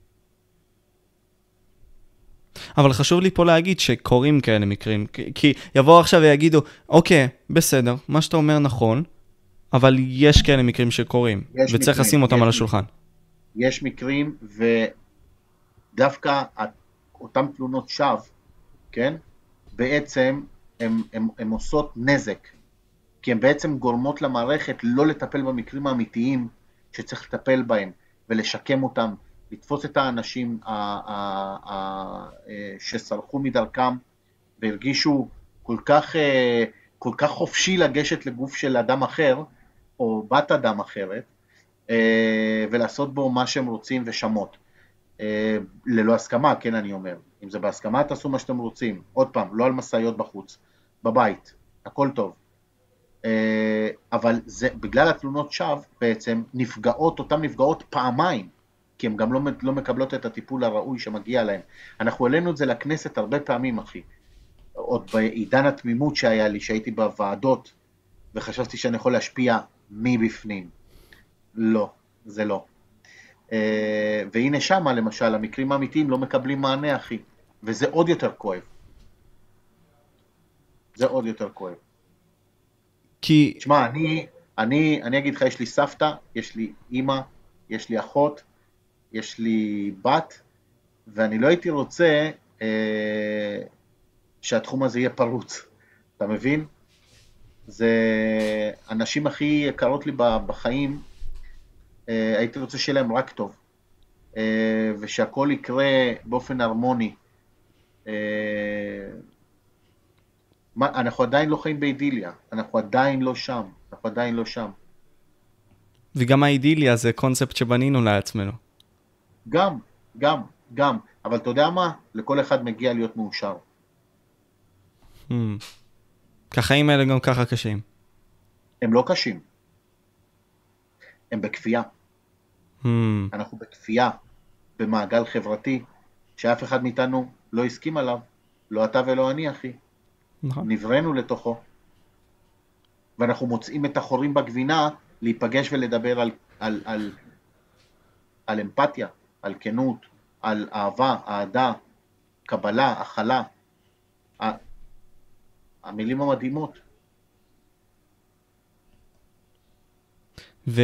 אבל חשוב לי פה להגיד שקורים כאלה מקרים, כי יבואו עכשיו ויגידו, אוקיי, בסדר, מה שאתה אומר נכון, אבל יש כאלה מקרים שקורים, וצריך מקרים, לשים אותם על השולחן. יש מקרים, ודווקא אותם תלונות שווא, כן? בעצם הם, הם, הם עושות נזק, כי הן בעצם גורמות למערכת לא לטפל במקרים האמיתיים שצריך לטפל בהם, ולשקם אותם, לתפוס את האנשים ה- ה- ה- שסרחו מדרכם, והרגישו כל כך, כל כך חופשי לגשת לגוף של אדם אחר, או בת אדם אחרת, ולעשות בו מה שהם רוצים ושמות. ללא הסכמה, כן אני אומר. אם זה בהסכמה, תעשו מה שאתם רוצים. עוד פעם, לא על מסעיות בחוץ, בבית, הכל טוב. אבל זה, בגלל התלונות שווא, בעצם נפגעות, אותן נפגעות פעמיים, כי הן גם לא, לא מקבלות את הטיפול הראוי שמגיע להם. אנחנו העלינו את זה לכנסת הרבה פעמים, אחי. עוד בעידן התמימות שהיה לי, שהייתי בוועדות, וחשבתי שאני יכול להשפיע מבפנים. לא, זה לא. והנה שמה, למשל, המקרים האמיתיים לא מקבלים מענה, אחי. וזה עוד יותר כואב. זה עוד יותר כואב. כי... תשמע, אני, אני, אני אגיד לך, יש לי סבתא, יש לי אמא, יש לי אחות, יש לי בת, ואני לא הייתי רוצה אה, שהתחום הזה יהיה פרוץ. אתה מבין? זה אנשים הכי יקרות לי בחיים, אה, הייתי רוצה שיהיה להם רק טוב, אה, ושהכל יקרה באופן הרמוני. אה, מה, אנחנו עדיין לא חיים באידיליה, אנחנו עדיין לא שם, אנחנו עדיין לא שם. וגם האידיליה זה קונספט שבנינו לעצמנו. גם, גם, גם. אבל אתה יודע מה? לכל אחד מגיע להיות מאושר. Hmm. החיים האלה גם ככה קשים. הם לא קשים. הם בכפייה. Hmm. אנחנו בכפייה, במעגל חברתי, שאף אחד מאיתנו לא הסכים עליו. לא אתה ולא אני, אחי. נכון. נברנו לתוכו. ואנחנו מוצאים את החורים בגבינה להיפגש ולדבר על, על, על, על אמפתיה, על כנות, על אהבה, אהדה, קבלה, הכלה. המילים המדהימות. ו...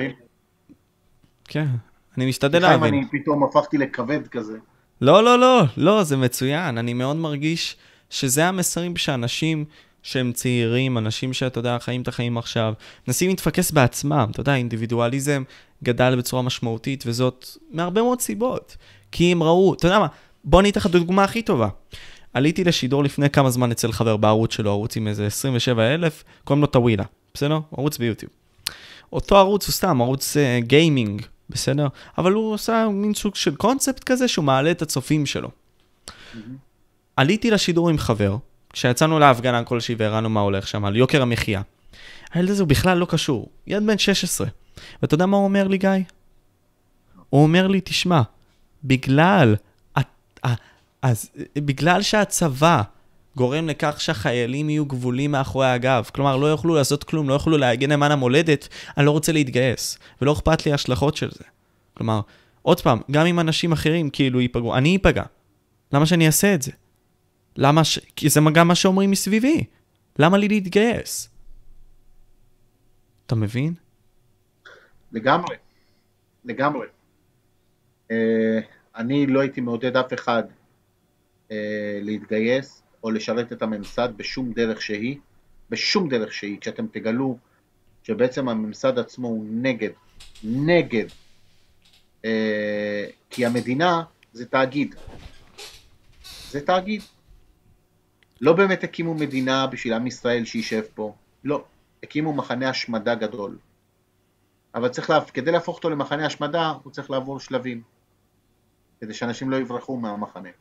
כן, אני משתדל להבין. אני פתאום הפכתי לכבד כזה. לא, לא, לא, לא, זה מצוין. אני מאוד מרגיש שזה המסרים שאנשים שהם צעירים, אנשים שאתה יודע, חיים את החיים עכשיו, מנסים להתפקס בעצמם. אתה יודע, אינדיבידואליזם גדל בצורה משמעותית, וזאת מהרבה מאוד סיבות. כי הם ראו, אתה יודע מה, בוא ניתן לך דוגמה הכי טובה. עליתי לשידור לפני כמה זמן אצל חבר בערוץ שלו, ערוץ עם איזה עשרים ושבעה אלף, קוראים לו טווילה, בסדר? ערוץ ביוטיוב. אותו ערוץ הוא סתם, ערוץ uh, גיימינג, בסדר? אבל הוא עושה מין סוג של קונספט כזה שהוא מעלה את הצופים שלו. Mm-hmm. עליתי לשידור עם חבר, כשיצאנו להפגנה כלשהי והראינו מה הולך שם, על יוקר המחיה. הילד הזה הוא בכלל לא קשור, ילד בן שש עשרה. ואתה יודע מה הוא אומר לי, גיא? הוא אומר לי, תשמע, בגלל, אז, בגלל שהצבא גורם לכך שהחיילים יהיו גבולים מאחורי הגב, כלומר לא יוכלו לעשות כלום, לא יוכלו להגן למען המולדת, אני לא רוצה להתגייס, ולא אכפת לי ההשלכות של זה. כלומר, עוד פעם, גם אם אנשים אחרים כאילו ייפגעו, אני ייפגע. למה שאני אעשה את זה? למה ש... כי זה גם מה שאומרים מסביבי. למה לי להתגייס? אתה מבין? לגמרי. לגמרי. Uh, אני לא הייתי מעודד אף אחד uh, להתגייס או לשרת את הממסד בשום דרך שהיא, בשום דרך שהיא, כשאתם תגלו שבעצם הממסד עצמו הוא נגד, נגד, uh, כי המדינה זה תאגיד. זה תאגיד. לא באמת הקימו מדינה בשביל עם ישראל שישב פה, לא, הקימו מחנה השמדה גדול. אבל צריך, לה, כדי להפוך אותו למחנה השמדה, הוא צריך לעבור שלבים, כדי שאנשים לא יברחו מהמחנה.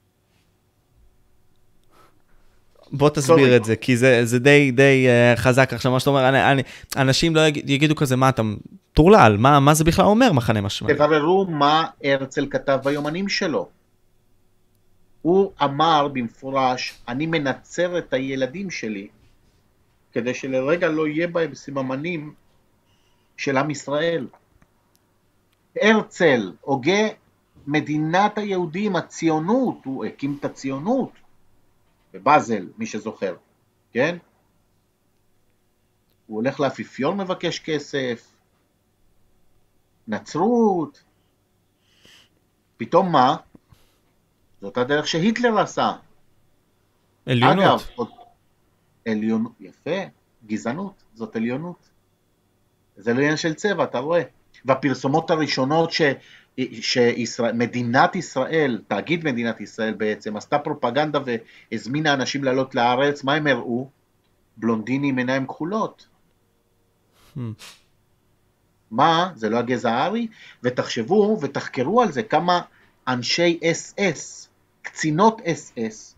בוא תסביר Sorry. את זה, כי זה, זה די, די uh, חזק עכשיו, מה שאתה אומר, אני, אני, אנשים לא יגיד, יגידו כזה, מה אתה טורלל, מה, מה זה בכלל אומר מחנה משמעי? תבררו מה הרצל כתב ביומנים שלו. הוא אמר במפורש, אני מנצר את הילדים שלי, כדי שלרגע לא יהיה בהם סיממנים של עם ישראל. הרצל, הוגה מדינת היהודים, הציונות, הוא הקים את הציונות, בבאזל, מי שזוכר, כן? הוא הולך לאפיפיון מבקש כסף, נצרות, פתאום מה? זאת הדרך שהיטלר עשה. עליונות. אגב, עליונות, יפה, גזענות, זאת עליונות. זה לא עניין של צבע, אתה רואה. והפרסומות הראשונות ש... שמדינת ישראל, תאגיד מדינת ישראל בעצם, עשתה פרופגנדה והזמינה אנשים לעלות לארץ, מה הם הראו? בלונדיני עם עיניים כחולות. Hmm. מה? זה לא הגזע הארי? ותחשבו ותחקרו על זה כמה אנשי אס אס, קצינות אס אס,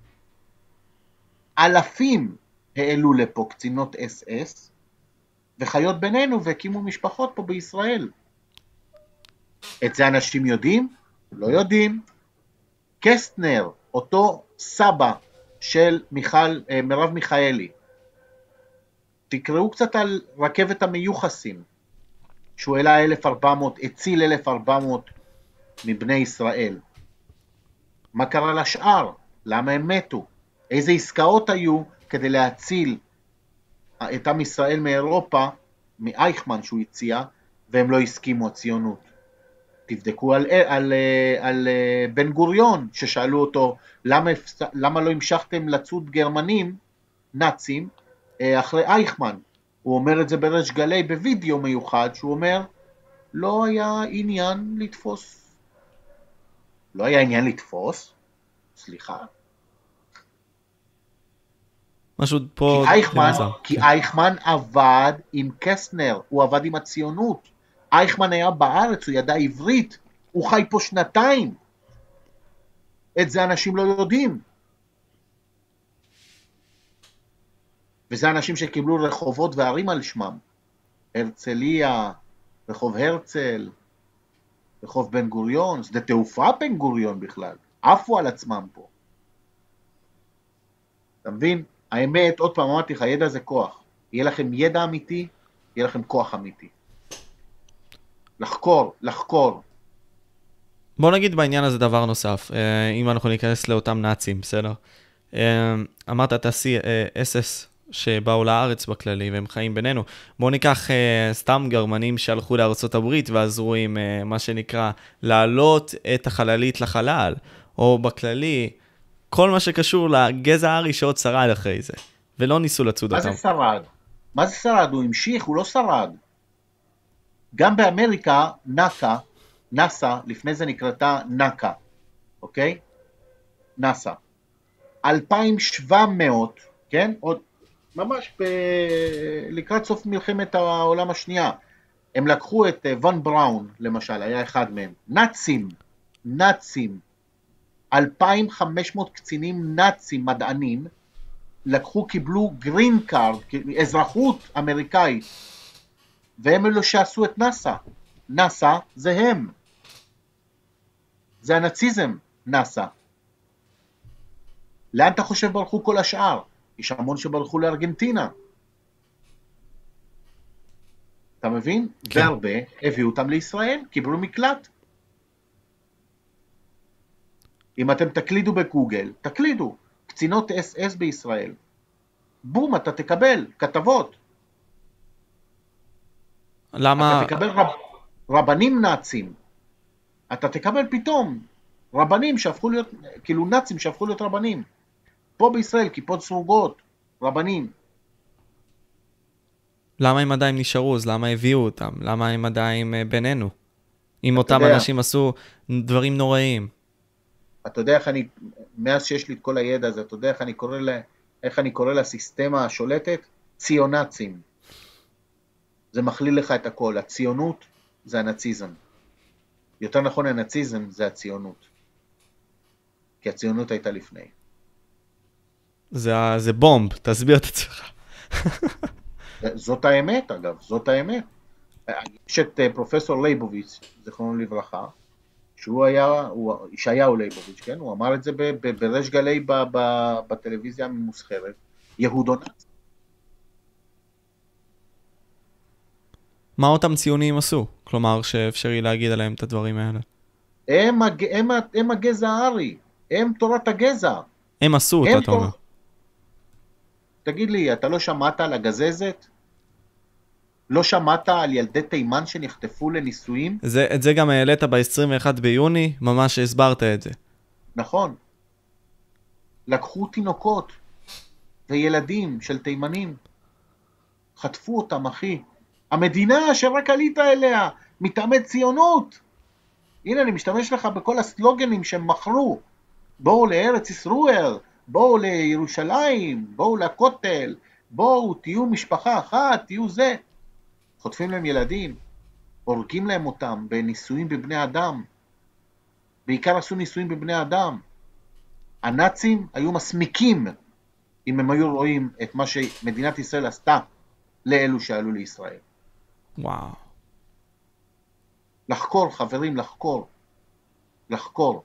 אלפים העלו לפה קצינות אס אס, וחיות בינינו והקימו משפחות פה בישראל. את זה אנשים יודעים? לא יודעים. קסטנר, אותו סבא של מיכל, מרב מיכאלי, תקראו קצת על רכבת המיוחסים, שהוא העלה אלף וארבע מאות, הציל אלף וארבע מאות מבני ישראל. מה קרה לשאר? למה הם מתו? איזה עסקאות היו כדי להציל את עם ישראל מאירופה, מאייכמן שהוא הציע, והם לא הסכימו הציונות. תבדקו על, על, על, על בן גוריון, ששאלו אותו, למה, למה לא המשכתם לצוד גרמנים, נאצים, אחרי אייכמן? הוא אומר את זה בריש גלי בווידאו מיוחד, שהוא אומר, לא היה עניין לתפוס. לא היה עניין לתפוס? סליחה. משהו פה... כי אייכמן, כי אייכמן עבד עם קסטנר, הוא עבד עם הציונות. אייכמן היה בארץ, הוא ידע עברית, הוא חי פה שנתיים. את זה אנשים לא יודעים. וזה אנשים שקיבלו רחובות וערים על שמם. הרצליה, רחוב הרצל, רחוב בן גוריון, שדה תעופה בן גוריון בכלל. עפו על עצמם פה. אתה מבין? האמת, עוד פעם אמרתי לך, ידע זה כוח. יהיה לכם ידע אמיתי, יהיה לכם כוח אמיתי. לחקור, לחקור. בוא נגיד בעניין הזה דבר נוסף, אם אנחנו ניכנס לאותם נאצים, בסדר? אמרת, תעשי אס אס שבאו לארץ בכללי והם חיים בינינו. בוא ניקח סתם גרמנים שהלכו לארצות הברית ועזרו עם מה שנקרא להעלות את החללית לחלל, או בכללי, כל מה שקשור לגזע הארי שעוד שרד אחרי זה, ולא ניסו לצוד אותם. מה זה שרד? מה זה שרד? הוא המשיך, הוא לא שרד. גם באמריקה, נאקה, נאסא, לפני זה נקראתה נאקה, אוקיי? נאסא. אלפיים ושבע מאות, כן? עוד ממש ב... לקראת סוף מלחמת העולם השנייה. הם לקחו את ון בראון, למשל, היה אחד מהם. נאצים, נאצים. אלפיים וחמש מאות קצינים נאצים מדענים, לקחו, קיבלו גרין קארד, אזרחות אמריקאית, והם אלו שעשו את נאסא. נאסא זה הם. זה הנאציזם, נאסא. לאן אתה חושב ברחו כל השאר? יש המון שברחו לארגנטינה. אתה מבין? כן. והרבה הביאו אותם לישראל, קיבלו מקלט. אם אתם תקלידו בגוגל, תקלידו, קצינות אס אס בישראל. בום, אתה תקבל כתבות. למה? אתה תקבל רב, רבנים נאצים. אתה תקבל פתאום רבנים שהפכו להיות, כאילו נאצים שהפכו להיות רבנים. פה בישראל, כיפות סרוגות, רבנים. למה הם עדיין נשארו? אז למה הביאו אותם? למה הם עדיין בינינו? אם אותם יודע, אנשים עשו דברים נוראים. אתה יודע איך אני, מאז שיש לי את כל הידע הזה, אתה יודע איך אני קורא איך אני קורא לסיסטמה השולטת? ציונצים. זה מכליל לך את הכל. הציונות זה הנאציזם. יותר נכון, הנאציזם זה הציונות. כי הציונות הייתה לפני. זה, זה בומב, תסביר את עצמך. זאת האמת, אגב, זאת האמת. יש את פרופסור ליבוביץ', זכרונו לברכה, שהוא היה, הוא, ישעיהו ליבוביץ', כן? הוא אמר את זה ב, ב, בריש גלי ב, ב, בטלוויזיה הממוסחרת, יהודונאצ. מה אותם ציונים עשו? כלומר, שאפשרי להגיד עליהם את הדברים האלה. הם, הם, הם הגזע הארי, הם תורת הגזע. הם עשו אותה, אתה אומר. תגיד לי, אתה לא שמעת על הגזזת? לא שמעת על ילדי תימן שנחטפו לניסויים? זה, את זה גם העלית ב-עשרים ואחד ביוני, ממש הסברת את זה. נכון. לקחו תינוקות וילדים של תימנים, חטפו אותם, אחי. המדינה שרק עלית אליה, מטעמי ציונות. הנה, אני משתמש לך בכל הסלוגנים שהם מכרו. בואו לארץ ישראל, בואו לירושלים, בואו לכותל, בואו, תהיו משפחה אחת, תהיו זה. חוטפים להם ילדים, הורגים להם אותם בניסויים בבני אדם. בעיקר עשו ניסויים בבני אדם. הנאצים היו מסמיקים אם הם היו רואים את מה שמדינת ישראל עשתה לאלו שעלו לישראל. וואו. לחקור, חברים, לחקור. לחקור.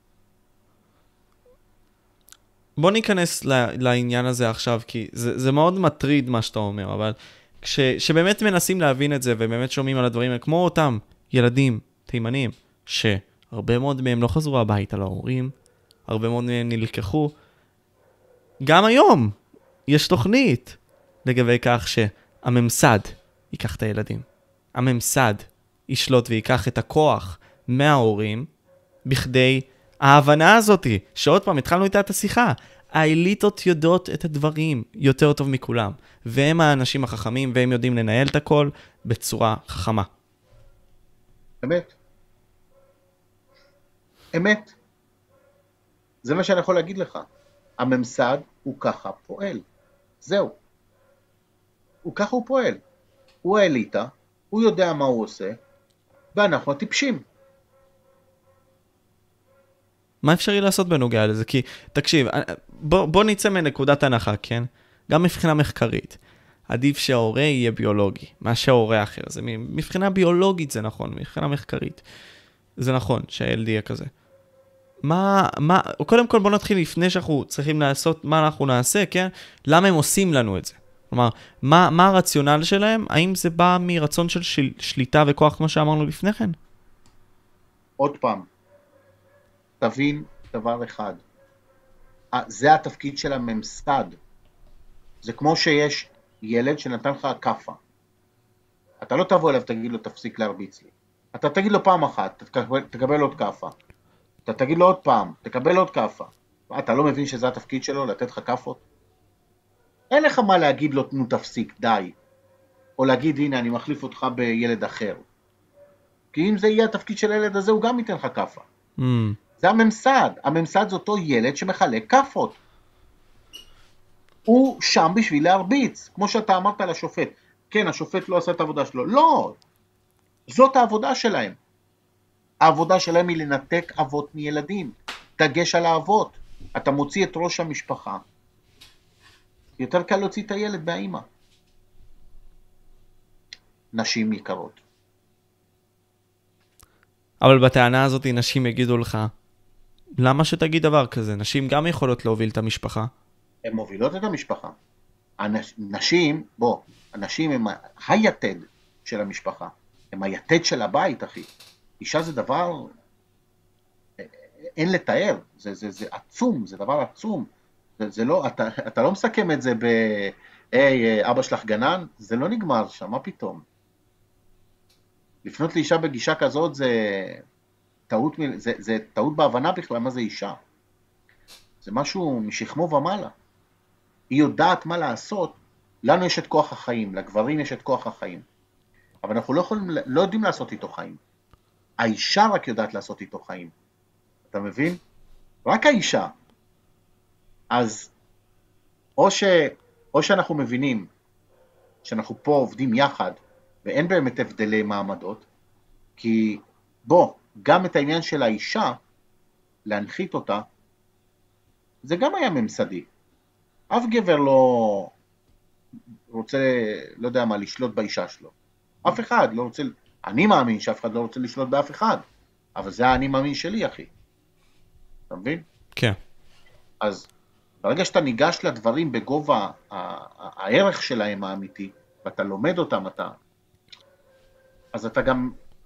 בוא ניכנס לעניין הזה עכשיו, כי זה, זה מאוד מטריד מה שאתה אומר, אבל כש, שבאמת מנסים להבין את זה, ובאמת שומעים על הדברים, כמו אותם ילדים תימנים, שהרבה מאוד מהם לא חזרו הביתה להורים, הרבה מאוד מהם נלקחו. גם היום יש תוכנית לגבי כך שהממסד ייקח את הילדים. הממסד ישלוט ויקח את הכוח מההורים, בכדי ההבנה הזאת, שעוד פעם התחלנו איתה את השיחה, האליטות יודעות את הדברים יותר טוב מכולם, והם האנשים החכמים, והם יודעים לנהל את הכל בצורה חכמה. אמת. אמת. זה מה שאני יכול להגיד לך. הממסד הוא ככה פועל. זהו. הוא ככה הוא פועל. הוא האליטה, הוא יודע מה הוא עושה, ואנחנו הטיפשים. מה אפשרי לעשות בנוגע לזה? כי, תקשיב, בוא, בוא נצא מנקודת הנחה, כן? גם מבחינה מחקרית. עדיף שההורה יהיה ביולוגי, מה שההורה אחר. זה מבחינה ביולוגית זה נכון, מבחינה מחקרית. זה נכון שהילד יהיה כזה. מה, מה, קודם כל בוא נתחיל לפני שאנחנו צריכים לעשות מה אנחנו נעשה, כן? למה הם עושים לנו את זה? כלומר, מה, מה הרציונל שלהם? האם זה בא מרצון של של שליטה וכוח כמו שאמרנו לפני כן? עוד פעם. תבין דבר אחד, זה התפקיד של הממסד. זה כמו שיש ילד שנתן לך קפה. אתה לא תבוא אליו, תגיד לו, תפסיק להרביץ לי. אתה תגיד לו פעם אחת, תקבל, תקבל עוד קפה. אתה תגיד לו עוד פעם, תקבל עוד קפה. אתה לא מבין שזה התפקיד שלו, לתת לך קפות? אין לך מה להגיד לו, תנו תפסיק, די. או להגיד, הנה, אני מחליף אותך בילד אחר. כי אם זה יהיה התפקיד של הילד הזה, הוא גם ייתן לך קפה. Mm. זה הממסד. הממסד זה אותו ילד שמחלק קפות. הוא שם בשביל להרביץ. כמו שאתה אמרת לשופט. כן, השופט לא עשה את העבודה שלו. לא. זאת העבודה שלהם. העבודה שלהם היא לנתק אבות מילדים. דגש על האבות. אתה מוציא את ראש המשפחה. יותר קל להוציא את הילד מהאימא. נשים יקרות. אבל בטענה הזאת נשים יגידו לך, למה שתגיד דבר כזה? נשים גם יכולות להוביל את המשפחה. הן מובילות את המשפחה. נשים, בוא, הנשים הם היתד של המשפחה. הם היתד של הבית, אחי. אישה זה דבר, אין לתאר. זה, זה, זה עצום, זה דבר עצום. זה, זה לא, אתה, אתה לא מסכם את זה ב, היי, אבא שלך גנן, זה לא נגמר שם, מה פתאום? לפנות לאישה בגישה כזאת זה טעות, זה, זה טעות בהבנה בכלל, מה זה אישה? זה משהו משכמו ומעלה. היא יודעת מה לעשות, לנו יש את כוח החיים, לגברים יש את כוח החיים. אבל אנחנו לא יכולים, לא יודעים לעשות איתו חיים. האישה רק יודעת לעשות איתו חיים. אתה מבין? רק האישה. אז או, ש, או שאנחנו מבינים שאנחנו פה עובדים יחד, ואין באמת הבדלי מעמדות, כי בוא, גם את העניין של האישה, להנחית אותה, זה גם היה ממסדי. אף גבר לא רוצה, לא יודע מה, לשלוט באישה שלו. אף אחד לא רוצה, אני מאמין שאף אחד לא רוצה לשלוט באף אחד, אבל זה האני מאמין שלי, אחי. אתה מבין? כן. אז ברגע שאתה ניגש לדברים בגובה הערך שלהם האמיתי, ואתה לומד אותם, אתה, אז אתה גם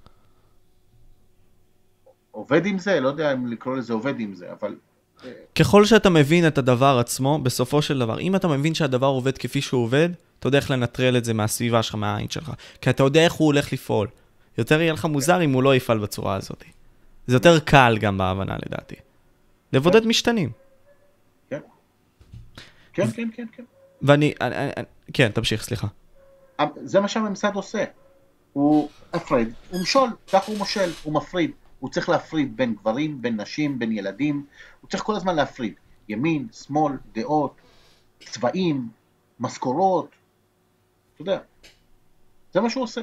עובד עם זה, לא יודע אם לקרוא לזה עובד עם זה, אבל... ככל שאתה מבין את הדבר עצמו, בסופו של דבר, אם אתה מבין שהדבר עובד כפי שהוא עובד, אתה יודע איך לנטרל את זה מהסביבה שלך, מהעין שלך. כי אתה יודע איך הוא הולך לפעול. יותר יהיה לך מוזר אם הוא לא יפעל בצורה הזאת. זה יותר קל גם בהבנה, לדעתי. לבודד משתנים. כן. כן, כן, כן, כן. ואני, אני, אני, כן, תמשיך, סליחה. זה מה שהממסד עושה. הוא מפריד, הוא משול, כך הוא מושל, הוא מפריד. הוא צריך להפריד בין גברים, בין נשים, בין ילדים. הוא צריך כל הזמן להפריד. ימין, שמאל, דעות, צבעים, משכורות. אתה יודע. זה מה שהוא עושה.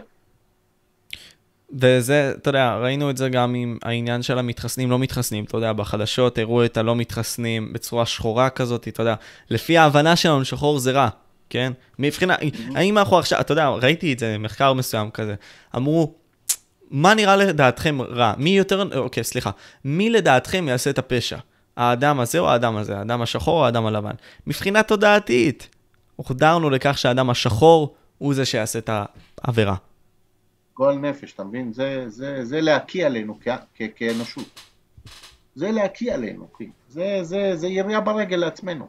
וזה, אתה יודע, ראינו את זה גם עם העניין של המתחסנים, לא מתחסנים, אתה יודע, בחדשות הראו את הלא מתחסנים בצורה שחורה כזאת, אתה יודע, לפי ההבנה שלנו, שחור זה רע, כן? מבחינה, האם אנחנו עכשיו, אתה יודע, ראיתי את זה, מחקר מסוים כזה, אמרו, מה נראה לדעתכם רע? מי יותר, אוקיי, סליחה, מי לדעתכם יעשה את הפשע? האדם הזה או האדם הזה? האדם השחור או האדם הלבן? מבחינה תודעתית, הוחדרנו לכך שהאדם השחור הוא זה שיעשה את העבירה. גועל נפש, אתה מבין? זה, זה, זה להקיע עלינו כ, כ, כאנושות. זה להקיע עלינו, זה, זה, זה ירייה ברגל לעצמנו.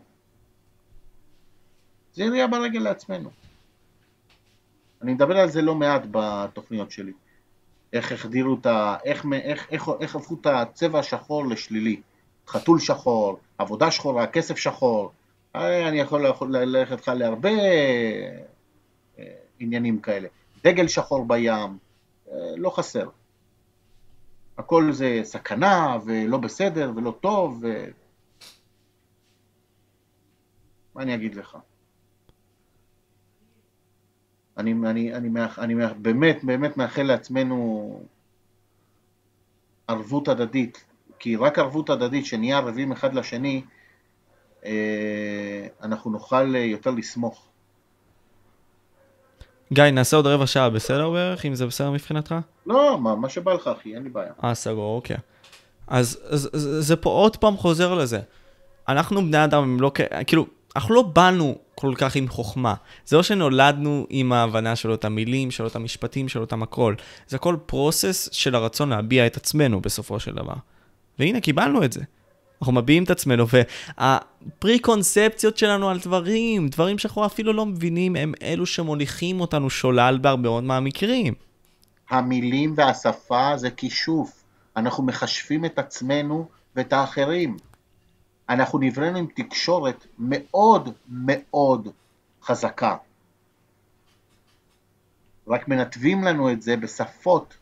זה ירייה ברגל לעצמנו. אני מדבר על זה לא מעט בתוכניות שלי. איך החדירו את ה... איך, איך, איך, איך הפכו את הצבע השחור לשלילי. חתול שחור, עבודה שחורה, כסף שחור. אני יכול, יכול ללכת לך להרבה עניינים כאלה. דגל שחור בים, לא חסר. הכל זה סכנה ולא בסדר ולא טוב. ו... מה אני אגיד לך? אני, אני, אני, אני באמת, באמת מאחל לעצמנו ערבות הדדית, כי רק ערבות הדדית שנהיה ערבים אחד לשני, אנחנו נוכל יותר לסמוך. גיא, נעשה עוד רבע שעה, בסדר בערך? אם זה בסדר מבחינתך? לא, מה, מה שבא לך, אחי, אין לי בעיה. אה, סגור, אוקיי. אז, אז, אז זה פה עוד פעם חוזר לזה. אנחנו בני אדם, הם לא, כאילו, אנחנו לא באנו כל כך עם חוכמה. זה לא שנולדנו עם ההבנה של אותם מילים, של אותם משפטים, של אותם הכל. זה הכל פרוסס של הרצון להביע את עצמנו בסופו של דבר. והנה, קיבלנו את זה. אנחנו מביעים את עצמנו, והפרי-קונספציות שלנו על דברים, דברים שאנחנו אפילו לא מבינים, הם אלו שמוליכים אותנו שולל בהרבה מאוד מהמקרים. המילים והשפה זה כישוף. אנחנו מחשבים את עצמנו ואת האחרים. אנחנו נבראנו עם תקשורת מאוד מאוד חזקה. רק מנתבים לנו את זה בשפות.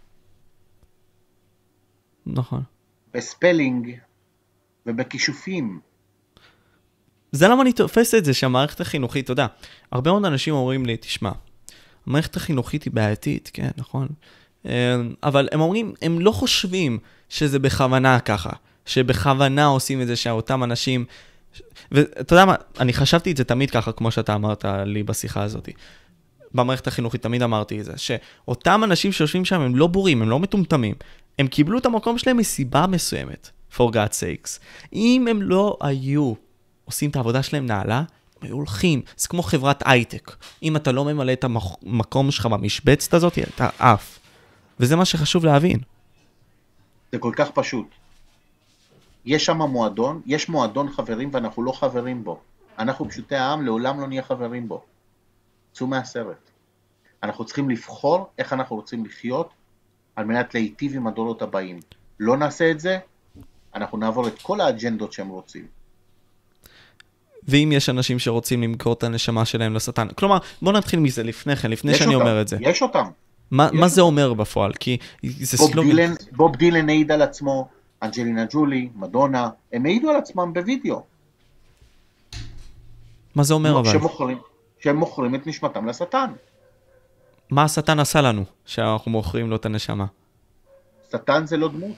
נכון. בספלינג ובכישופים. זה למה אני תופס את זה שהמערכת החינוכית, אתה יודע, הרבה מאוד אנשים אומרים לי, תשמע, המערכת החינוכית היא בעייתית, כן, נכון? אבל הם אומרים, הם לא חושבים שזה בכוונה ככה, שבכוונה עושים את זה שאותם אנשים, ואתה יודע מה, אני חשבתי את זה תמיד ככה, כמו שאתה אמרת לי בשיחה הזאת. במערכת החינוכית תמיד אמרתי את זה, שאותם אנשים שיושבים שם הם לא בורים, הם לא מטומטמים, הם קיבלו את המקום שלהם מסיבה מסוימת, for God's sakes. אם הם לא היו עושים את העבודה שלהם נעלה, הם היו הולכים, זה כמו חברת הייטק. אם אתה לא ממלא את המקום שלך במשבצת הזאת, אתה עף. וזה מה שחשוב להבין. זה כל כך פשוט. יש שם מועדון, יש מועדון חברים ואנחנו לא חברים בו. אנחנו פשוטי העם לעולם לא נהיה חברים בו. צאו מהסרט. אנחנו צריכים לבחור איך אנחנו רוצים לחיות על מנת להיטיב עם הדורות הבאים. לא נעשה את זה, אנחנו נעבור את כל האג'נדות שהם רוצים. ואם יש אנשים שרוצים למכור את הנשמה שלהם לשטן, כלומר, בוא נתחיל מזה לפני כן, לפני שאני אותם, אומר את זה. יש אותם. מה, יש מה זה אותם. אומר בפועל? כי זה בוב סלוגן... דילן, בוב דילן העיד על עצמו, אנג'לינה ג'ולי, מדונה, הם העידו על עצמם בווידאו. מה זה אומר אבל? שמוכרים, שהם מוכרים את נשמתם לשטן. מה השטן עשה לנו שאנחנו מוכרים לו את הנשמה? שטן זה לא דמות.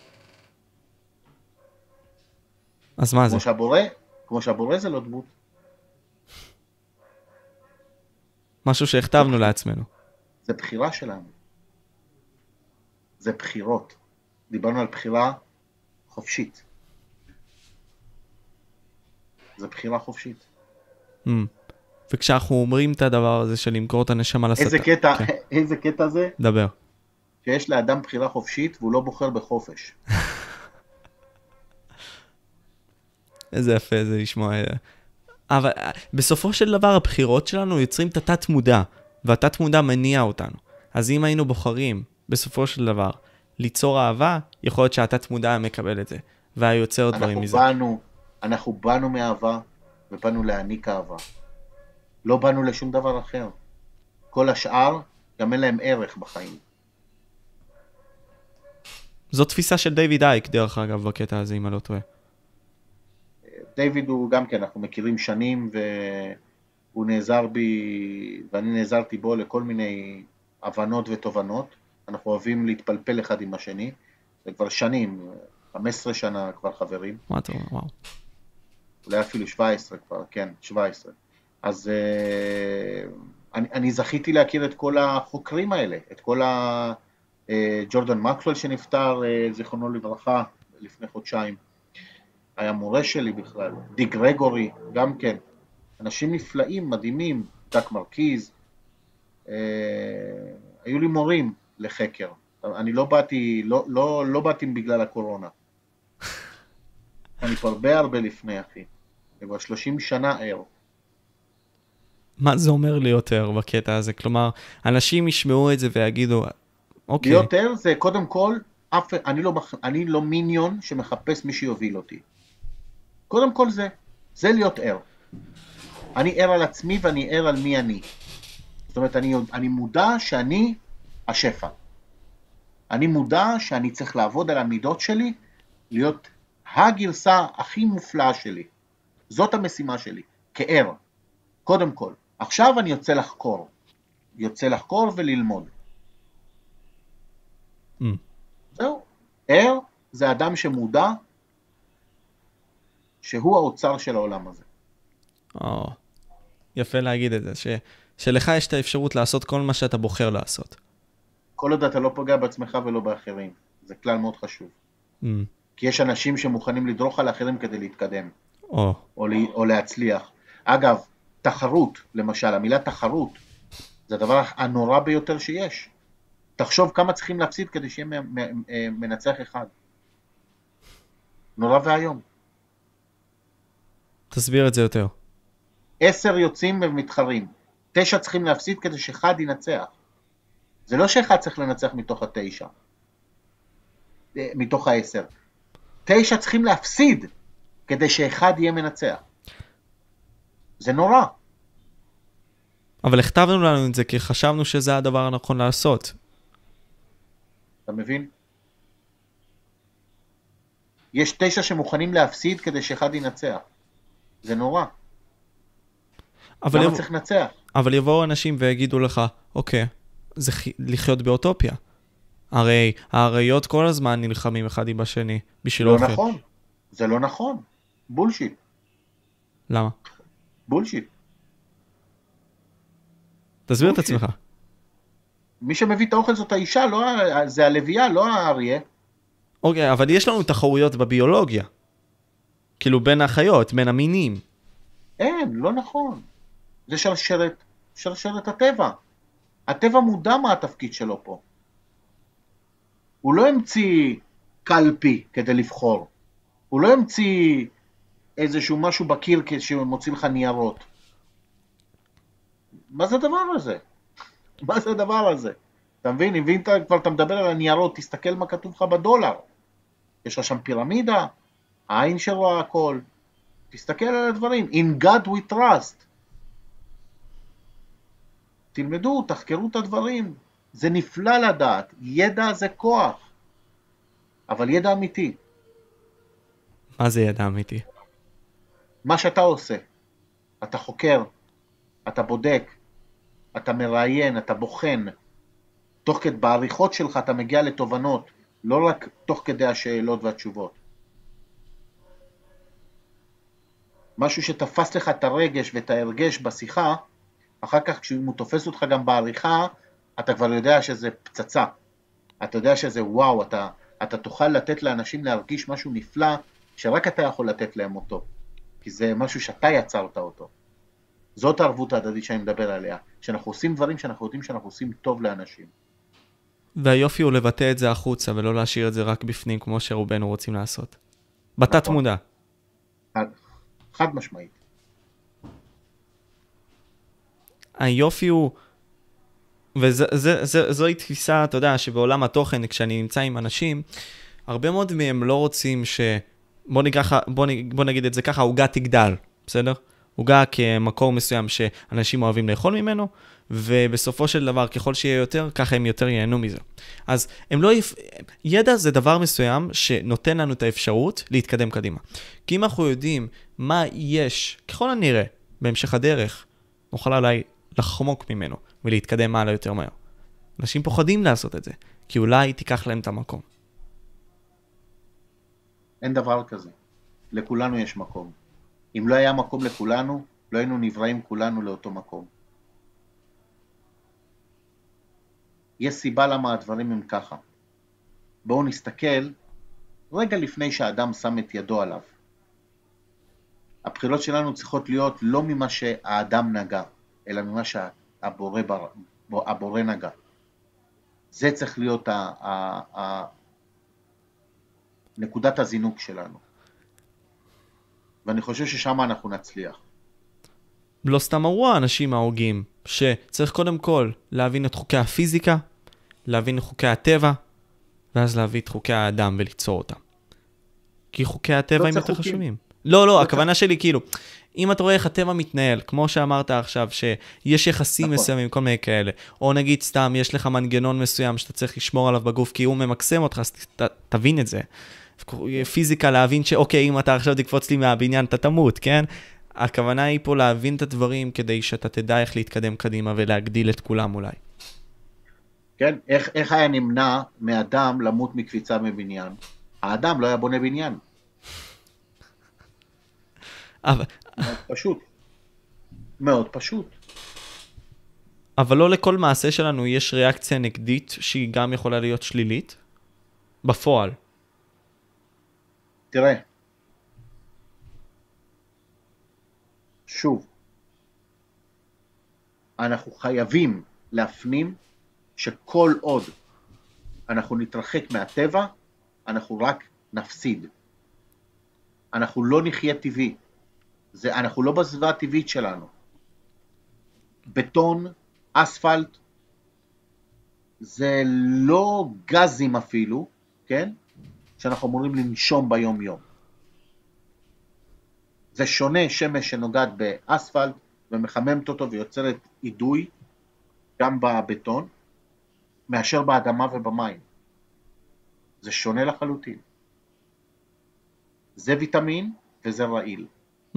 אז מה זה? כמו שהבורא, כמו שהבורא זה לא דמות. משהו שהכתבנו לעצמנו. זה בחירה שלנו. זה בחירות. דיברנו על בחירה חופשית. זה בחירה חופשית. Mm. וכשאנחנו אומרים את הדבר הזה של למכור את הנשמה לשטן. איזה קטע, כן. איזה קטע זה? דבר. שיש לאדם בחירה חופשית והוא לא בוחר בחופש. איזה יפה זה לשמוע. אבל בסופו של דבר הבחירות שלנו יוצרים את התת מודע, והתת מודע מניע אותנו. אז אם היינו בוחרים בסופו של דבר ליצור אהבה, יכול להיות שהתת מודע מקבל את זה, והיוצר דברים מזה. באנו, אנחנו באנו מאהבה, ובאנו להעניק אהבה. לא באנו לשום דבר אחר. כל השאר, גם אין להם ערך בחיים. זו תפיסה של דיוויד אייק, דרך אגב, בקטע הזה, אם אני לא טועה. דיוויד הוא גם כן, אנחנו מכירים שנים, והוא נעזר בי, ואני נעזרתי בו לכל מיני הבנות ותובנות. אנחנו אוהבים להתפלפל אחד עם השני. זה כבר שנים, חמש עשרה שנה כבר חברים. מה אתה אומר? וואו. אולי אפילו שבע עשרה כבר, כן, שבע עשרה. אז uh, אני, אני זכיתי להכיר את כל החוקרים האלה, את כל ה... Uh, ג'ורדן מקסוול שנפטר, uh, זיכרונו לברכה, לפני חודשיים. היה מורה שלי בכלל, די גרגורי, גם כן. אנשים נפלאים, מדהימים, דק מרקיז. Uh, היו לי מורים לחקר. אני לא באתי, לא, לא, לא באתי בגלל הקורונה. אני פה הרבה הרבה לפני, אחי. כבר שלושים שנה ער. מה זה אומר להיות ער בקטע הזה? כלומר, אנשים ישמעו את זה ויגידו, אוקיי. להיות ער זה קודם כל, אף, אני, לא, אני לא מיניון שמחפש מי שיוביל אותי. קודם כל זה, זה להיות ער. אני ער על עצמי ואני ער על מי אני. זאת אומרת, אני, אני מודע שאני השפע. אני מודע שאני צריך לעבוד על המידות שלי, להיות הגרסה הכי מופלאה שלי. זאת המשימה שלי, כער. קודם כל. עכשיו אני יוצא לחקור. יוצא לחקור וללמוד. Mm. זהו. ער זה אדם שמודע שהוא האוצר של העולם הזה. Oh. יפה להגיד את זה, ש... שלך יש את האפשרות לעשות כל מה שאתה בוחר לעשות. כל עוד אתה לא פוגע בעצמך ולא באחרים. זה כלל מאוד חשוב. Mm. כי יש אנשים שמוכנים לדרוך על אחרים כדי להתקדם. Oh. או, לה... או להצליח. אגב, תחרות, למשל, המילה תחרות, זה הדבר הנורא ביותר שיש. תחשוב כמה צריכים להפסיד כדי שיהיה מנצח אחד. נורא והיום. תסביר את זה יותר. עשר יוצאים ומתחרים. תשע צריכים להפסיד כדי שאחד ינצח. זה לא שאחד צריך לנצח מתוך התשע. מתוך העשר. תשע צריכים להפסיד כדי שאחד יהיה מנצח. זה נורא. אבל הכתבנו לנו את זה כי חשבנו שזה הדבר הנכון לעשות. אתה מבין? יש תשע שמוכנים להפסיד כדי שאחד ינצח. זה נורא. אבל למה יב... צריך לנצח? אבל יבואו אנשים ויגידו לך, אוקיי, זה לחיות באוטופיה. הרי האריות כל הזמן נלחמים אחד עם השני בשביל לא אוכל. לא נכון. זה לא נכון. בולשיט. למה? בולשיט. תסביר את עצמך. מי שמביא את האוכל זאת האישה, לא, זה הלוויה, לא האריה. אוקיי, אבל יש לנו תחרויות בביולוגיה. כאילו בין החיות, בין המינים. אין, לא נכון. זה שרשרת, שרשרת הטבע. הטבע מודע מה התפקיד שלו פה. הוא לא המציא קלפי כדי לבחור. הוא לא המציא איזשהו משהו בקיר שמוציא לך ניירות. מה זה הדבר הזה? מה זה הדבר הזה? אתה מבין? אם אתה כבר אתה מדבר על הניירות, תסתכל מה כתוב לך בדולר. יש לך שם פירמידה, העין שלו הכל. תסתכל על הדברים. In God we trust. תלמדו, תחקרו את הדברים. זה נפלא לדעת. ידע זה כוח. אבל ידע אמיתי. מה זה ידע אמיתי? מה שאתה עושה. אתה חוקר, אתה בודק, אתה מראיין, אתה בוחן, תוך כדי, בעריכות שלך אתה מגיע לתובנות, לא רק תוך כדי השאלות והתשובות. משהו שתפס לך את הרגש ואת ההרגש בשיחה, אחר כך כשהוא תופס אותך גם בעריכה, אתה כבר יודע שזה פצצה. אתה יודע שזה וואו, אתה, אתה תוכל לתת לאנשים להרגיש משהו נפלא, שרק אתה יכול לתת להם אותו. כי זה משהו שאתה יצרת אותו. זאת הערבות ההדדית שאני מדבר עליה. שאנחנו עושים דברים שאנחנו יודעים שאנחנו עושים טוב לאנשים. והיופי הוא לבטא את זה החוצה, ולא להשאיר את זה רק בפנים, כמו שרובנו רוצים לעשות. בתת מודע. חד, חד משמעית. היופי הוא, וזוהי תפיסה, אתה יודע, שבעולם התוכן, כשאני נמצא עם אנשים, הרבה מאוד מהם לא רוצים ש... בוא, נגח, בוא, בוא נגיד את זה ככה, עוגה תגדל, בסדר? עוגה כמקור מסוים שאנשים אוהבים לאכול ממנו, ובסופו של דבר, ככל שיהיה יותר, ככה הם יותר ייהנו מזה. אז הם לא... יפ... ידע זה דבר מסוים שנותן לנו את האפשרות להתקדם קדימה. כי אם אנחנו יודעים מה יש, ככל הנראה, בהמשך הדרך, נוכל אולי לחמוק ממנו ולהתקדם מעלה יותר מהר. אנשים פוחדים לעשות את זה, כי אולי תיקח להם את המקום. אין דבר כזה. לכולנו יש מקום. אם לא היה מקום לכולנו, לא היינו נבראים כולנו לאותו מקום. יש סיבה למה הדברים הם ככה. בואו נסתכל רגע לפני שהאדם שם את ידו עליו. הבחירות שלנו צריכות להיות לא ממה שהאדם נגע, אלא ממה שהבורא בר... הבורא נגע. זה צריך להיות ה... ה... ה... נקודת הזינוק שלנו. ואני חושב ששם אנחנו נצליח. לא סתם אמרו האנשים ההוגים, שצריך קודם כל להבין את חוקי הפיזיקה, להבין את חוקי הטבע, ואז להביא את חוקי האדם וליצור אותם. כי חוקי הטבע הם יותר חשובים. לא, לא, הכוונה שלי כאילו, אם אתה רואה איך הטבע מתנהל, כמו שאמרת עכשיו, שיש יחסים מסוימים, כל מיני כאלה, או נגיד סתם, יש לך מנגנון מסוים שאתה צריך לשמור עליו בגוף, כי הוא ממקסם אותך, אז תבין את זה. פיזיקה להבין שאוקיי, אם אתה עכשיו תקפוץ לי מהבניין, אתה תמות, כן? הכוונה היא פה להבין את הדברים, כדי שאתה תדע איך להתקדם קדימה, ולהגדיל את כולם אולי. כן, איך, איך היה נמנע מאדם למות מקפיצה מבניין? האדם לא היה בונה בניין. אבל... מאוד פשוט. מאוד פשוט. אבל לא לכל מעשה שלנו יש ריאקציה נגדית שהיא גם יכולה להיות שלילית? בפועל. תראה. שוב. אנחנו חייבים להפנים שכל עוד אנחנו נתרחק מהטבע, אנחנו רק נפסיד. אנחנו לא נחיה טבעי. זה, אנחנו לא בסביבה הטבעית שלנו. בטון, אספלט, זה לא גזים אפילו, כן? שאנחנו אמורים לנשום ביום יום. זה שונה שמש שנוגעת באספלט ומחממת אותו ויוצרת עידוי, גם בבטון, מאשר באדמה ובמים. זה שונה לחלוטין. זה ויטמין וזה רעיל. Mm.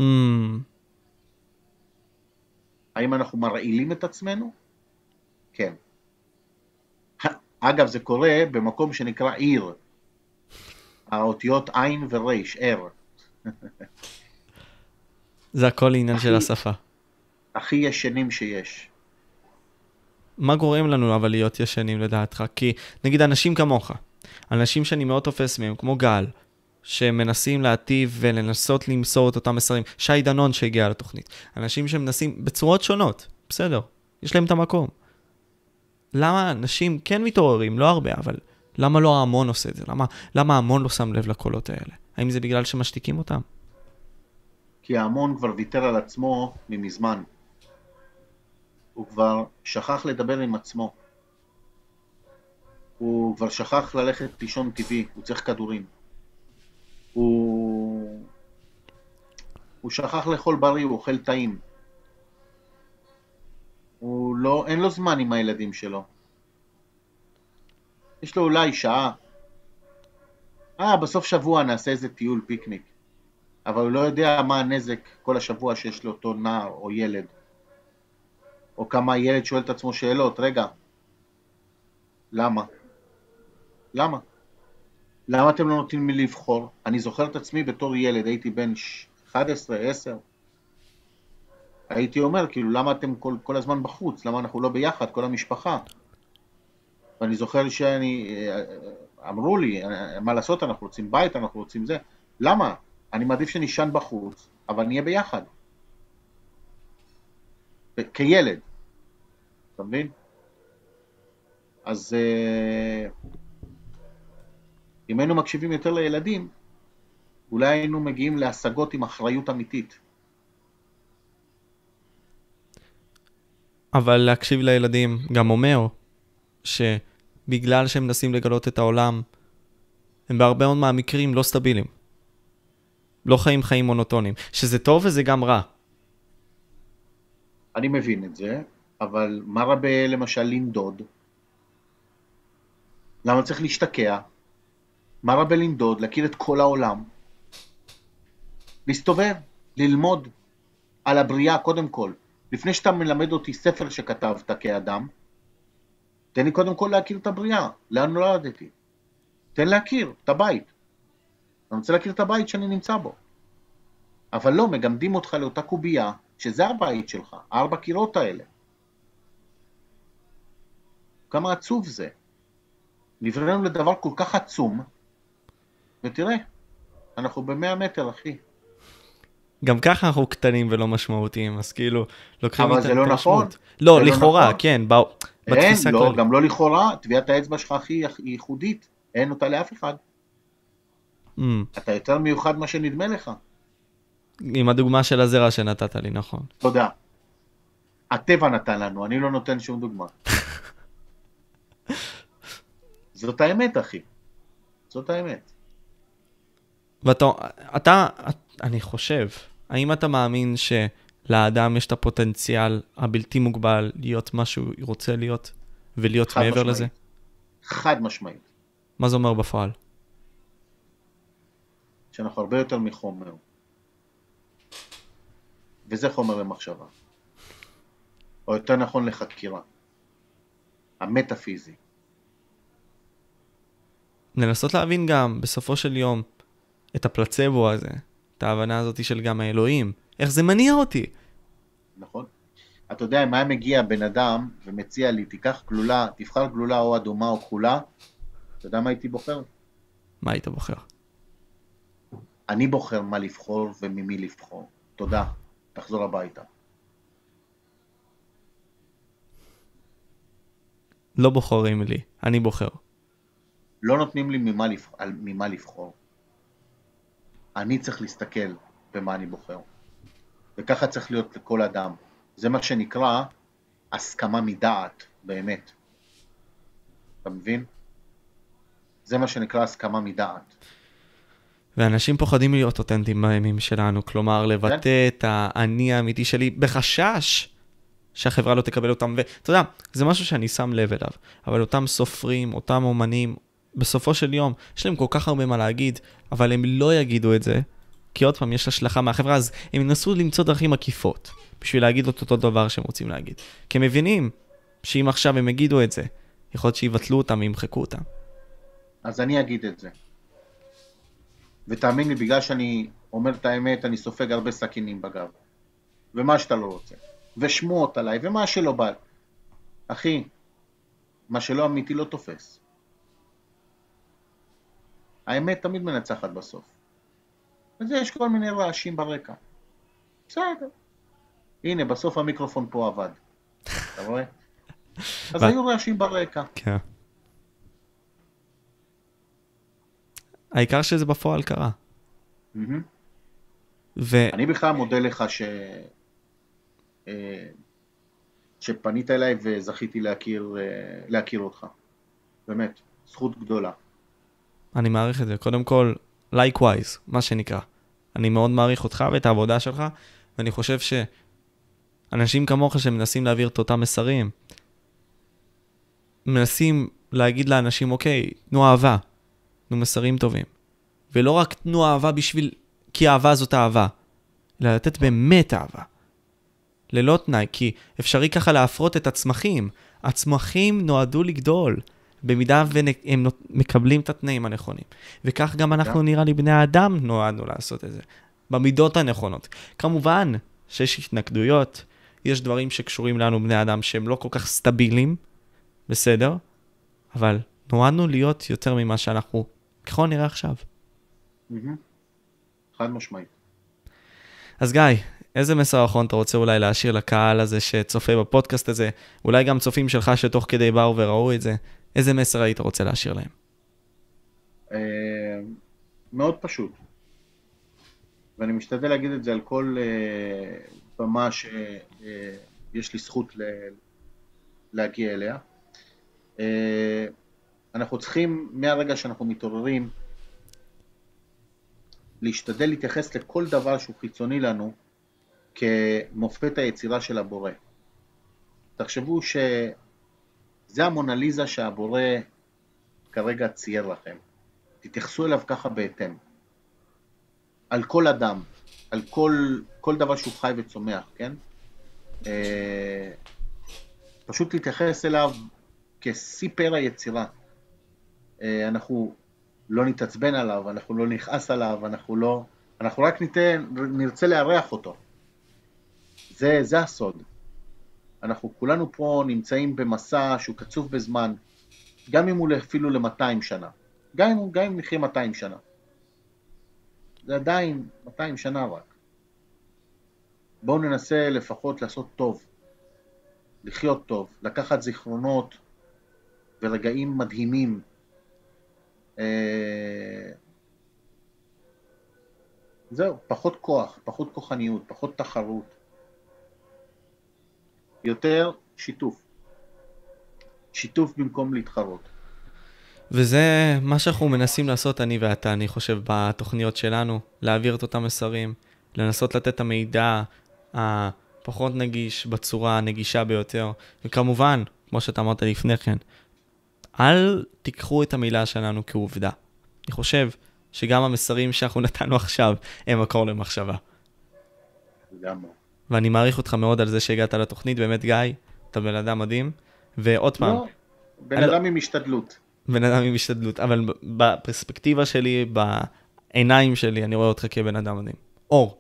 האם אנחנו מרעילים את עצמנו? כן. אגב, זה קורה במקום שנקרא עיר. האותיות עין וריש, ער. זה הכל עניין של השפה. הכי ישנים שיש. מה גורם לנו אבל להיות ישנים לדעתך? כי נגיד אנשים כמוך, אנשים שאני מאוד תופס מהם, כמו גל, שמנסים להטיב ולנסות למסור את אותם מסרים. שי דנון שהגיע לתוכנית. אנשים שמנסים בצורות שונות. בסדר, יש להם את המקום. למה אנשים כן מתעוררים? לא הרבה, אבל למה לא ההמון עושה את זה? למה, למה ההמון לא שם לב לקולות האלה? האם זה בגלל שמשתיקים אותם? כי ההמון כבר ויתר על עצמו ממזמן. הוא כבר שכח לדבר עם עצמו. הוא כבר שכח ללכת לישון טבעי, הוא צריך כדורים. הוא... הוא שכח לאכול בריא, הוא אוכל טעים. הוא לא... אין לו זמן עם הילדים שלו. יש לו אולי שעה. אה, בסוף שבוע נעשה איזה טיול פיקניק. אבל הוא לא יודע מה הנזק כל השבוע שיש לאותו נער או ילד. או כמה הילד שואל את עצמו שאלות, רגע, למה? למה? למה אתם לא נותנים לי לבחור? אני זוכר את עצמי בתור ילד, הייתי בן אחת עשרה, עשר. הייתי אומר, כאילו, למה אתם כל, כל הזמן בחוץ? למה אנחנו לא ביחד, כל המשפחה? ואני זוכר שאני, אמרו לי, מה לעשות, אנחנו רוצים בית, אנחנו רוצים זה. למה? אני מעדיף שנשען בחוץ, אבל נהיה ביחד. כילד. אתה מבין? אז אם היינו מקשיבים יותר לילדים, אולי היינו מגיעים להשגות עם אחריות אמיתית. אבל להקשיב לילדים גם אומר שבגלל שהם מנסים לגלות את העולם, הם בהרבה מאוד מהמקרים לא סטבילים. לא חיים חיים מונוטונים. שזה טוב וזה גם רע. אני מבין את זה, אבל מה רבה למשל לנדוד? למה צריך להשתקע? מה רבה לנדוד? להכיר את כל העולם? להסתובב, ללמוד על הבריאה קודם כל. לפני שאתה מלמד אותי ספר שכתבת כאדם, תן לי קודם כל להכיר את הבריאה. לאן נולדתי? תן להכיר את הבית. אני רוצה להכיר את הבית שאני נמצא בו. אבל לא, מגמדים אותך לאותה קובייה, שזה הבית שלך, הארבע קירות האלה. כמה עצוב זה. נבראנו לדבר כל כך עצום, ותראה, אנחנו במאה מטר, אחי. גם ככה אנחנו קטנים ולא משמעותיים, אז כאילו, לוקחים אבל זה לא נכון. לא, לכאורה, כן, בתפיסה כללית. אין, גם לא לכאורה, טביעת האצבע שלך הכי ייחודית, אין אותה לאף אחד. אתה יותר מיוחד מה שנדמה לך. עם הדוגמה של הזרע שנתת לי, נכון. תודה. הטבע נתן לנו, אני לא נותן שום דוגמה. זאת האמת, אחי. זאת האמת. ואתה, אתה, אני חושב, האם אתה מאמין שלאדם יש את הפוטנציאל הבלתי מוגבל להיות מה שהוא רוצה להיות, ולהיות מעבר משמעית. לזה? חד משמעית. מה זה אומר בפועל? שאנחנו הרבה יותר מחומר. וזה חומר למחשבה. או יותר נכון לחקירה. המטאפיזי. לנסות להבין גם, בסופו של יום, את הפלצבו הזה, את ההבנה הזאת של גם האלוהים. איך זה מניע אותי? נכון. אתה יודע, אם היה מגיע בן אדם ומציע לי, תיקח גלולה, תבחר גלולה או אדומה או כחולה, אתה יודע מה הייתי בוחר? מה היית בוחר? אני בוחר מה לבחור וממי לבחור. תודה. תחזור הביתה. לא בוחרים לי, אני בוחר. לא נותנים לי ממה, לבח... ממה לבחור. אני צריך להסתכל במה אני בוחר. וככה צריך להיות לכל אדם. זה מה שנקרא הסכמה מדעת, באמת. אתה מבין? זה מה שנקרא הסכמה מדעת. ואנשים פוחדים להיות אותנטיים בימים שלנו, כלומר לבטא כן? את האני האמיתי שלי בחשש שהחברה לא תקבל אותם. ואתה יודע, זה משהו שאני שם לב אליו, אבל אותם סופרים, אותם אומנים, בסופו של יום, יש להם כל כך הרבה מה להגיד, אבל הם לא יגידו את זה, כי עוד פעם יש השלכה מהחברה, אז הם ינסו למצוא דרכים עקיפות, בשביל להגיד את אותו דבר שהם רוצים להגיד. כי הם מבינים שאם עכשיו הם יגידו את זה, יכול להיות שיבטלו אותם וימחקו אותם. אז אני אגיד את זה. ותאמין לי, בגלל שאני אומר את האמת, אני סופג הרבה סכינים בגב. ומה שאתה לא רוצה. ושמועות עליי, ומה שלא בא. אחי, מה שלא אמיתי לא תופס. האמת תמיד מנצחת בסוף. אז יש כל מיני רעשים ברקע. בסדר. הנה, בסוף המיקרופון פה עבד. אתה רואה? אז היו רעשים ברקע. כן. העיקר שזה בפועל קרה. אני בכלל מודה לך ש... שפנית אליי וזכיתי להכיר, להכיר אותך. באמת, זכות גדולה. אני מעריך את זה. קודם כל, likewise, מה שנקרא. אני מאוד מעריך אותך ואת העבודה שלך, ואני חושב שאנשים כמוך שמנסים להעביר את אותם מסרים, מנסים להגיד לאנשים, אוקיי, תנו אהבה, תנו מסרים טובים. ולא רק תנו אהבה בשביל כי אהבה זאת אהבה, אלא לתת באמת אהבה. ללא תנאי, כי אפשרי ככה להפרות את הצמחים. הצמחים נועדו לגדול, במידה והם מקבלים את התנאים הנכונים. וכך גם אנחנו נראה לי בני האדם נועדנו לעשות את זה. במידות הנכונות. כמובן שיש התנגדויות, יש דברים שקשורים לנו בני האדם שהם לא כל כך סטבילים, בסדר? אבל נועדנו להיות יותר ממה שאנחנו ככל נראה עכשיו. חד משמעית. אז גיא, איזה מסר אחרון אתה רוצה אולי להשאיר לקהל הזה שצופה בפודקאסט הזה, אולי גם צופים שלך שתוך כדי באו וראו את זה, איזה מסר היית רוצה להשאיר להם? מאוד פשוט. ואני משתדל להגיד את זה על כל במה שיש לי זכות להגיע אליה. אנחנו צריכים, מהרגע שאנחנו מתעוררים, להשתדל להתייחס לכל דבר שהוא חיצוני לנו, כמופת היצירה של הבורא. תחשבו שזה המונליזה שהבורא כרגע צייר לכם. תתייחסו אליו ככה בהתאם. על כל אדם, על כל, כל דבר שהוא חי וצומח, כן? אה, פשוט להתייחס אליו כסיפר היצירה. אה, אנחנו לא נתעצבן עליו, אנחנו לא נכעס עליו, אנחנו לא, אנחנו רק ניתן, נרצה לארח אותו. זה, זה הסוד. אנחנו כולנו פה נמצאים במסע שהוא קצוב בזמן, גם אם הוא אפילו ל-מאתיים שנה. גם אם, גם אם נחיה מאתיים שנה. זה עדיין מאתיים שנה רק. בואו ננסה לפחות לעשות טוב, לחיות טוב, לקחת זיכרונות ורגעים מדהימים. אה... זהו, פחות כוח, פחות כוחניות, פחות תחרות. יותר שיתוף. שיתוף במקום להתחרות. וזה מה שאנחנו מנסים לעשות אני ואתה, אני חושב, בתוכניות שלנו, להעביר את אותם מסרים, לנסות לתת את המידע הפחות נגיש בצורה הנגישה ביותר, וכמובן, כמו שאתה אמרת לפני כן, אל תיקחו את המילה שלנו כעובדה. אני חושב שגם המסרים שאנחנו נתנו עכשיו הם מקור למחשבה. למה? ואני מעריך אותך מאוד על זה שהגעת לתוכנית, באמת גיא, אתה בן אדם מדהים, ועוד פעם. לא, בן אדם עם השתדלות. בן אדם עם השתדלות, אבל בפרספקטיבה שלי, בעיניים שלי, אני רואה אותך כבן אדם מדהים. אור.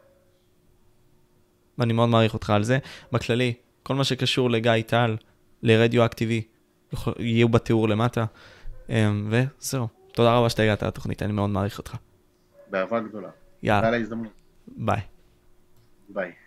ואני מאוד מעריך אותך על זה. בכללי, כל מה שקשור לגיא טל, לרדיו-אקטיבי, יהיו בתיאור למטה, וזהו. תודה רבה שאתה הגעת לתוכנית, אני מאוד מעריך אותך. באהבה גדולה. יאללה. תודה על ההזדמנות. ביי. ביי.